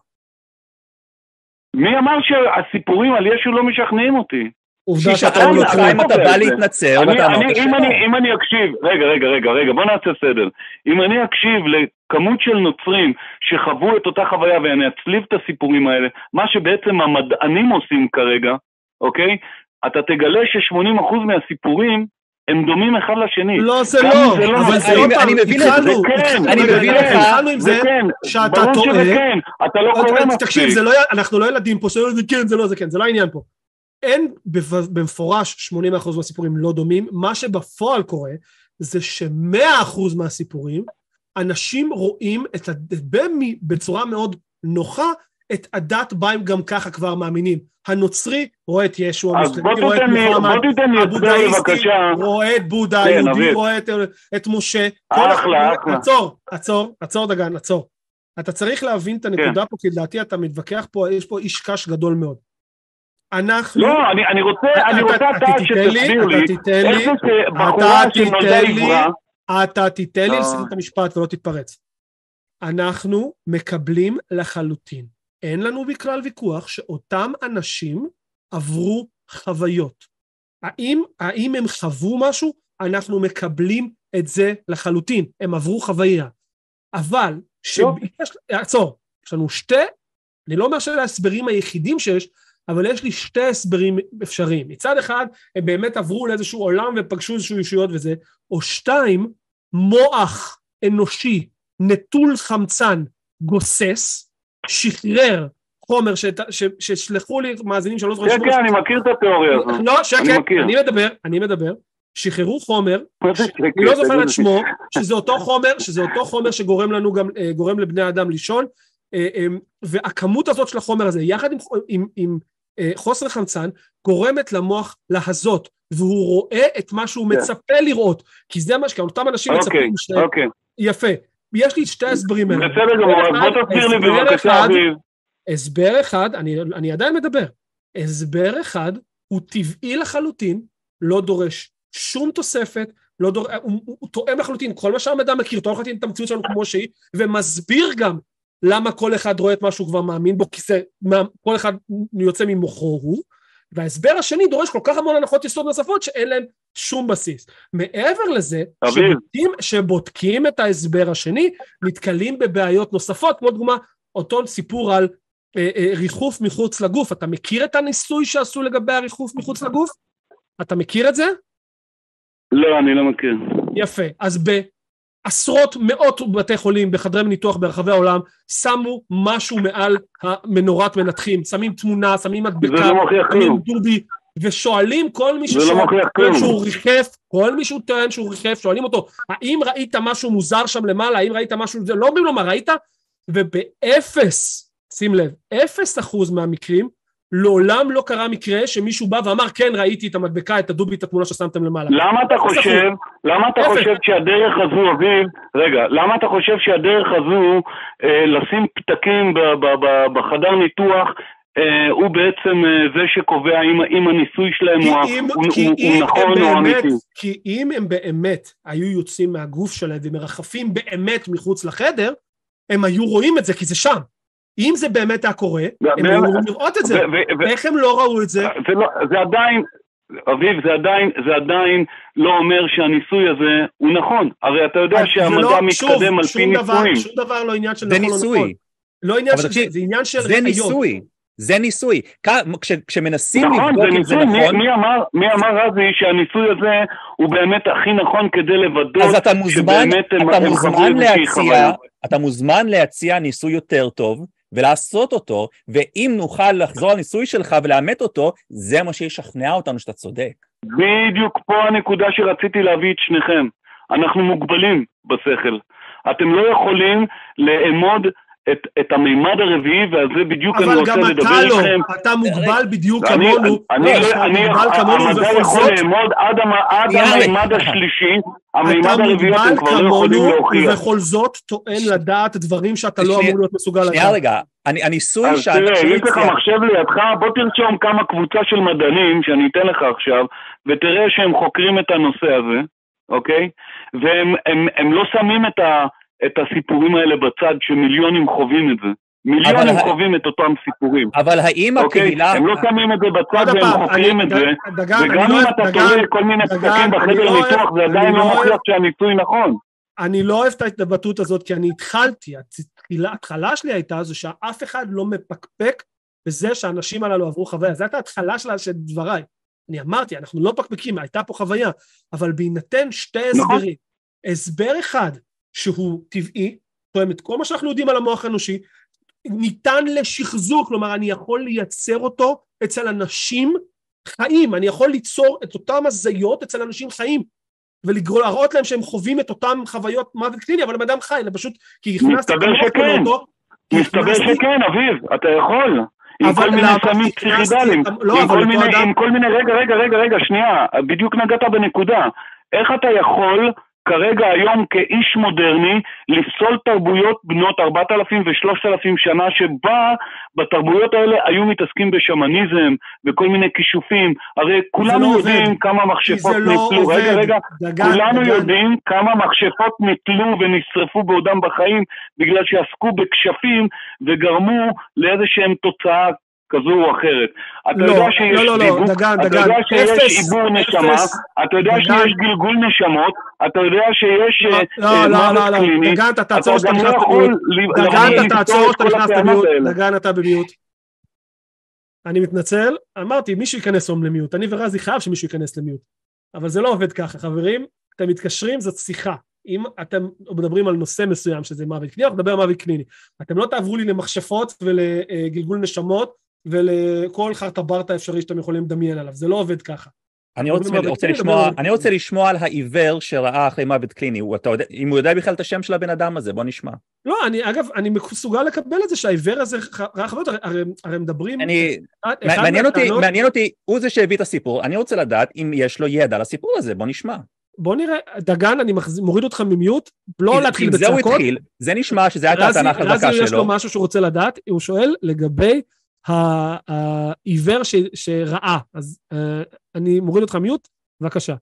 [SPEAKER 9] מי אמר שהסיפורים על ישו לא משכנעים אותי?
[SPEAKER 2] ששאלנו אותך אם אתה בא להתנצר, ואתה אמרת שלא.
[SPEAKER 9] אם אני אקשיב, רגע, רגע, רגע, רגע, בוא נעשה סדר. אם אני אקשיב לכמות של נוצרים שחוו את אותה חוויה, ואני אצליב את הסיפורים האלה, מה שבעצם המדענים עושים כרגע, אוקיי? אתה תגלה ש-שמונים אחוז מהסיפורים הם דומים אחד לשני.
[SPEAKER 1] לא, זה לא, אבל זה לא פעם,
[SPEAKER 2] אני מבין לך, אני מבין לך,
[SPEAKER 1] התחלנו עם זה, שאתה טועה,
[SPEAKER 9] אתה לא קורא מספיק.
[SPEAKER 1] תקשיב, אנחנו לא ילדים פה, זה כן, זה לא, זה כן, זה לא העניין פה. אין במפורש שמונים אחוז מהסיפורים לא דומים, מה שבפועל קורה, זה ש-מאה אחוז מהסיפורים, אנשים רואים את הדבר בצורה מאוד נוחה, את הדת בה הם גם ככה כבר מאמינים. הנוצרי רואה את ישו, המוסלמי רואה את מוחמד, הבודהיסטי רואה את בודה, היהודי רואה את משה.
[SPEAKER 9] אחלה, אחלה.
[SPEAKER 1] עצור, עצור, עצור דגן, עצור. אתה צריך להבין את הנקודה פה, כי לדעתי אתה מתווכח פה, יש פה איש קש גדול מאוד. אנחנו...
[SPEAKER 9] לא, אני, אני רוצה, אני רוצה אתה שתסביר לי,
[SPEAKER 1] אתה תיתן לי,
[SPEAKER 9] בחורה שנולדה עברה.
[SPEAKER 1] אתה תיתן לי לסיים את המשפט ולא תתפרץ. אנחנו מקבלים לחלוטין. אין לנו בכלל ויכוח שאותם אנשים עברו חוויות. האם, האם הם חוו משהו? אנחנו מקבלים את זה לחלוטין. הם עברו חוויה. אבל, שיש, עצור, יש לנו שתי, אני לא אומר שאלה ההסברים היחידים שיש, אבל יש לי שתי הסברים אפשריים. מצד אחד, הם באמת עברו לאיזשהו עולם ופגשו איזשהו ישויות וזה, או שתיים, מוח אנושי, נטול חמצן, גוסס, שחרר חומר ששלחו לי מאזינים שלוש רשמות.
[SPEAKER 9] כן, כן, אני מכיר את התיאוריה הזאת.
[SPEAKER 1] לא, שקט, אני מדבר, אני מדבר, שחררו חומר, אני לא זוכר את שמו, שזה אותו חומר, שזה אותו חומר שגורם לנו גם, גורם לבני האדם לישון, והכמות הזאת של החומר הזה, יחד עם, עם, עם חוסר חמצן, גורמת למוח להזות, והוא רואה את מה שהוא מצפה לראות, כי זה מה שכאן, אותם אנשים מצפים ש... יפה, יש לי שתי הסברים האלה.
[SPEAKER 9] בסדר גמור, בוא תסביר לי בבקשה, אביב.
[SPEAKER 1] הסבר אחד, אני, אני עדיין מדבר, הסבר אחד הוא טבעי לחלוטין, לא דורש שום תוספת, לא דור... הוא, הוא, הוא תואם לחלוטין, כל מה שהמדע מכיר, תואם לחלוטין את המציאות שלנו כמו שהיא, ומסביר גם למה כל אחד רואה את מה שהוא כבר מאמין בו, כי זה, כל אחד יוצא ממוחו הוא, וההסבר השני דורש כל כך המון הנחות יסוד נוספות, שאין להם שום בסיס. מעבר לזה, שבודקים, שבודקים את ההסבר השני, נתקלים בבעיות נוספות, כמו דוגמה, אותו סיפור על אה, אה, ריחוף מחוץ לגוף. אתה מכיר את הניסוי שעשו לגבי הריחוף מחוץ לגוף? אתה מכיר את זה?
[SPEAKER 9] לא, אני לא מכיר.
[SPEAKER 1] יפה. אז בעשרות מאות בתי חולים בחדרי ניתוח ברחבי העולם, שמו משהו מעל המנורת מנתחים, שמים תמונה, שמים מדבקה, שמים דובי, ושואלים כל מי שטוען שהוא ריחף, כל מי שהוא טוען שהוא ריחף, שואלים אותו, האם ראית משהו מוזר שם למעלה, האם ראית משהו, זה לא אומרים לו מה ראית, ובאפס, שים לב, אפס אחוז מהמקרים, לעולם לא קרה מקרה שמישהו בא ואמר, כן, ראיתי את המדבקה, את הדובי, את התמונה ששמתם למעלה.
[SPEAKER 9] למה אתה חושב, למה אתה חושב שהדרך הזו, אביב, רגע, למה אתה חושב שהדרך הזו, לשים פתקים בחדר ניתוח, הוא בעצם זה שקובע אם הניסוי שלהם הוא נכון או אמיתי?
[SPEAKER 1] כי אם הם באמת היו יוצאים מהגוף שלהם ומרחפים באמת מחוץ לחדר, הם היו רואים את זה, כי זה שם. אם זה באמת היה קורה, הם היו רואים לראות את זה. איך הם לא ראו את זה?
[SPEAKER 9] זה עדיין, אביב, זה עדיין, זה עדיין לא אומר שהניסוי הזה הוא נכון. הרי אתה יודע שהמדע מתקדם על פי ניסויים.
[SPEAKER 1] שום דבר לא עניין של נכון או נכון. לא עניין של, זה עניין של
[SPEAKER 2] זה ניסוי. זה ניסוי. כשמנסים לבדוק אם זה נכון...
[SPEAKER 9] מי אמר רזי שהניסוי הזה הוא באמת הכי נכון כדי לבדוק...
[SPEAKER 2] אז אתה מוזמן להציע, אתה מוזמן להציע ניסוי יותר טוב, ולעשות אותו, ואם נוכל לחזור לניסוי שלך ולאמת אותו, זה מה שישכנע אותנו שאתה צודק.
[SPEAKER 9] בדיוק פה הנקודה שרציתי להביא את שניכם. אנחנו מוגבלים בשכל. אתם לא יכולים לאמוד את, את המימד הרביעי, ועל זה בדיוק אני רוצה לדבר איתכם.
[SPEAKER 1] אבל גם אתה לא, אתה מוגבל בדיוק כמונו.
[SPEAKER 9] אני, אני, המדע יכול לאמוד עד, עד המימד השלישי, המימד הרביעי אתם כבר לא יכולים להוכיח.
[SPEAKER 1] ובכל זאת טוען לדעת דברים שאתה לא אמור להיות מסוגל לדעת.
[SPEAKER 2] שנייה רגע, הניסוי
[SPEAKER 9] אז תראה, יש לך מחשב לידך, בוא תרשום כמה קבוצה של מדענים, שאני אתן לך עכשיו, ותראה שהם חוקרים את הנושא הזה, אוקיי? והם הם, הם לא שמים את, ה, את הסיפורים האלה בצד, שמיליונים חווים את זה. מיליונים חווים את אותם סיפורים.
[SPEAKER 2] אבל האם הקהילה...
[SPEAKER 9] הם לא שמים את זה בצד והם חוקרים את זה, וגם אם אתה תראה כל מיני פסקים בחדר ניתוח, זה עדיין לא מוכיח שהניסוי נכון.
[SPEAKER 1] אני לא אוהב את ההתבטאות הזאת, כי אני התחלתי, ההתחלה שלי הייתה זו שאף אחד לא מפקפק בזה שהאנשים הללו עברו חוויה, זו הייתה ההתחלה של דבריי. אני אמרתי, אנחנו לא פקפקים, הייתה פה חוויה, אבל בהינתן שתי הסברים, הסבר אחד שהוא טבעי, תואם את כל מה שאנחנו יודעים על המוח האנושי, ניתן לשחזור, כלומר אני יכול לייצר אותו אצל אנשים חיים, אני יכול ליצור את אותם הזיות אצל אנשים חיים, ולהראות להם שהם חווים את אותם חוויות מוות קליני, אבל הם אדם חי, אלא פשוט כי הכנסתי את המוח לאותו.
[SPEAKER 9] מסתבר שכן, אביב, אתה יכול. עם כל מיני סמים פסיכידליים, עם כל מיני, רגע, רגע, רגע, רגע, שנייה, בדיוק נגעת בנקודה. איך אתה יכול כרגע היום כאיש מודרני לפסול תרבויות בנות ארבעת אלפים ושלושת אלפים שנה שבה בתרבויות האלה היו מתעסקים בשמניזם וכל מיני כישופים, הרי כולנו יודעים כמה מכשפות נטלו, רגע רגע, כולנו יודעים כמה מכשפות נטלו ונשרפו בעודם בחיים בגלל שעסקו בכשפים וגרמו לאיזה שהם תוצאה כזו או אחרת. אתה יודע שיש דיבוק, אתה יודע שיש עיבור נשמה, אתה יודע שיש גלגול נשמות, אתה יודע שיש מוות קליני,
[SPEAKER 1] דגן, אתה תעצור שאתה נכנס במיוט, דגן, אתה תעצור שאתה נכנס במיוט, דגן, אתה במיוט. אני מתנצל, אמרתי, מישהו ייכנס היום למיוט, אני ורזי חייב שמישהו ייכנס למיוט, אבל זה לא עובד ככה, חברים, אתם מתקשרים, זאת שיחה. אם אתם מדברים על נושא מסוים שזה מוות קליני, אנחנו מדבר על מוות קליני. אתם לא תעברו לי למכשפות ולגלגול נשמות, ולכל חרטה ברטה אפשרי שאתם יכולים לדמיין עליו, זה לא עובד ככה.
[SPEAKER 2] אני רוצה, רוצה לשמוע, אני רוצה לשמוע על העיוור שראה אחרי מוות קליני, הוא, אתה יודע, אם הוא יודע בכלל את השם של הבן אדם הזה, בוא נשמע.
[SPEAKER 1] לא, אני, אגב, אני מסוגל לקבל את זה שהעיוור הזה ראה חוויות, הרי, הרי מדברים...
[SPEAKER 2] אני, מעניין אותי, לא... מעניין אותי, הוא זה שהביא את הסיפור, אני רוצה לדעת אם יש לו ידע על הסיפור הזה, בוא נשמע.
[SPEAKER 1] בוא נראה, דגן, אני מוריד אותך ממיוט, לא להתחיל בצעקות.
[SPEAKER 2] זה נשמע שזה הייתה הטענה חזקה שלו.
[SPEAKER 1] רזי יש לו משהו שהוא רוצה לדעת, הוא שואל לגבי העיוור שראה, אז אני מוריד אותך מיוט, בבקשה.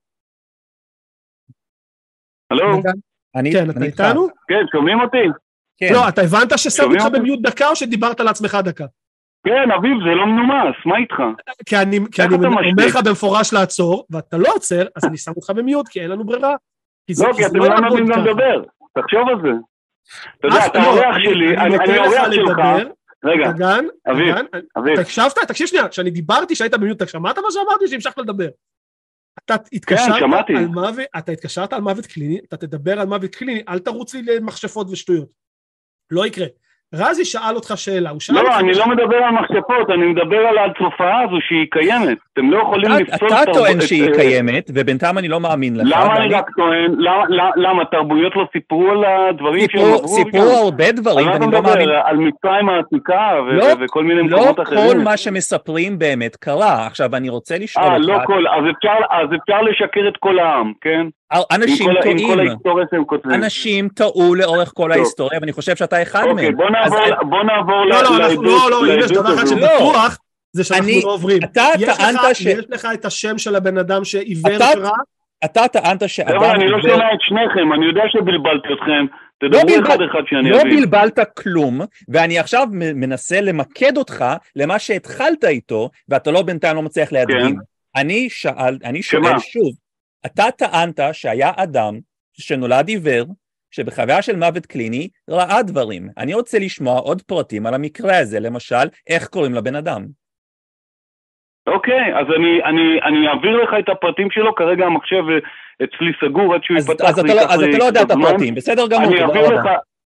[SPEAKER 9] הלו?
[SPEAKER 1] כן, אתה איתנו?
[SPEAKER 9] כן, שומעים אותי?
[SPEAKER 1] לא, אתה הבנת ששם אותך במיוט דקה או שדיברת על עצמך דקה?
[SPEAKER 9] כן, אביב, זה לא מנומס, מה איתך?
[SPEAKER 1] כי אני אומר לך במפורש לעצור, ואתה לא עוצר, אז אני שם אותך במיוט, כי אין לנו ברירה.
[SPEAKER 9] לא, כי אתם לא נותנים גם לדבר, תחשוב על זה. אתה יודע, אתה אורח שלי, אני אורח שלך. רגע,
[SPEAKER 1] דגן,
[SPEAKER 9] אביב, אביב.
[SPEAKER 1] אתה הקשבת? תקשיב שנייה, כשאני דיברתי שהיית במיוט, אתה שמעת מה שאמרתי שהמשכת לדבר? אתה התקשרת על מוות, אתה התקשרת על מוות קליני, אתה תדבר על מוות קליני, אל תרוץ לי למחשפות ושטויות. לא יקרה. רזי שאל אותך שאלה, הוא שאל
[SPEAKER 9] לא,
[SPEAKER 1] אותך...
[SPEAKER 9] אני לא מדבר על מחשפות, אני מדבר על התופעה הזו שהיא קיימת. אתם לא יכולים לפסול...
[SPEAKER 2] אתה טוען שהיא קיימת, ובינתיים אני לא מאמין לך.
[SPEAKER 9] למה אני רק טוען? למה? תרבויות לא סיפרו על הדברים שהם עברו?
[SPEAKER 2] סיפרו הרבה דברים, ואני לא מאמין.
[SPEAKER 9] על מצרים העתיקה וכל מיני מקומות אחרים.
[SPEAKER 2] לא כל מה שמספרים באמת קרה. עכשיו, אני רוצה לשאול אותך...
[SPEAKER 9] אה, לא כל... אז אפשר לשקר את כל העם, כן?
[SPEAKER 2] אנשים טועים, אנשים טעו לאורך כל ההיסטוריה, ואני חושב שאתה אחד מהם.
[SPEAKER 9] בוא נעבור
[SPEAKER 1] לא, לא, לא, אם יש דבר אחד שבטוח, זה שאנחנו לא עוברים. יש לך את השם של הבן אדם שעיוור שראה?
[SPEAKER 2] אתה טענת שאדם...
[SPEAKER 9] אני לא שומע את שניכם, אני יודע שבלבלתי אתכם, תדברו אחד אחד שאני אבין.
[SPEAKER 2] לא בלבלת כלום, ואני עכשיו מנסה למקד אותך למה שהתחלת איתו, ואתה לא בינתיים לא מצליח להדגים. אני שואל שוב, אתה טענת שהיה אדם שנולד עיוור, שבחוויה של מוות קליני ראה דברים. אני רוצה לשמוע עוד פרטים על המקרה הזה, למשל, איך קוראים לבן אדם.
[SPEAKER 9] אוקיי, אז אני, אני, אני אעביר לך את הפרטים שלו, כרגע המחשב אצלי סגור עד שהוא יפתח לי.
[SPEAKER 2] אז אתה לא, אז אתה לא יודע את הפרטים, בסדר גמור.
[SPEAKER 9] אני אעביר לך...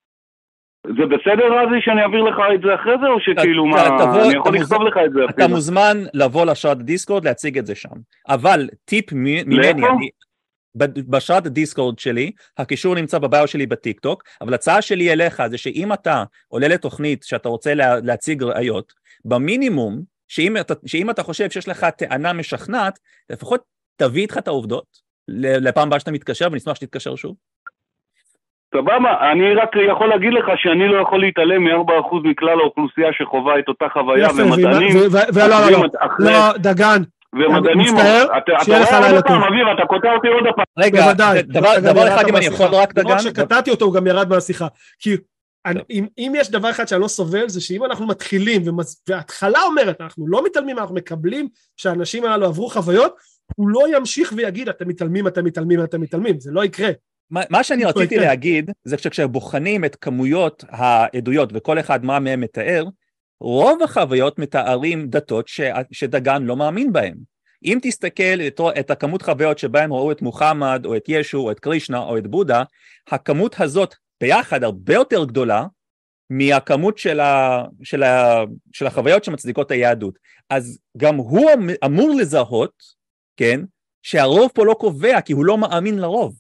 [SPEAKER 9] זה בסדר רזי שאני אעביר לך את זה אחרי זה, או שכאילו מה, אני יכול לכתוב לך את זה אפילו.
[SPEAKER 2] אתה מוזמן לבוא לשרת דיסקורד, להציג את זה שם. אבל טיפ ממני, אני, בשרת דיסקורד שלי, הקישור נמצא בביו שלי בטיק טוק, אבל הצעה שלי אליך זה שאם אתה עולה לתוכנית שאתה רוצה לה, להציג ראיות, במינימום, שאם אתה, שאם אתה חושב שיש לך טענה משכנעת, לפחות תביא איתך את העובדות, לפעם הבאה שאתה מתקשר, ונשמח שתתקשר שוב.
[SPEAKER 9] סבבה, אני רק יכול להגיד לך שאני לא יכול להתעלם מ-ארבעה אחוז מכלל האוכלוסייה שחווה את אותה חוויה, ומדענים...
[SPEAKER 1] ולא, לא, לא, לא, דגן.
[SPEAKER 9] ומדענים, אתה רואה עוד פעם, אביב, אתה קוטע אותי עוד פעם.
[SPEAKER 2] רגע, דבר אחד אם אני יכול רק דגן.
[SPEAKER 1] רק שקטעתי אותו, הוא גם ירד מהשיחה. כי אם יש דבר אחד שאני לא סובל, זה שאם אנחנו מתחילים, וההתחלה אומרת, אנחנו לא מתעלמים, אנחנו מקבלים שהאנשים הללו עברו חוויות, הוא לא ימשיך ויגיד, אתם מתעלמים, אתם מתעלמים, אתם מתעלמים, זה לא יקרה.
[SPEAKER 2] מה שאני רציתי להגיד, זה שכשבוחנים את כמויות העדויות, וכל אחד מה מהם מתאר, רוב החוויות מתארים דתות שדגן לא מאמין בהן. אם תסתכל את הכמות חוויות שבהם ראו את מוחמד, או את ישו, או את קרישנה, או את בודה, הכמות הזאת ביחד הרבה יותר גדולה, מהכמות של, ה, של, ה, של החוויות שמצדיקות היהדות. אז גם הוא אמור לזהות, כן, שהרוב פה לא קובע, כי הוא לא מאמין לרוב.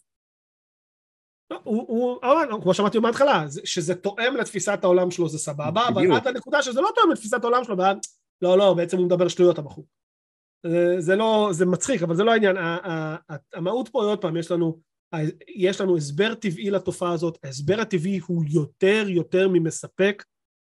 [SPEAKER 1] הוא, הוא, כמו שאמרתי מההתחלה, שזה תואם לתפיסת העולם שלו, זה סבבה, אבל עד הנקודה שזה לא תואם לתפיסת העולם שלו, לא, לא, בעצם הוא מדבר שטויות הבחור. זה, זה לא, זה מצחיק, אבל זה לא העניין. המהות פה, עוד פעם, יש לנו, יש לנו הסבר טבעי לתופעה הזאת, ההסבר הטבעי הוא יותר, יותר ממספק,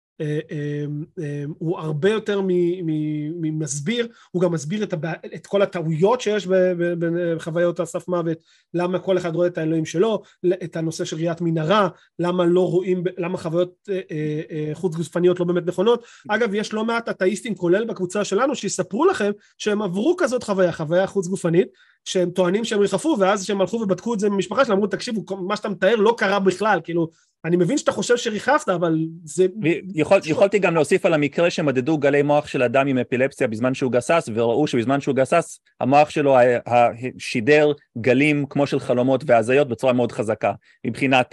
[SPEAKER 1] הוא הרבה יותר ממסביר, הוא גם מסביר את כל הטעויות שיש בחוויות הסף מוות, למה כל אחד רואה את האלוהים שלו, את הנושא של ראיית מנהרה, למה לא רואים, למה חוויות חוץ גופניות לא באמת נכונות. אגב, יש לא מעט אתאיסטים, כולל בקבוצה שלנו, שיספרו לכם שהם עברו כזאת חוויה, חוויה חוץ גופנית, שהם טוענים שהם ריחפו, ואז שהם הלכו ובדקו את זה ממשפחה שלהם, אמרו, תקשיבו, מה שאתה מתאר לא קרה בכלל, כאילו, אני מבין שאתה חושב שריחפת, אבל זה...
[SPEAKER 2] יכול, יכולתי גם להוסיף על המקרה שמדדו גלי מוח של אדם עם אפילפסיה בזמן שהוא גסס, וראו שבזמן שהוא גסס, המוח שלו שידר גלים כמו של חלומות והזיות בצורה מאוד חזקה, מבחינת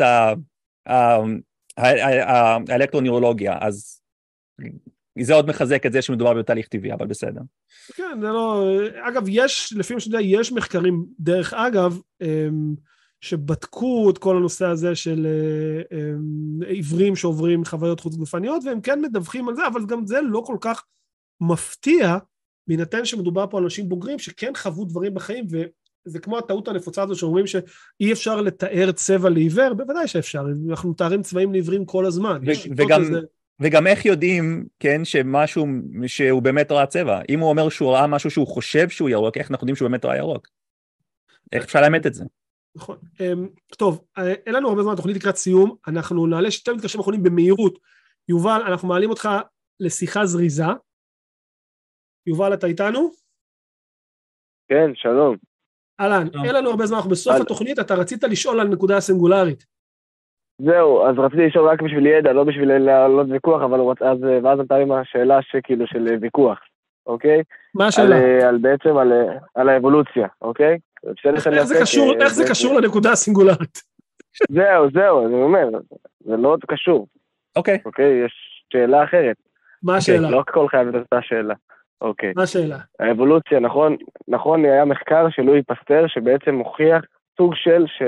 [SPEAKER 2] האלקטרונירולוגיה, אז... זה עוד מחזק את זה שמדובר בתהליך טבעי, אבל בסדר.
[SPEAKER 1] כן, זה לא... אגב, יש, לפי מה שאני יודע, יש מחקרים, דרך אגב, שבדקו את כל הנושא הזה של עיוורים שעוברים חוויות חוץ גופניות, והם כן מדווחים על זה, אבל גם זה לא כל כך מפתיע, בהינתן שמדובר פה על אנשים בוגרים, שכן חוו דברים בחיים, וזה כמו הטעות הנפוצה הזו, שאומרים שאי אפשר לתאר צבע לעיוור, בוודאי שאפשר, אנחנו מתארים צבעים לעיוורים כל הזמן.
[SPEAKER 2] וגם... וגם איך יודעים, כן, שמשהו, שהוא באמת ראה צבע? אם הוא אומר שהוא ראה משהו שהוא חושב שהוא ירוק, איך אנחנו יודעים שהוא באמת ראה ירוק? איך אפשר לאמת את זה?
[SPEAKER 1] נכון. טוב, אין לנו הרבה זמן, תוכנית לקראת סיום, אנחנו נעלה שתי מתקשרים אחרונים במהירות. יובל, אנחנו מעלים אותך לשיחה זריזה. יובל, אתה איתנו?
[SPEAKER 6] כן, שלום.
[SPEAKER 1] אהלן, אין לנו הרבה זמן, אנחנו בסוף התוכנית, אתה רצית לשאול על נקודה סינגולרית.
[SPEAKER 6] זהו, אז רציתי לשאול רק בשביל ידע, לא בשביל להעלות ויכוח, אבל אז, ואז אתה עם השאלה שכאילו של ויכוח, אוקיי?
[SPEAKER 1] מה השאלה?
[SPEAKER 6] על, על בעצם על, על האבולוציה, אוקיי?
[SPEAKER 1] איך, איך, זה, קשור, איך זה קשור לנקודה הסינגולרית?
[SPEAKER 6] זהו, זהו, אני אומר, זה לא קשור.
[SPEAKER 2] אוקיי.
[SPEAKER 6] אוקיי, יש שאלה אחרת.
[SPEAKER 1] מה השאלה?
[SPEAKER 6] לא הכל חייב את אותה שאלה. אוקיי.
[SPEAKER 1] מה השאלה?
[SPEAKER 6] האבולוציה, נכון, נכון, היה מחקר של לואי פסטר, שבעצם מוכיח סוג של ש...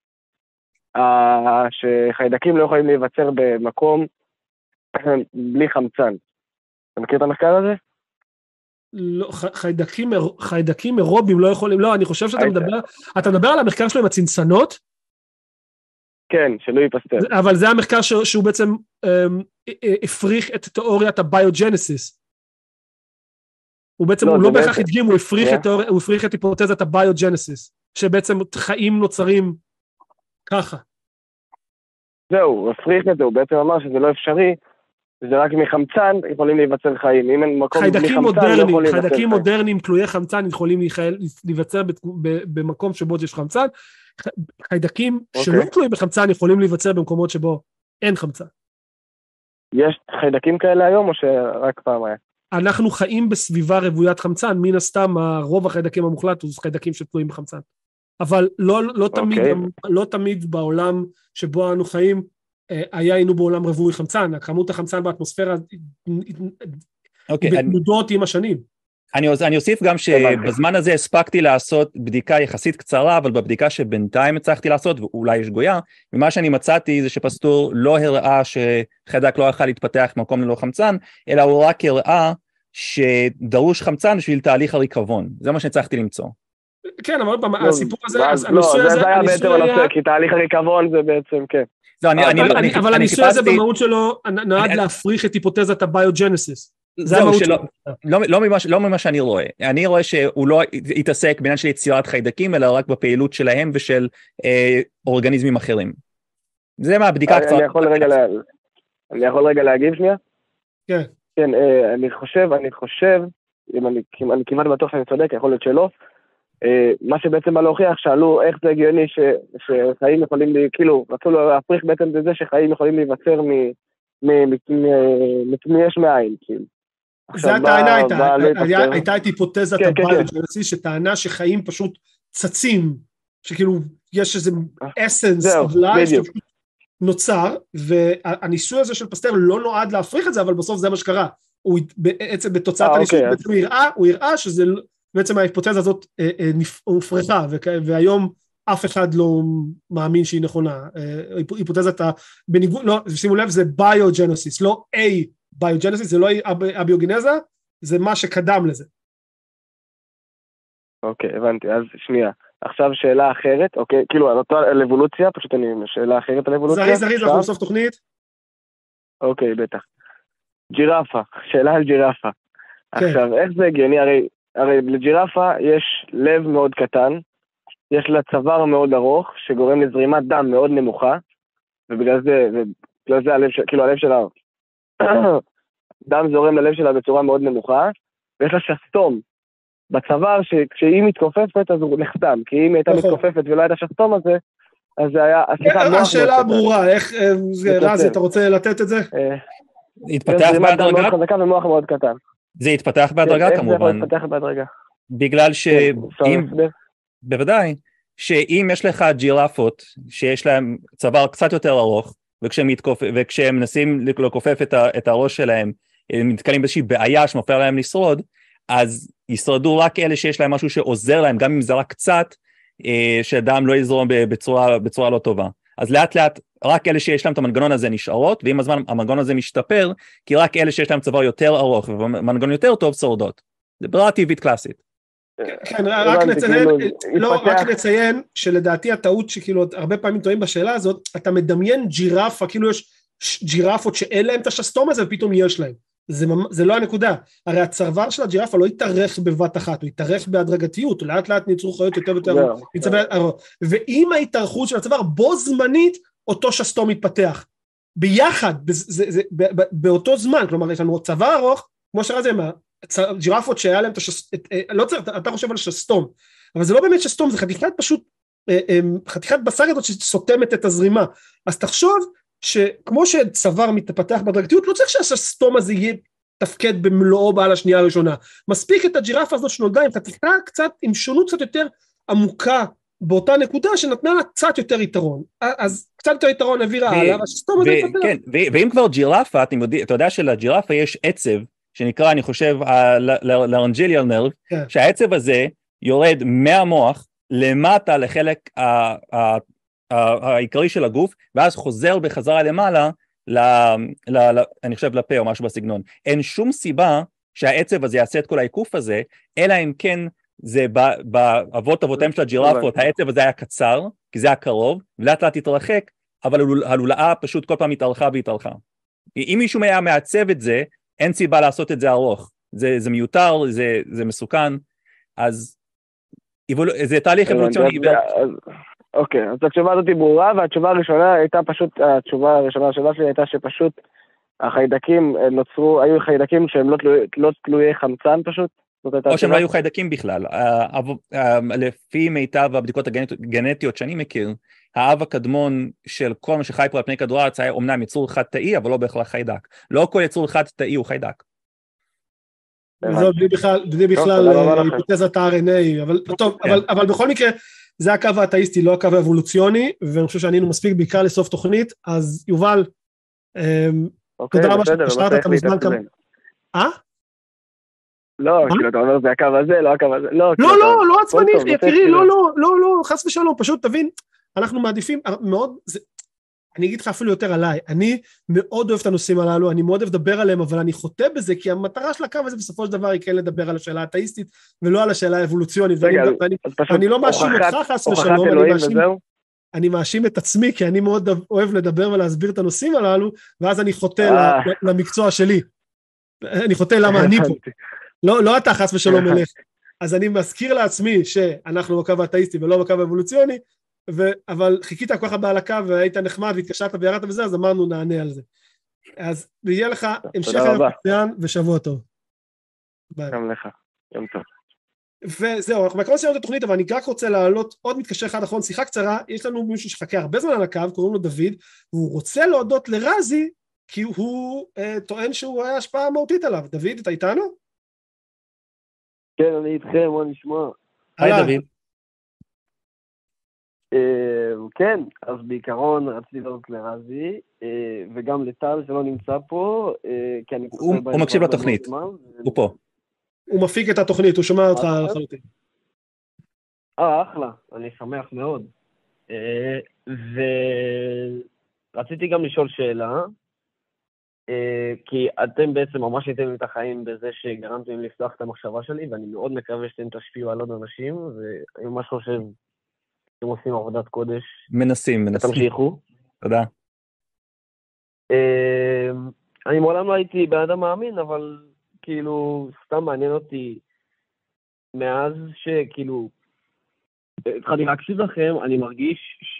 [SPEAKER 6] שחיידקים לא יכולים להיווצר במקום בלי חמצן. אתה מכיר את המחקר הזה?
[SPEAKER 1] לא, חיידקים, חיידקים אירובים לא יכולים, לא, אני חושב שאתה מדבר, אתה מדבר על המחקר שלו עם הצנצנות?
[SPEAKER 6] כן, של לואי פסטר.
[SPEAKER 1] אבל זה המחקר שהוא בעצם הפריך את תיאוריית הביוג'נסיס. הוא בעצם, הוא לא בהכרח הדגים, הוא הפריך את היפותזת הביוג'נסיס, שבעצם חיים נוצרים ככה.
[SPEAKER 6] זהו, הוא הפריך את זה, הוא בעצם אמר שזה לא אפשרי, זה רק מחמצן יכולים להיווצר חיים. אם אין מקום בלי חמצן, לא יכול להיווצר חיים.
[SPEAKER 1] חיידקים מודרניים תלויי חמצן יכולים להיווצר במקום שבו יש חמצן, חיידקים שלא תלויים בחמצן יכולים להיווצר במקומות שבו אין חמצן.
[SPEAKER 6] יש חיידקים כאלה היום או שרק פעם היה?
[SPEAKER 1] אנחנו חיים בסביבה רוויית חמצן, מן הסתם הרוב החיידקים המוחלט הוא חיידקים שתלויים בחמצן. אבל לא, לא, תמיד, okay. לא תמיד בעולם שבו אנו חיים, היה היינו בעולם רבוי חמצן, כמות החמצן באטמוספירה okay, בתנודות אני, עם השנים.
[SPEAKER 2] אני, אני אוסיף גם שבזמן הזה הספקתי לעשות בדיקה יחסית קצרה, אבל בבדיקה שבינתיים הצלחתי לעשות, ואולי יש גויה, ומה שאני מצאתי זה שפסטור לא הראה שחיידק לא יכול להתפתח במקום ללא חמצן, אלא הוא רק הראה שדרוש חמצן בשביל תהליך הריקבון. זה מה שהצלחתי למצוא.
[SPEAKER 1] כן, אבל הסיפור הזה,
[SPEAKER 6] לא, זה היה בעצם הנושא, כי תהליך הריקבון זה בעצם, כן.
[SPEAKER 1] אבל הניסוי הזה במהות שלו נועד להפריך את היפותזת הביוג'נסיס.
[SPEAKER 2] זהו, לא ממה שאני רואה. אני רואה שהוא לא יתעסק בעניין של יצירת חיידקים, אלא רק בפעילות שלהם ושל אורגניזמים אחרים. זה מה הבדיקה קצת.
[SPEAKER 6] אני יכול רגע להגיב שנייה?
[SPEAKER 1] כן.
[SPEAKER 6] כן, אני חושב, אני חושב, אם אני כמעט בטוח שאני צודק, יכול להיות שלא, מה שבעצם בא להוכיח, שאלו איך זה הגיוני שחיים יכולים, כאילו, רצו להפריך בעצם בזה שחיים יכולים להיווצר מיש מאין, כאילו.
[SPEAKER 1] זה הטענה הייתה, הייתה את היפותזת הביוג'נסיס, שטענה שחיים פשוט צצים, שכאילו יש איזה אסנס of life נוצר, והניסוי הזה של פסטר לא נועד להפריך את זה, אבל בסוף זה מה שקרה. הוא בעצם בתוצאת הניסוי, הוא הראה שזה בעצם ההיפותזה הזאת הופרכה, והיום אף אחד לא מאמין שהיא נכונה. היפותזת, בניגוד, לא, שימו לב, זה ביוג'נסיס, לא A ביוג'נסיס, זה לא הביוגנזה, זה מה שקדם לזה.
[SPEAKER 6] אוקיי, הבנתי, אז שנייה. עכשיו שאלה אחרת, אוקיי, כאילו, על אבולוציה, פשוט אני, שאלה אחרת על אבולוציה.
[SPEAKER 1] זריז, זריז, אנחנו בסוף תוכנית.
[SPEAKER 6] אוקיי, בטח. ג'ירפה, שאלה על ג'ירפה. עכשיו, איך זה הגיוני? הרי, הרי לג'ירפה יש לב מאוד קטן, יש לה צוואר מאוד ארוך, שגורם לזרימת דם מאוד נמוכה, ובגלל זה, ובגלל זה הלב, כאילו הלב שלה, דם זורם ללב שלה בצורה מאוד נמוכה, ויש לה שסתום בצוואר, שכשהיא מתכופפת, אז הוא נחתם, כי אם היא הייתה מתכופפת ולא הייתה שסתום הזה, אז זה היה,
[SPEAKER 1] השאלה ברורה, איך, רזי, אתה רוצה לתת את זה?
[SPEAKER 2] התפתח בהדרגה?
[SPEAKER 6] חזקה ומוח מאוד קטן.
[SPEAKER 2] זה התפתח בהדרגה כמובן.
[SPEAKER 6] איך זה יכול להתפתח בהדרגה?
[SPEAKER 2] בגלל שאם, בוודאי, שאם יש לך ג'ירפות, שיש להם צוואר קצת יותר ארוך, וכשהם מנסים לכופף את הראש שלהם, הם מתקלים באיזושהי בעיה שמפריע להם לשרוד, אז ישרדו רק אלה שיש להם משהו שעוזר להם, גם אם זה רק קצת, שהדם לא יזרום בצורה, בצורה לא טובה. אז לאט לאט, רק אלה שיש להם את המנגנון הזה נשארות, ועם הזמן המנגנון הזה משתפר, כי רק אלה שיש להם צוואר יותר ארוך, ומנגנון יותר טוב שורדות. זה ברירה טבעית קלאסית.
[SPEAKER 1] כן, רק נציין, לא, רק נציין שלדעתי הטעות שכאילו הרבה פעמים טועים בשאלה הזאת, אתה מדמיין ג'ירפה, כאילו יש ג'ירפות שאין להם את השסתום הזה ופתאום יש להם. זה, זה לא הנקודה. הרי הצוואר של הג'ירפה לא יתארך בבת אחת, הוא יתארך בהדרגתיות, לאט לאט ניצרו חיות יותר ויותר, ועם ההתארכות של הצוואר, בו זמנית אותו שסתום מתפתח. ביחד, זה, זה, באותו זמן, כלומר יש לנו צוואר ארוך, כמו שרזי אמר, ג'ירפות שהיה להם את השסתום, לא צריך, אתה חושב על שסתום, אבל זה לא באמת שסתום, זה חתיכת פשוט, חתיכת בשר הזאת שסותמת את הזרימה, אז תחשוב שכמו שצוואר מתפתח בהדרגתיות, לא צריך שהשסתום הזה יהיה תפקד במלואו בעל השנייה הראשונה, מספיק את הג'ירפה הזאת שנולדה עם חתיכה קצת, עם שונות קצת יותר עמוקה, באותה נקודה שנתנה לה קצת יותר יתרון, אז קצת יותר יתרון העבירה הלאה, והשסתום הזה יתפתח. כן,
[SPEAKER 2] ואם כבר ג'ירפה, אתה יודע שלג'ירפה יש עצב, שנקרא, אני חושב, לרנג'יליאל נרב, שהעצב הזה יורד מהמוח למטה לחלק העיקרי של הגוף, ואז חוזר בחזרה למעלה, אני חושב לפה או משהו בסגנון. אין שום סיבה שהעצב הזה יעשה את כל העיקוף הזה, אלא אם כן זה באבות אבותיהם של הג'ירפות, העצב הזה היה קצר, כי זה היה קרוב, ולאט לאט התרחק, אבל הלולאה פשוט כל פעם התארכה והתארכה. אם מישהו היה מעצב את זה, אין סיבה לעשות את זה ארוך, זה, זה מיותר, זה, זה מסוכן, אז זה תהליך אבולוציוני.
[SPEAKER 6] אוקיי, אז התשובה הזאת היא ברורה, והתשובה הראשונה הייתה פשוט, התשובה הראשונה שלה שלי הייתה שפשוט החיידקים נוצרו, היו חיידקים שהם לא, תלוי, לא תלויי חמצן פשוט.
[SPEAKER 2] או שהם לא היו חיידקים בכלל, לפי מיטב הבדיקות הגנטיות שאני מכיר, האב הקדמון של כל מה שחי פה על פני כדור הארץ היה אומנם יצור חד תאי, אבל לא בהכרח חיידק. לא כל יצור חד תאי הוא חיידק.
[SPEAKER 1] וזאת בלי בכלל היפותזת ה-אר אן איי, אבל טוב, אבל בכל מקרה, זה הקו האתאיסטי, לא הקו האבולוציוני, ואני חושב שענינו מספיק בעיקר לסוף תוכנית, אז יובל, תודה רבה שפשרת, אתה מוזמן כמה... אה?
[SPEAKER 6] לא, כאילו אתה אומר זה הקו הזה, לא הקו הזה, לא,
[SPEAKER 1] לא, לא, לא עצמני, יקירי, לא, לא, לא, לא, חס ושלום, פשוט תבין, אנחנו מעדיפים מאוד, אני אגיד לך אפילו יותר עליי, אני מאוד אוהב את הנושאים הללו, אני מאוד אוהב לדבר עליהם, אבל אני חוטא בזה, כי המטרה של הקו הזה בסופו של דבר היא כן לדבר על השאלה האתאיסטית, ולא על השאלה האבולוציונית, ואני לא מאשים אותך חס ושלום, אני מאשים את עצמי, כי אני מאוד אוהב לדבר ולהסביר את הנושאים הללו, ואז אני חוטא למקצוע שלי. אני חוטא למה אני פה. לא, לא אתה חס ושלום מלך. אז אני מזכיר לעצמי שאנחנו בקו האתאיסטי ולא בקו האבולוציוני, אבל חיכית כל כך על הקו והיית נחמד והתקשרת וירדת וזה, אז אמרנו נענה על זה. אז יהיה לך המשך מצוין ושבוע טוב.
[SPEAKER 6] גם לך, יום טוב.
[SPEAKER 1] וזהו, אנחנו בעקרון סיימנו את התוכנית, אבל אני רק רוצה להעלות עוד מתקשר אחד אחרון, שיחה קצרה, יש לנו מישהו שחכה הרבה זמן על הקו, קוראים לו דוד, והוא רוצה להודות לרזי, כי הוא אה, טוען שהוא היה השפעה מהותית עליו. דוד, אתה איתנו?
[SPEAKER 6] כן, אני איתכם, מה נשמע?
[SPEAKER 2] היי דוד.
[SPEAKER 6] אה, כן, אז בעיקרון רציתי להודות לרזי, אה, וגם לטל שלא נמצא פה, אה, כי אני...
[SPEAKER 2] הוא, הוא מקשיב לתוכנית, ו... הוא פה.
[SPEAKER 1] הוא מפיק את התוכנית, הוא שומע אותך לחלוטין.
[SPEAKER 6] אה, אחלה, אני שמח מאוד. ורציתי גם לשאול שאלה, כי אתם בעצם ממש ניתם לי את החיים בזה שגרמתם לי לפתוח את המחשבה שלי, ואני מאוד מקווה שאתם תשפיעו על עוד אנשים, ואני ממש חושב שאתם עושים עבודת קודש.
[SPEAKER 2] מנסים, מנסים.
[SPEAKER 6] תמשיכו.
[SPEAKER 2] תודה.
[SPEAKER 6] אני מעולם לא הייתי באדם מאמין, אבל... כאילו, סתם מעניין אותי, מאז שכאילו, התחלתי להקשיב לכם, אני מרגיש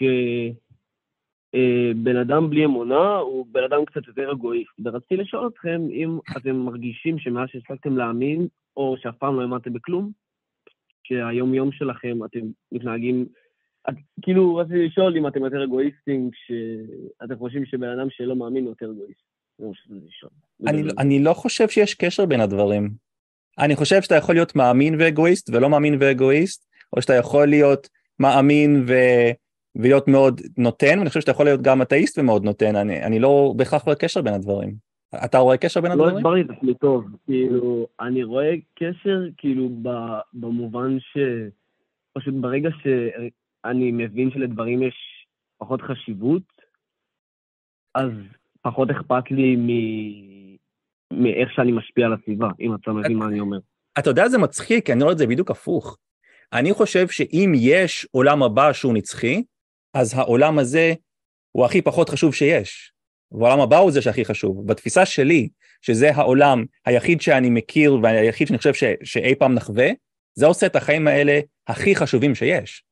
[SPEAKER 6] שבן אדם בלי אמונה הוא בן אדם קצת יותר אגואיסט. ורציתי לשאול אתכם אם אתם מרגישים שמאז שהספקתם להאמין, או שאף פעם לא האמנתם בכלום, שהיום יום שלכם אתם מתנהגים, את, כאילו, רציתי לשאול אם אתם יותר אגואיסטים, שאתם חושבים שבן אדם שלא מאמין הוא יותר אגואיסט.
[SPEAKER 2] אני, אני לא חושב שיש קשר בין הדברים. אני חושב שאתה יכול להיות מאמין ואגואיסט ולא מאמין ואגואיסט, או שאתה יכול להיות מאמין ו... ולהיות מאוד נותן, ואני חושב שאתה יכול להיות גם אתאיסט ומאוד נותן. אני, אני לא בהכרח רואה קשר בין הדברים. אתה רואה קשר בין הדברים?
[SPEAKER 6] לא הסברתי את עצמי טוב. כאילו, אני רואה קשר כאילו במובן ש... פשוט ברגע שאני מבין שלדברים יש פחות חשיבות, אז... פחות אכפת לי מאיך שאני משפיע על הסביבה, אם אתה מבין מה אני אומר.
[SPEAKER 2] אתה יודע, זה מצחיק, כי אני רואה את זה בדיוק הפוך. אני חושב שאם יש עולם הבא שהוא נצחי, אז העולם הזה הוא הכי פחות חשוב שיש. והעולם הבא הוא זה שהכי חשוב. בתפיסה שלי, שזה העולם היחיד שאני מכיר, והיחיד שאני חושב ש, שאי פעם נחווה, זה עושה את החיים האלה הכי חשובים שיש.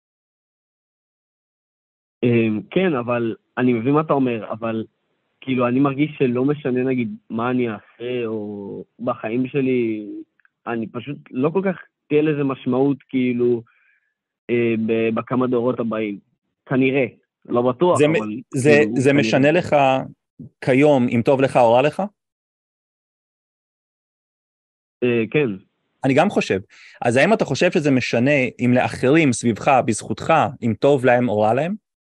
[SPEAKER 6] כן, אבל אני מבין מה אתה אומר, אבל... כאילו, אני מרגיש שלא משנה, נגיד, מה אני אעשה, או בחיים שלי, אני פשוט לא כל כך תהיה לזה משמעות, כאילו, אה, בכמה דורות הבאים. כנראה, לא בטוח,
[SPEAKER 2] זה,
[SPEAKER 6] אבל...
[SPEAKER 2] זה,
[SPEAKER 6] כאילו,
[SPEAKER 2] זה משנה לך כיום, אם טוב לך או רע לך?
[SPEAKER 6] אה, כן.
[SPEAKER 2] אני גם חושב. אז האם אתה חושב שזה משנה אם לאחרים סביבך, בזכותך, אם טוב להם או רע להם?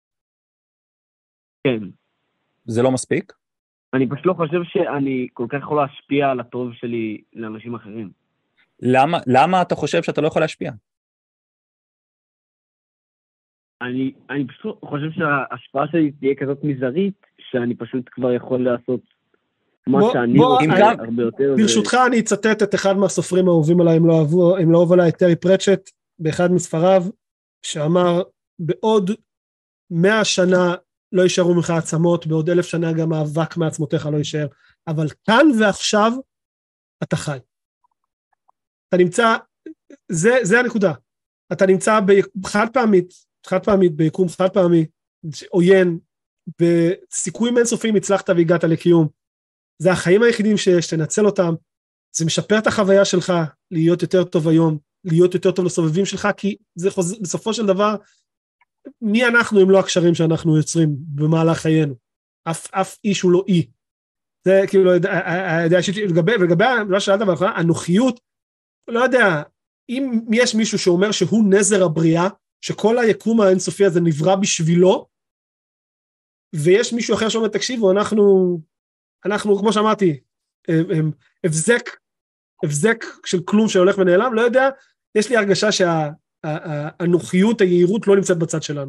[SPEAKER 6] כן.
[SPEAKER 2] זה לא מספיק?
[SPEAKER 6] אני פשוט לא חושב שאני כל כך יכול להשפיע על הטוב שלי לאנשים אחרים.
[SPEAKER 2] למה, למה אתה חושב שאתה לא יכול להשפיע?
[SPEAKER 6] אני, אני פשוט חושב שההשפעה שלי תהיה כזאת מזערית, שאני פשוט כבר יכול לעשות מה בוא, שאני בוא, רוצה אני, הרבה יותר.
[SPEAKER 1] ברשותך ו... אני אצטט את אחד מהסופרים האהובים עליי, אם לא אהבו, אם לא אהבו עליי, טרי פרצ'ט, באחד מספריו, שאמר, בעוד מאה שנה, לא יישארו ממך עצמות, בעוד אלף שנה גם האבק מעצמותיך לא יישאר, אבל כאן ועכשיו אתה חי. אתה נמצא, זה, זה הנקודה, אתה נמצא בחד פעמית, חד פעמית, ביקום חד פעמי, עוין, בסיכויים אינסופיים הצלחת והגעת לקיום, זה החיים היחידים שיש, תנצל אותם, זה משפר את החוויה שלך, להיות יותר טוב היום, להיות יותר טוב לסובבים שלך, כי זה חוז... בסופו של דבר, מי אנחנו אם לא הקשרים שאנחנו יוצרים במהלך חיינו? אף, אף איש הוא לא אי. זה כאילו, לגבי מה שאלת בהתחלה, הנוחיות, לא יודע, אם יש מישהו שאומר שהוא נזר הבריאה, שכל היקום האינסופי הזה נברא בשבילו, ויש מישהו אחר שאומר, תקשיבו, אנחנו, אנחנו, כמו שאמרתי, הבזק, הבזק של כלום שהולך ונעלם, לא יודע, יש לי הרגשה שה... הנוחיות, היעירות לא נמצאת בצד שלנו.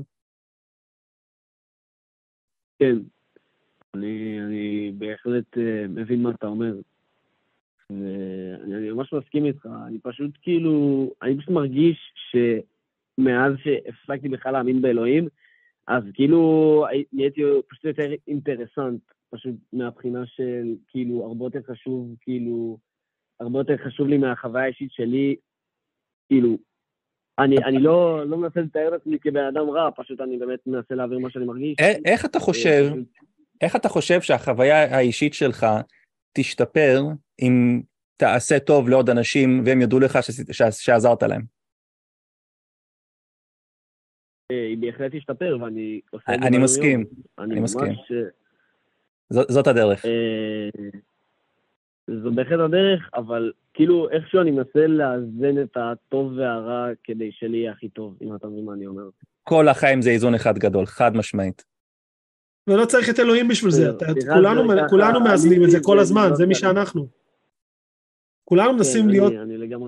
[SPEAKER 6] כן, אני, אני בהחלט uh, מבין מה אתה אומר. ואני אני ממש מסכים איתך, אני פשוט כאילו, אני פשוט מרגיש שמאז שהפסקתי בכלל להאמין באלוהים,
[SPEAKER 10] אז כאילו, נהייתי פשוט יותר אינטרסנט, פשוט מהבחינה של, כאילו, הרבה יותר חשוב, כאילו, הרבה יותר חשוב לי מהחוויה האישית שלי, כאילו, אני, אני לא, לא מנסה לתאר את עצמי כבן אדם רע, פשוט אני באמת מנסה להעביר מה שאני מרגיש.
[SPEAKER 2] איך אתה חושב, איך אתה חושב שהחוויה האישית שלך תשתפר אם תעשה טוב לעוד אנשים והם יודו לך שעזרת להם?
[SPEAKER 10] היא בהחלט תשתפר, ואני עושה...
[SPEAKER 2] אני מסכים, אני מסכים. זאת הדרך.
[SPEAKER 10] זו בהחלט הדרך, אבל כאילו איכשהו אני מנסה לאזן את הטוב והרע כדי שלי יהיה הכי טוב, אם אתה מבין מה אני אומר.
[SPEAKER 2] כל החיים זה איזון אחד גדול, חד משמעית.
[SPEAKER 1] ולא צריך את אלוהים בשביל זה, כולנו מאזנים את זה כל הזמן, זה מי שאנחנו. כולנו מנסים להיות...
[SPEAKER 10] אני לגמרי...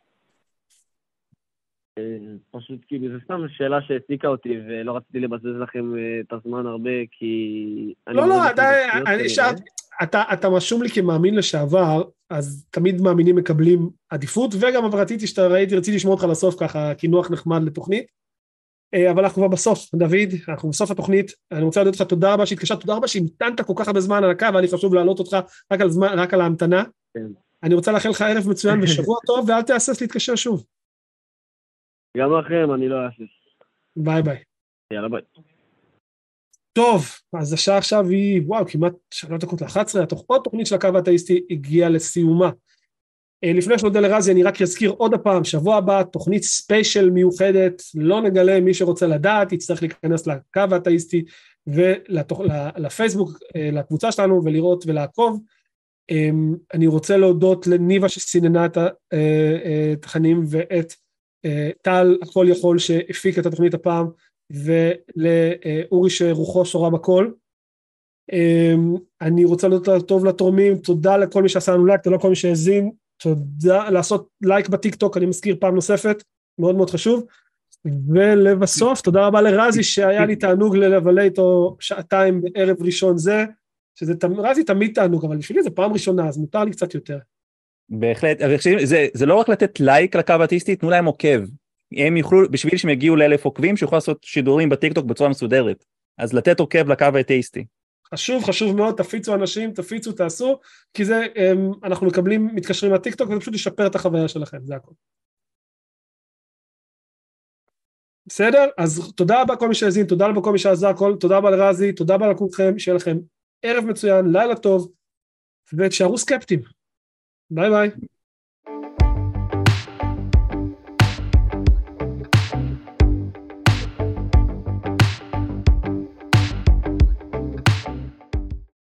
[SPEAKER 10] פשוט כאילו, זו סתם שאלה שהעסיקה אותי, ולא רציתי לבזבז לכם את הזמן הרבה, כי...
[SPEAKER 1] לא, לא, אתה משום לי כמאמין לשעבר, אז תמיד מאמינים מקבלים עדיפות, וגם רציתי ראיתי, רציתי לשמוע אותך לסוף ככה, כינוח נחמד לתוכנית, אבל אנחנו כבר בסוף, דוד, אנחנו בסוף התוכנית, אני רוצה לדעת לך תודה רבה שהתקשרת, תודה רבה שהמתנת כל כך הרבה זמן על הקו, ואני חשוב להעלות אותך רק על, זמן, רק על ההמתנה, אני רוצה לאחל לך ערב מצוין ושבוע טוב, ואל תהסס להתקשר שוב.
[SPEAKER 10] גם לכם, אני לא אהסס.
[SPEAKER 1] ביי ביי.
[SPEAKER 10] יאללה ביי.
[SPEAKER 1] טוב, אז השעה עכשיו היא, וואו, כמעט שלוש דקות ל-אחת עשרה, עוד תוכנית של הקו האתאיסטי הגיעה לסיומה. לפני שנודה לרזי, אני רק אזכיר עוד הפעם, שבוע הבא, תוכנית ספיישל מיוחדת, לא נגלה מי שרוצה לדעת, יצטרך להיכנס לקו האתאיסטי ולפייסבוק, לקבוצה שלנו, ולראות ולעקוב. אני רוצה להודות לניבה שסיננה את התכנים, ואת טל הכל יכול שהפיק את התוכנית הפעם, ולאורי שרוחו שורה בכל. אני רוצה להודות טוב לתורמים, תודה לכל מי שעשה לנו לייק, תודה לכל מי שהזין, תודה לעשות לייק בטיק טוק, אני מזכיר פעם נוספת, מאוד מאוד חשוב, ולבסוף תודה רבה לרזי שהיה לי תענוג לבלה איתו שעתיים בערב ראשון זה, שזה רזי תמיד תענוג, אבל בשבילי זה פעם ראשונה, אז מותר לי קצת יותר.
[SPEAKER 2] בהחלט, זה, זה לא רק לתת לייק לקו האתאיסטי, תנו להם עוקב, הם יוכלו, בשביל שהם יגיעו לאלף עוקבים, שיוכלו לעשות שידורים בטיקטוק בצורה מסודרת, אז לתת עוקב לקו האתאיסטי.
[SPEAKER 1] חשוב, חשוב מאוד, תפיצו אנשים, תפיצו, תעשו, כי זה, אנחנו מקבלים, מתקשרים לטיקטוק, וזה פשוט לשפר את החוויה שלכם, זה הכל. בסדר? אז תודה רבה כל מי שהזין, תודה רבה כל מי שעזר, תודה רבה לרזי, תודה רבה לכולכם, שיהיה לכם ערב מצוין, לילה טוב, ותשארו סקפטים. ביי ביי.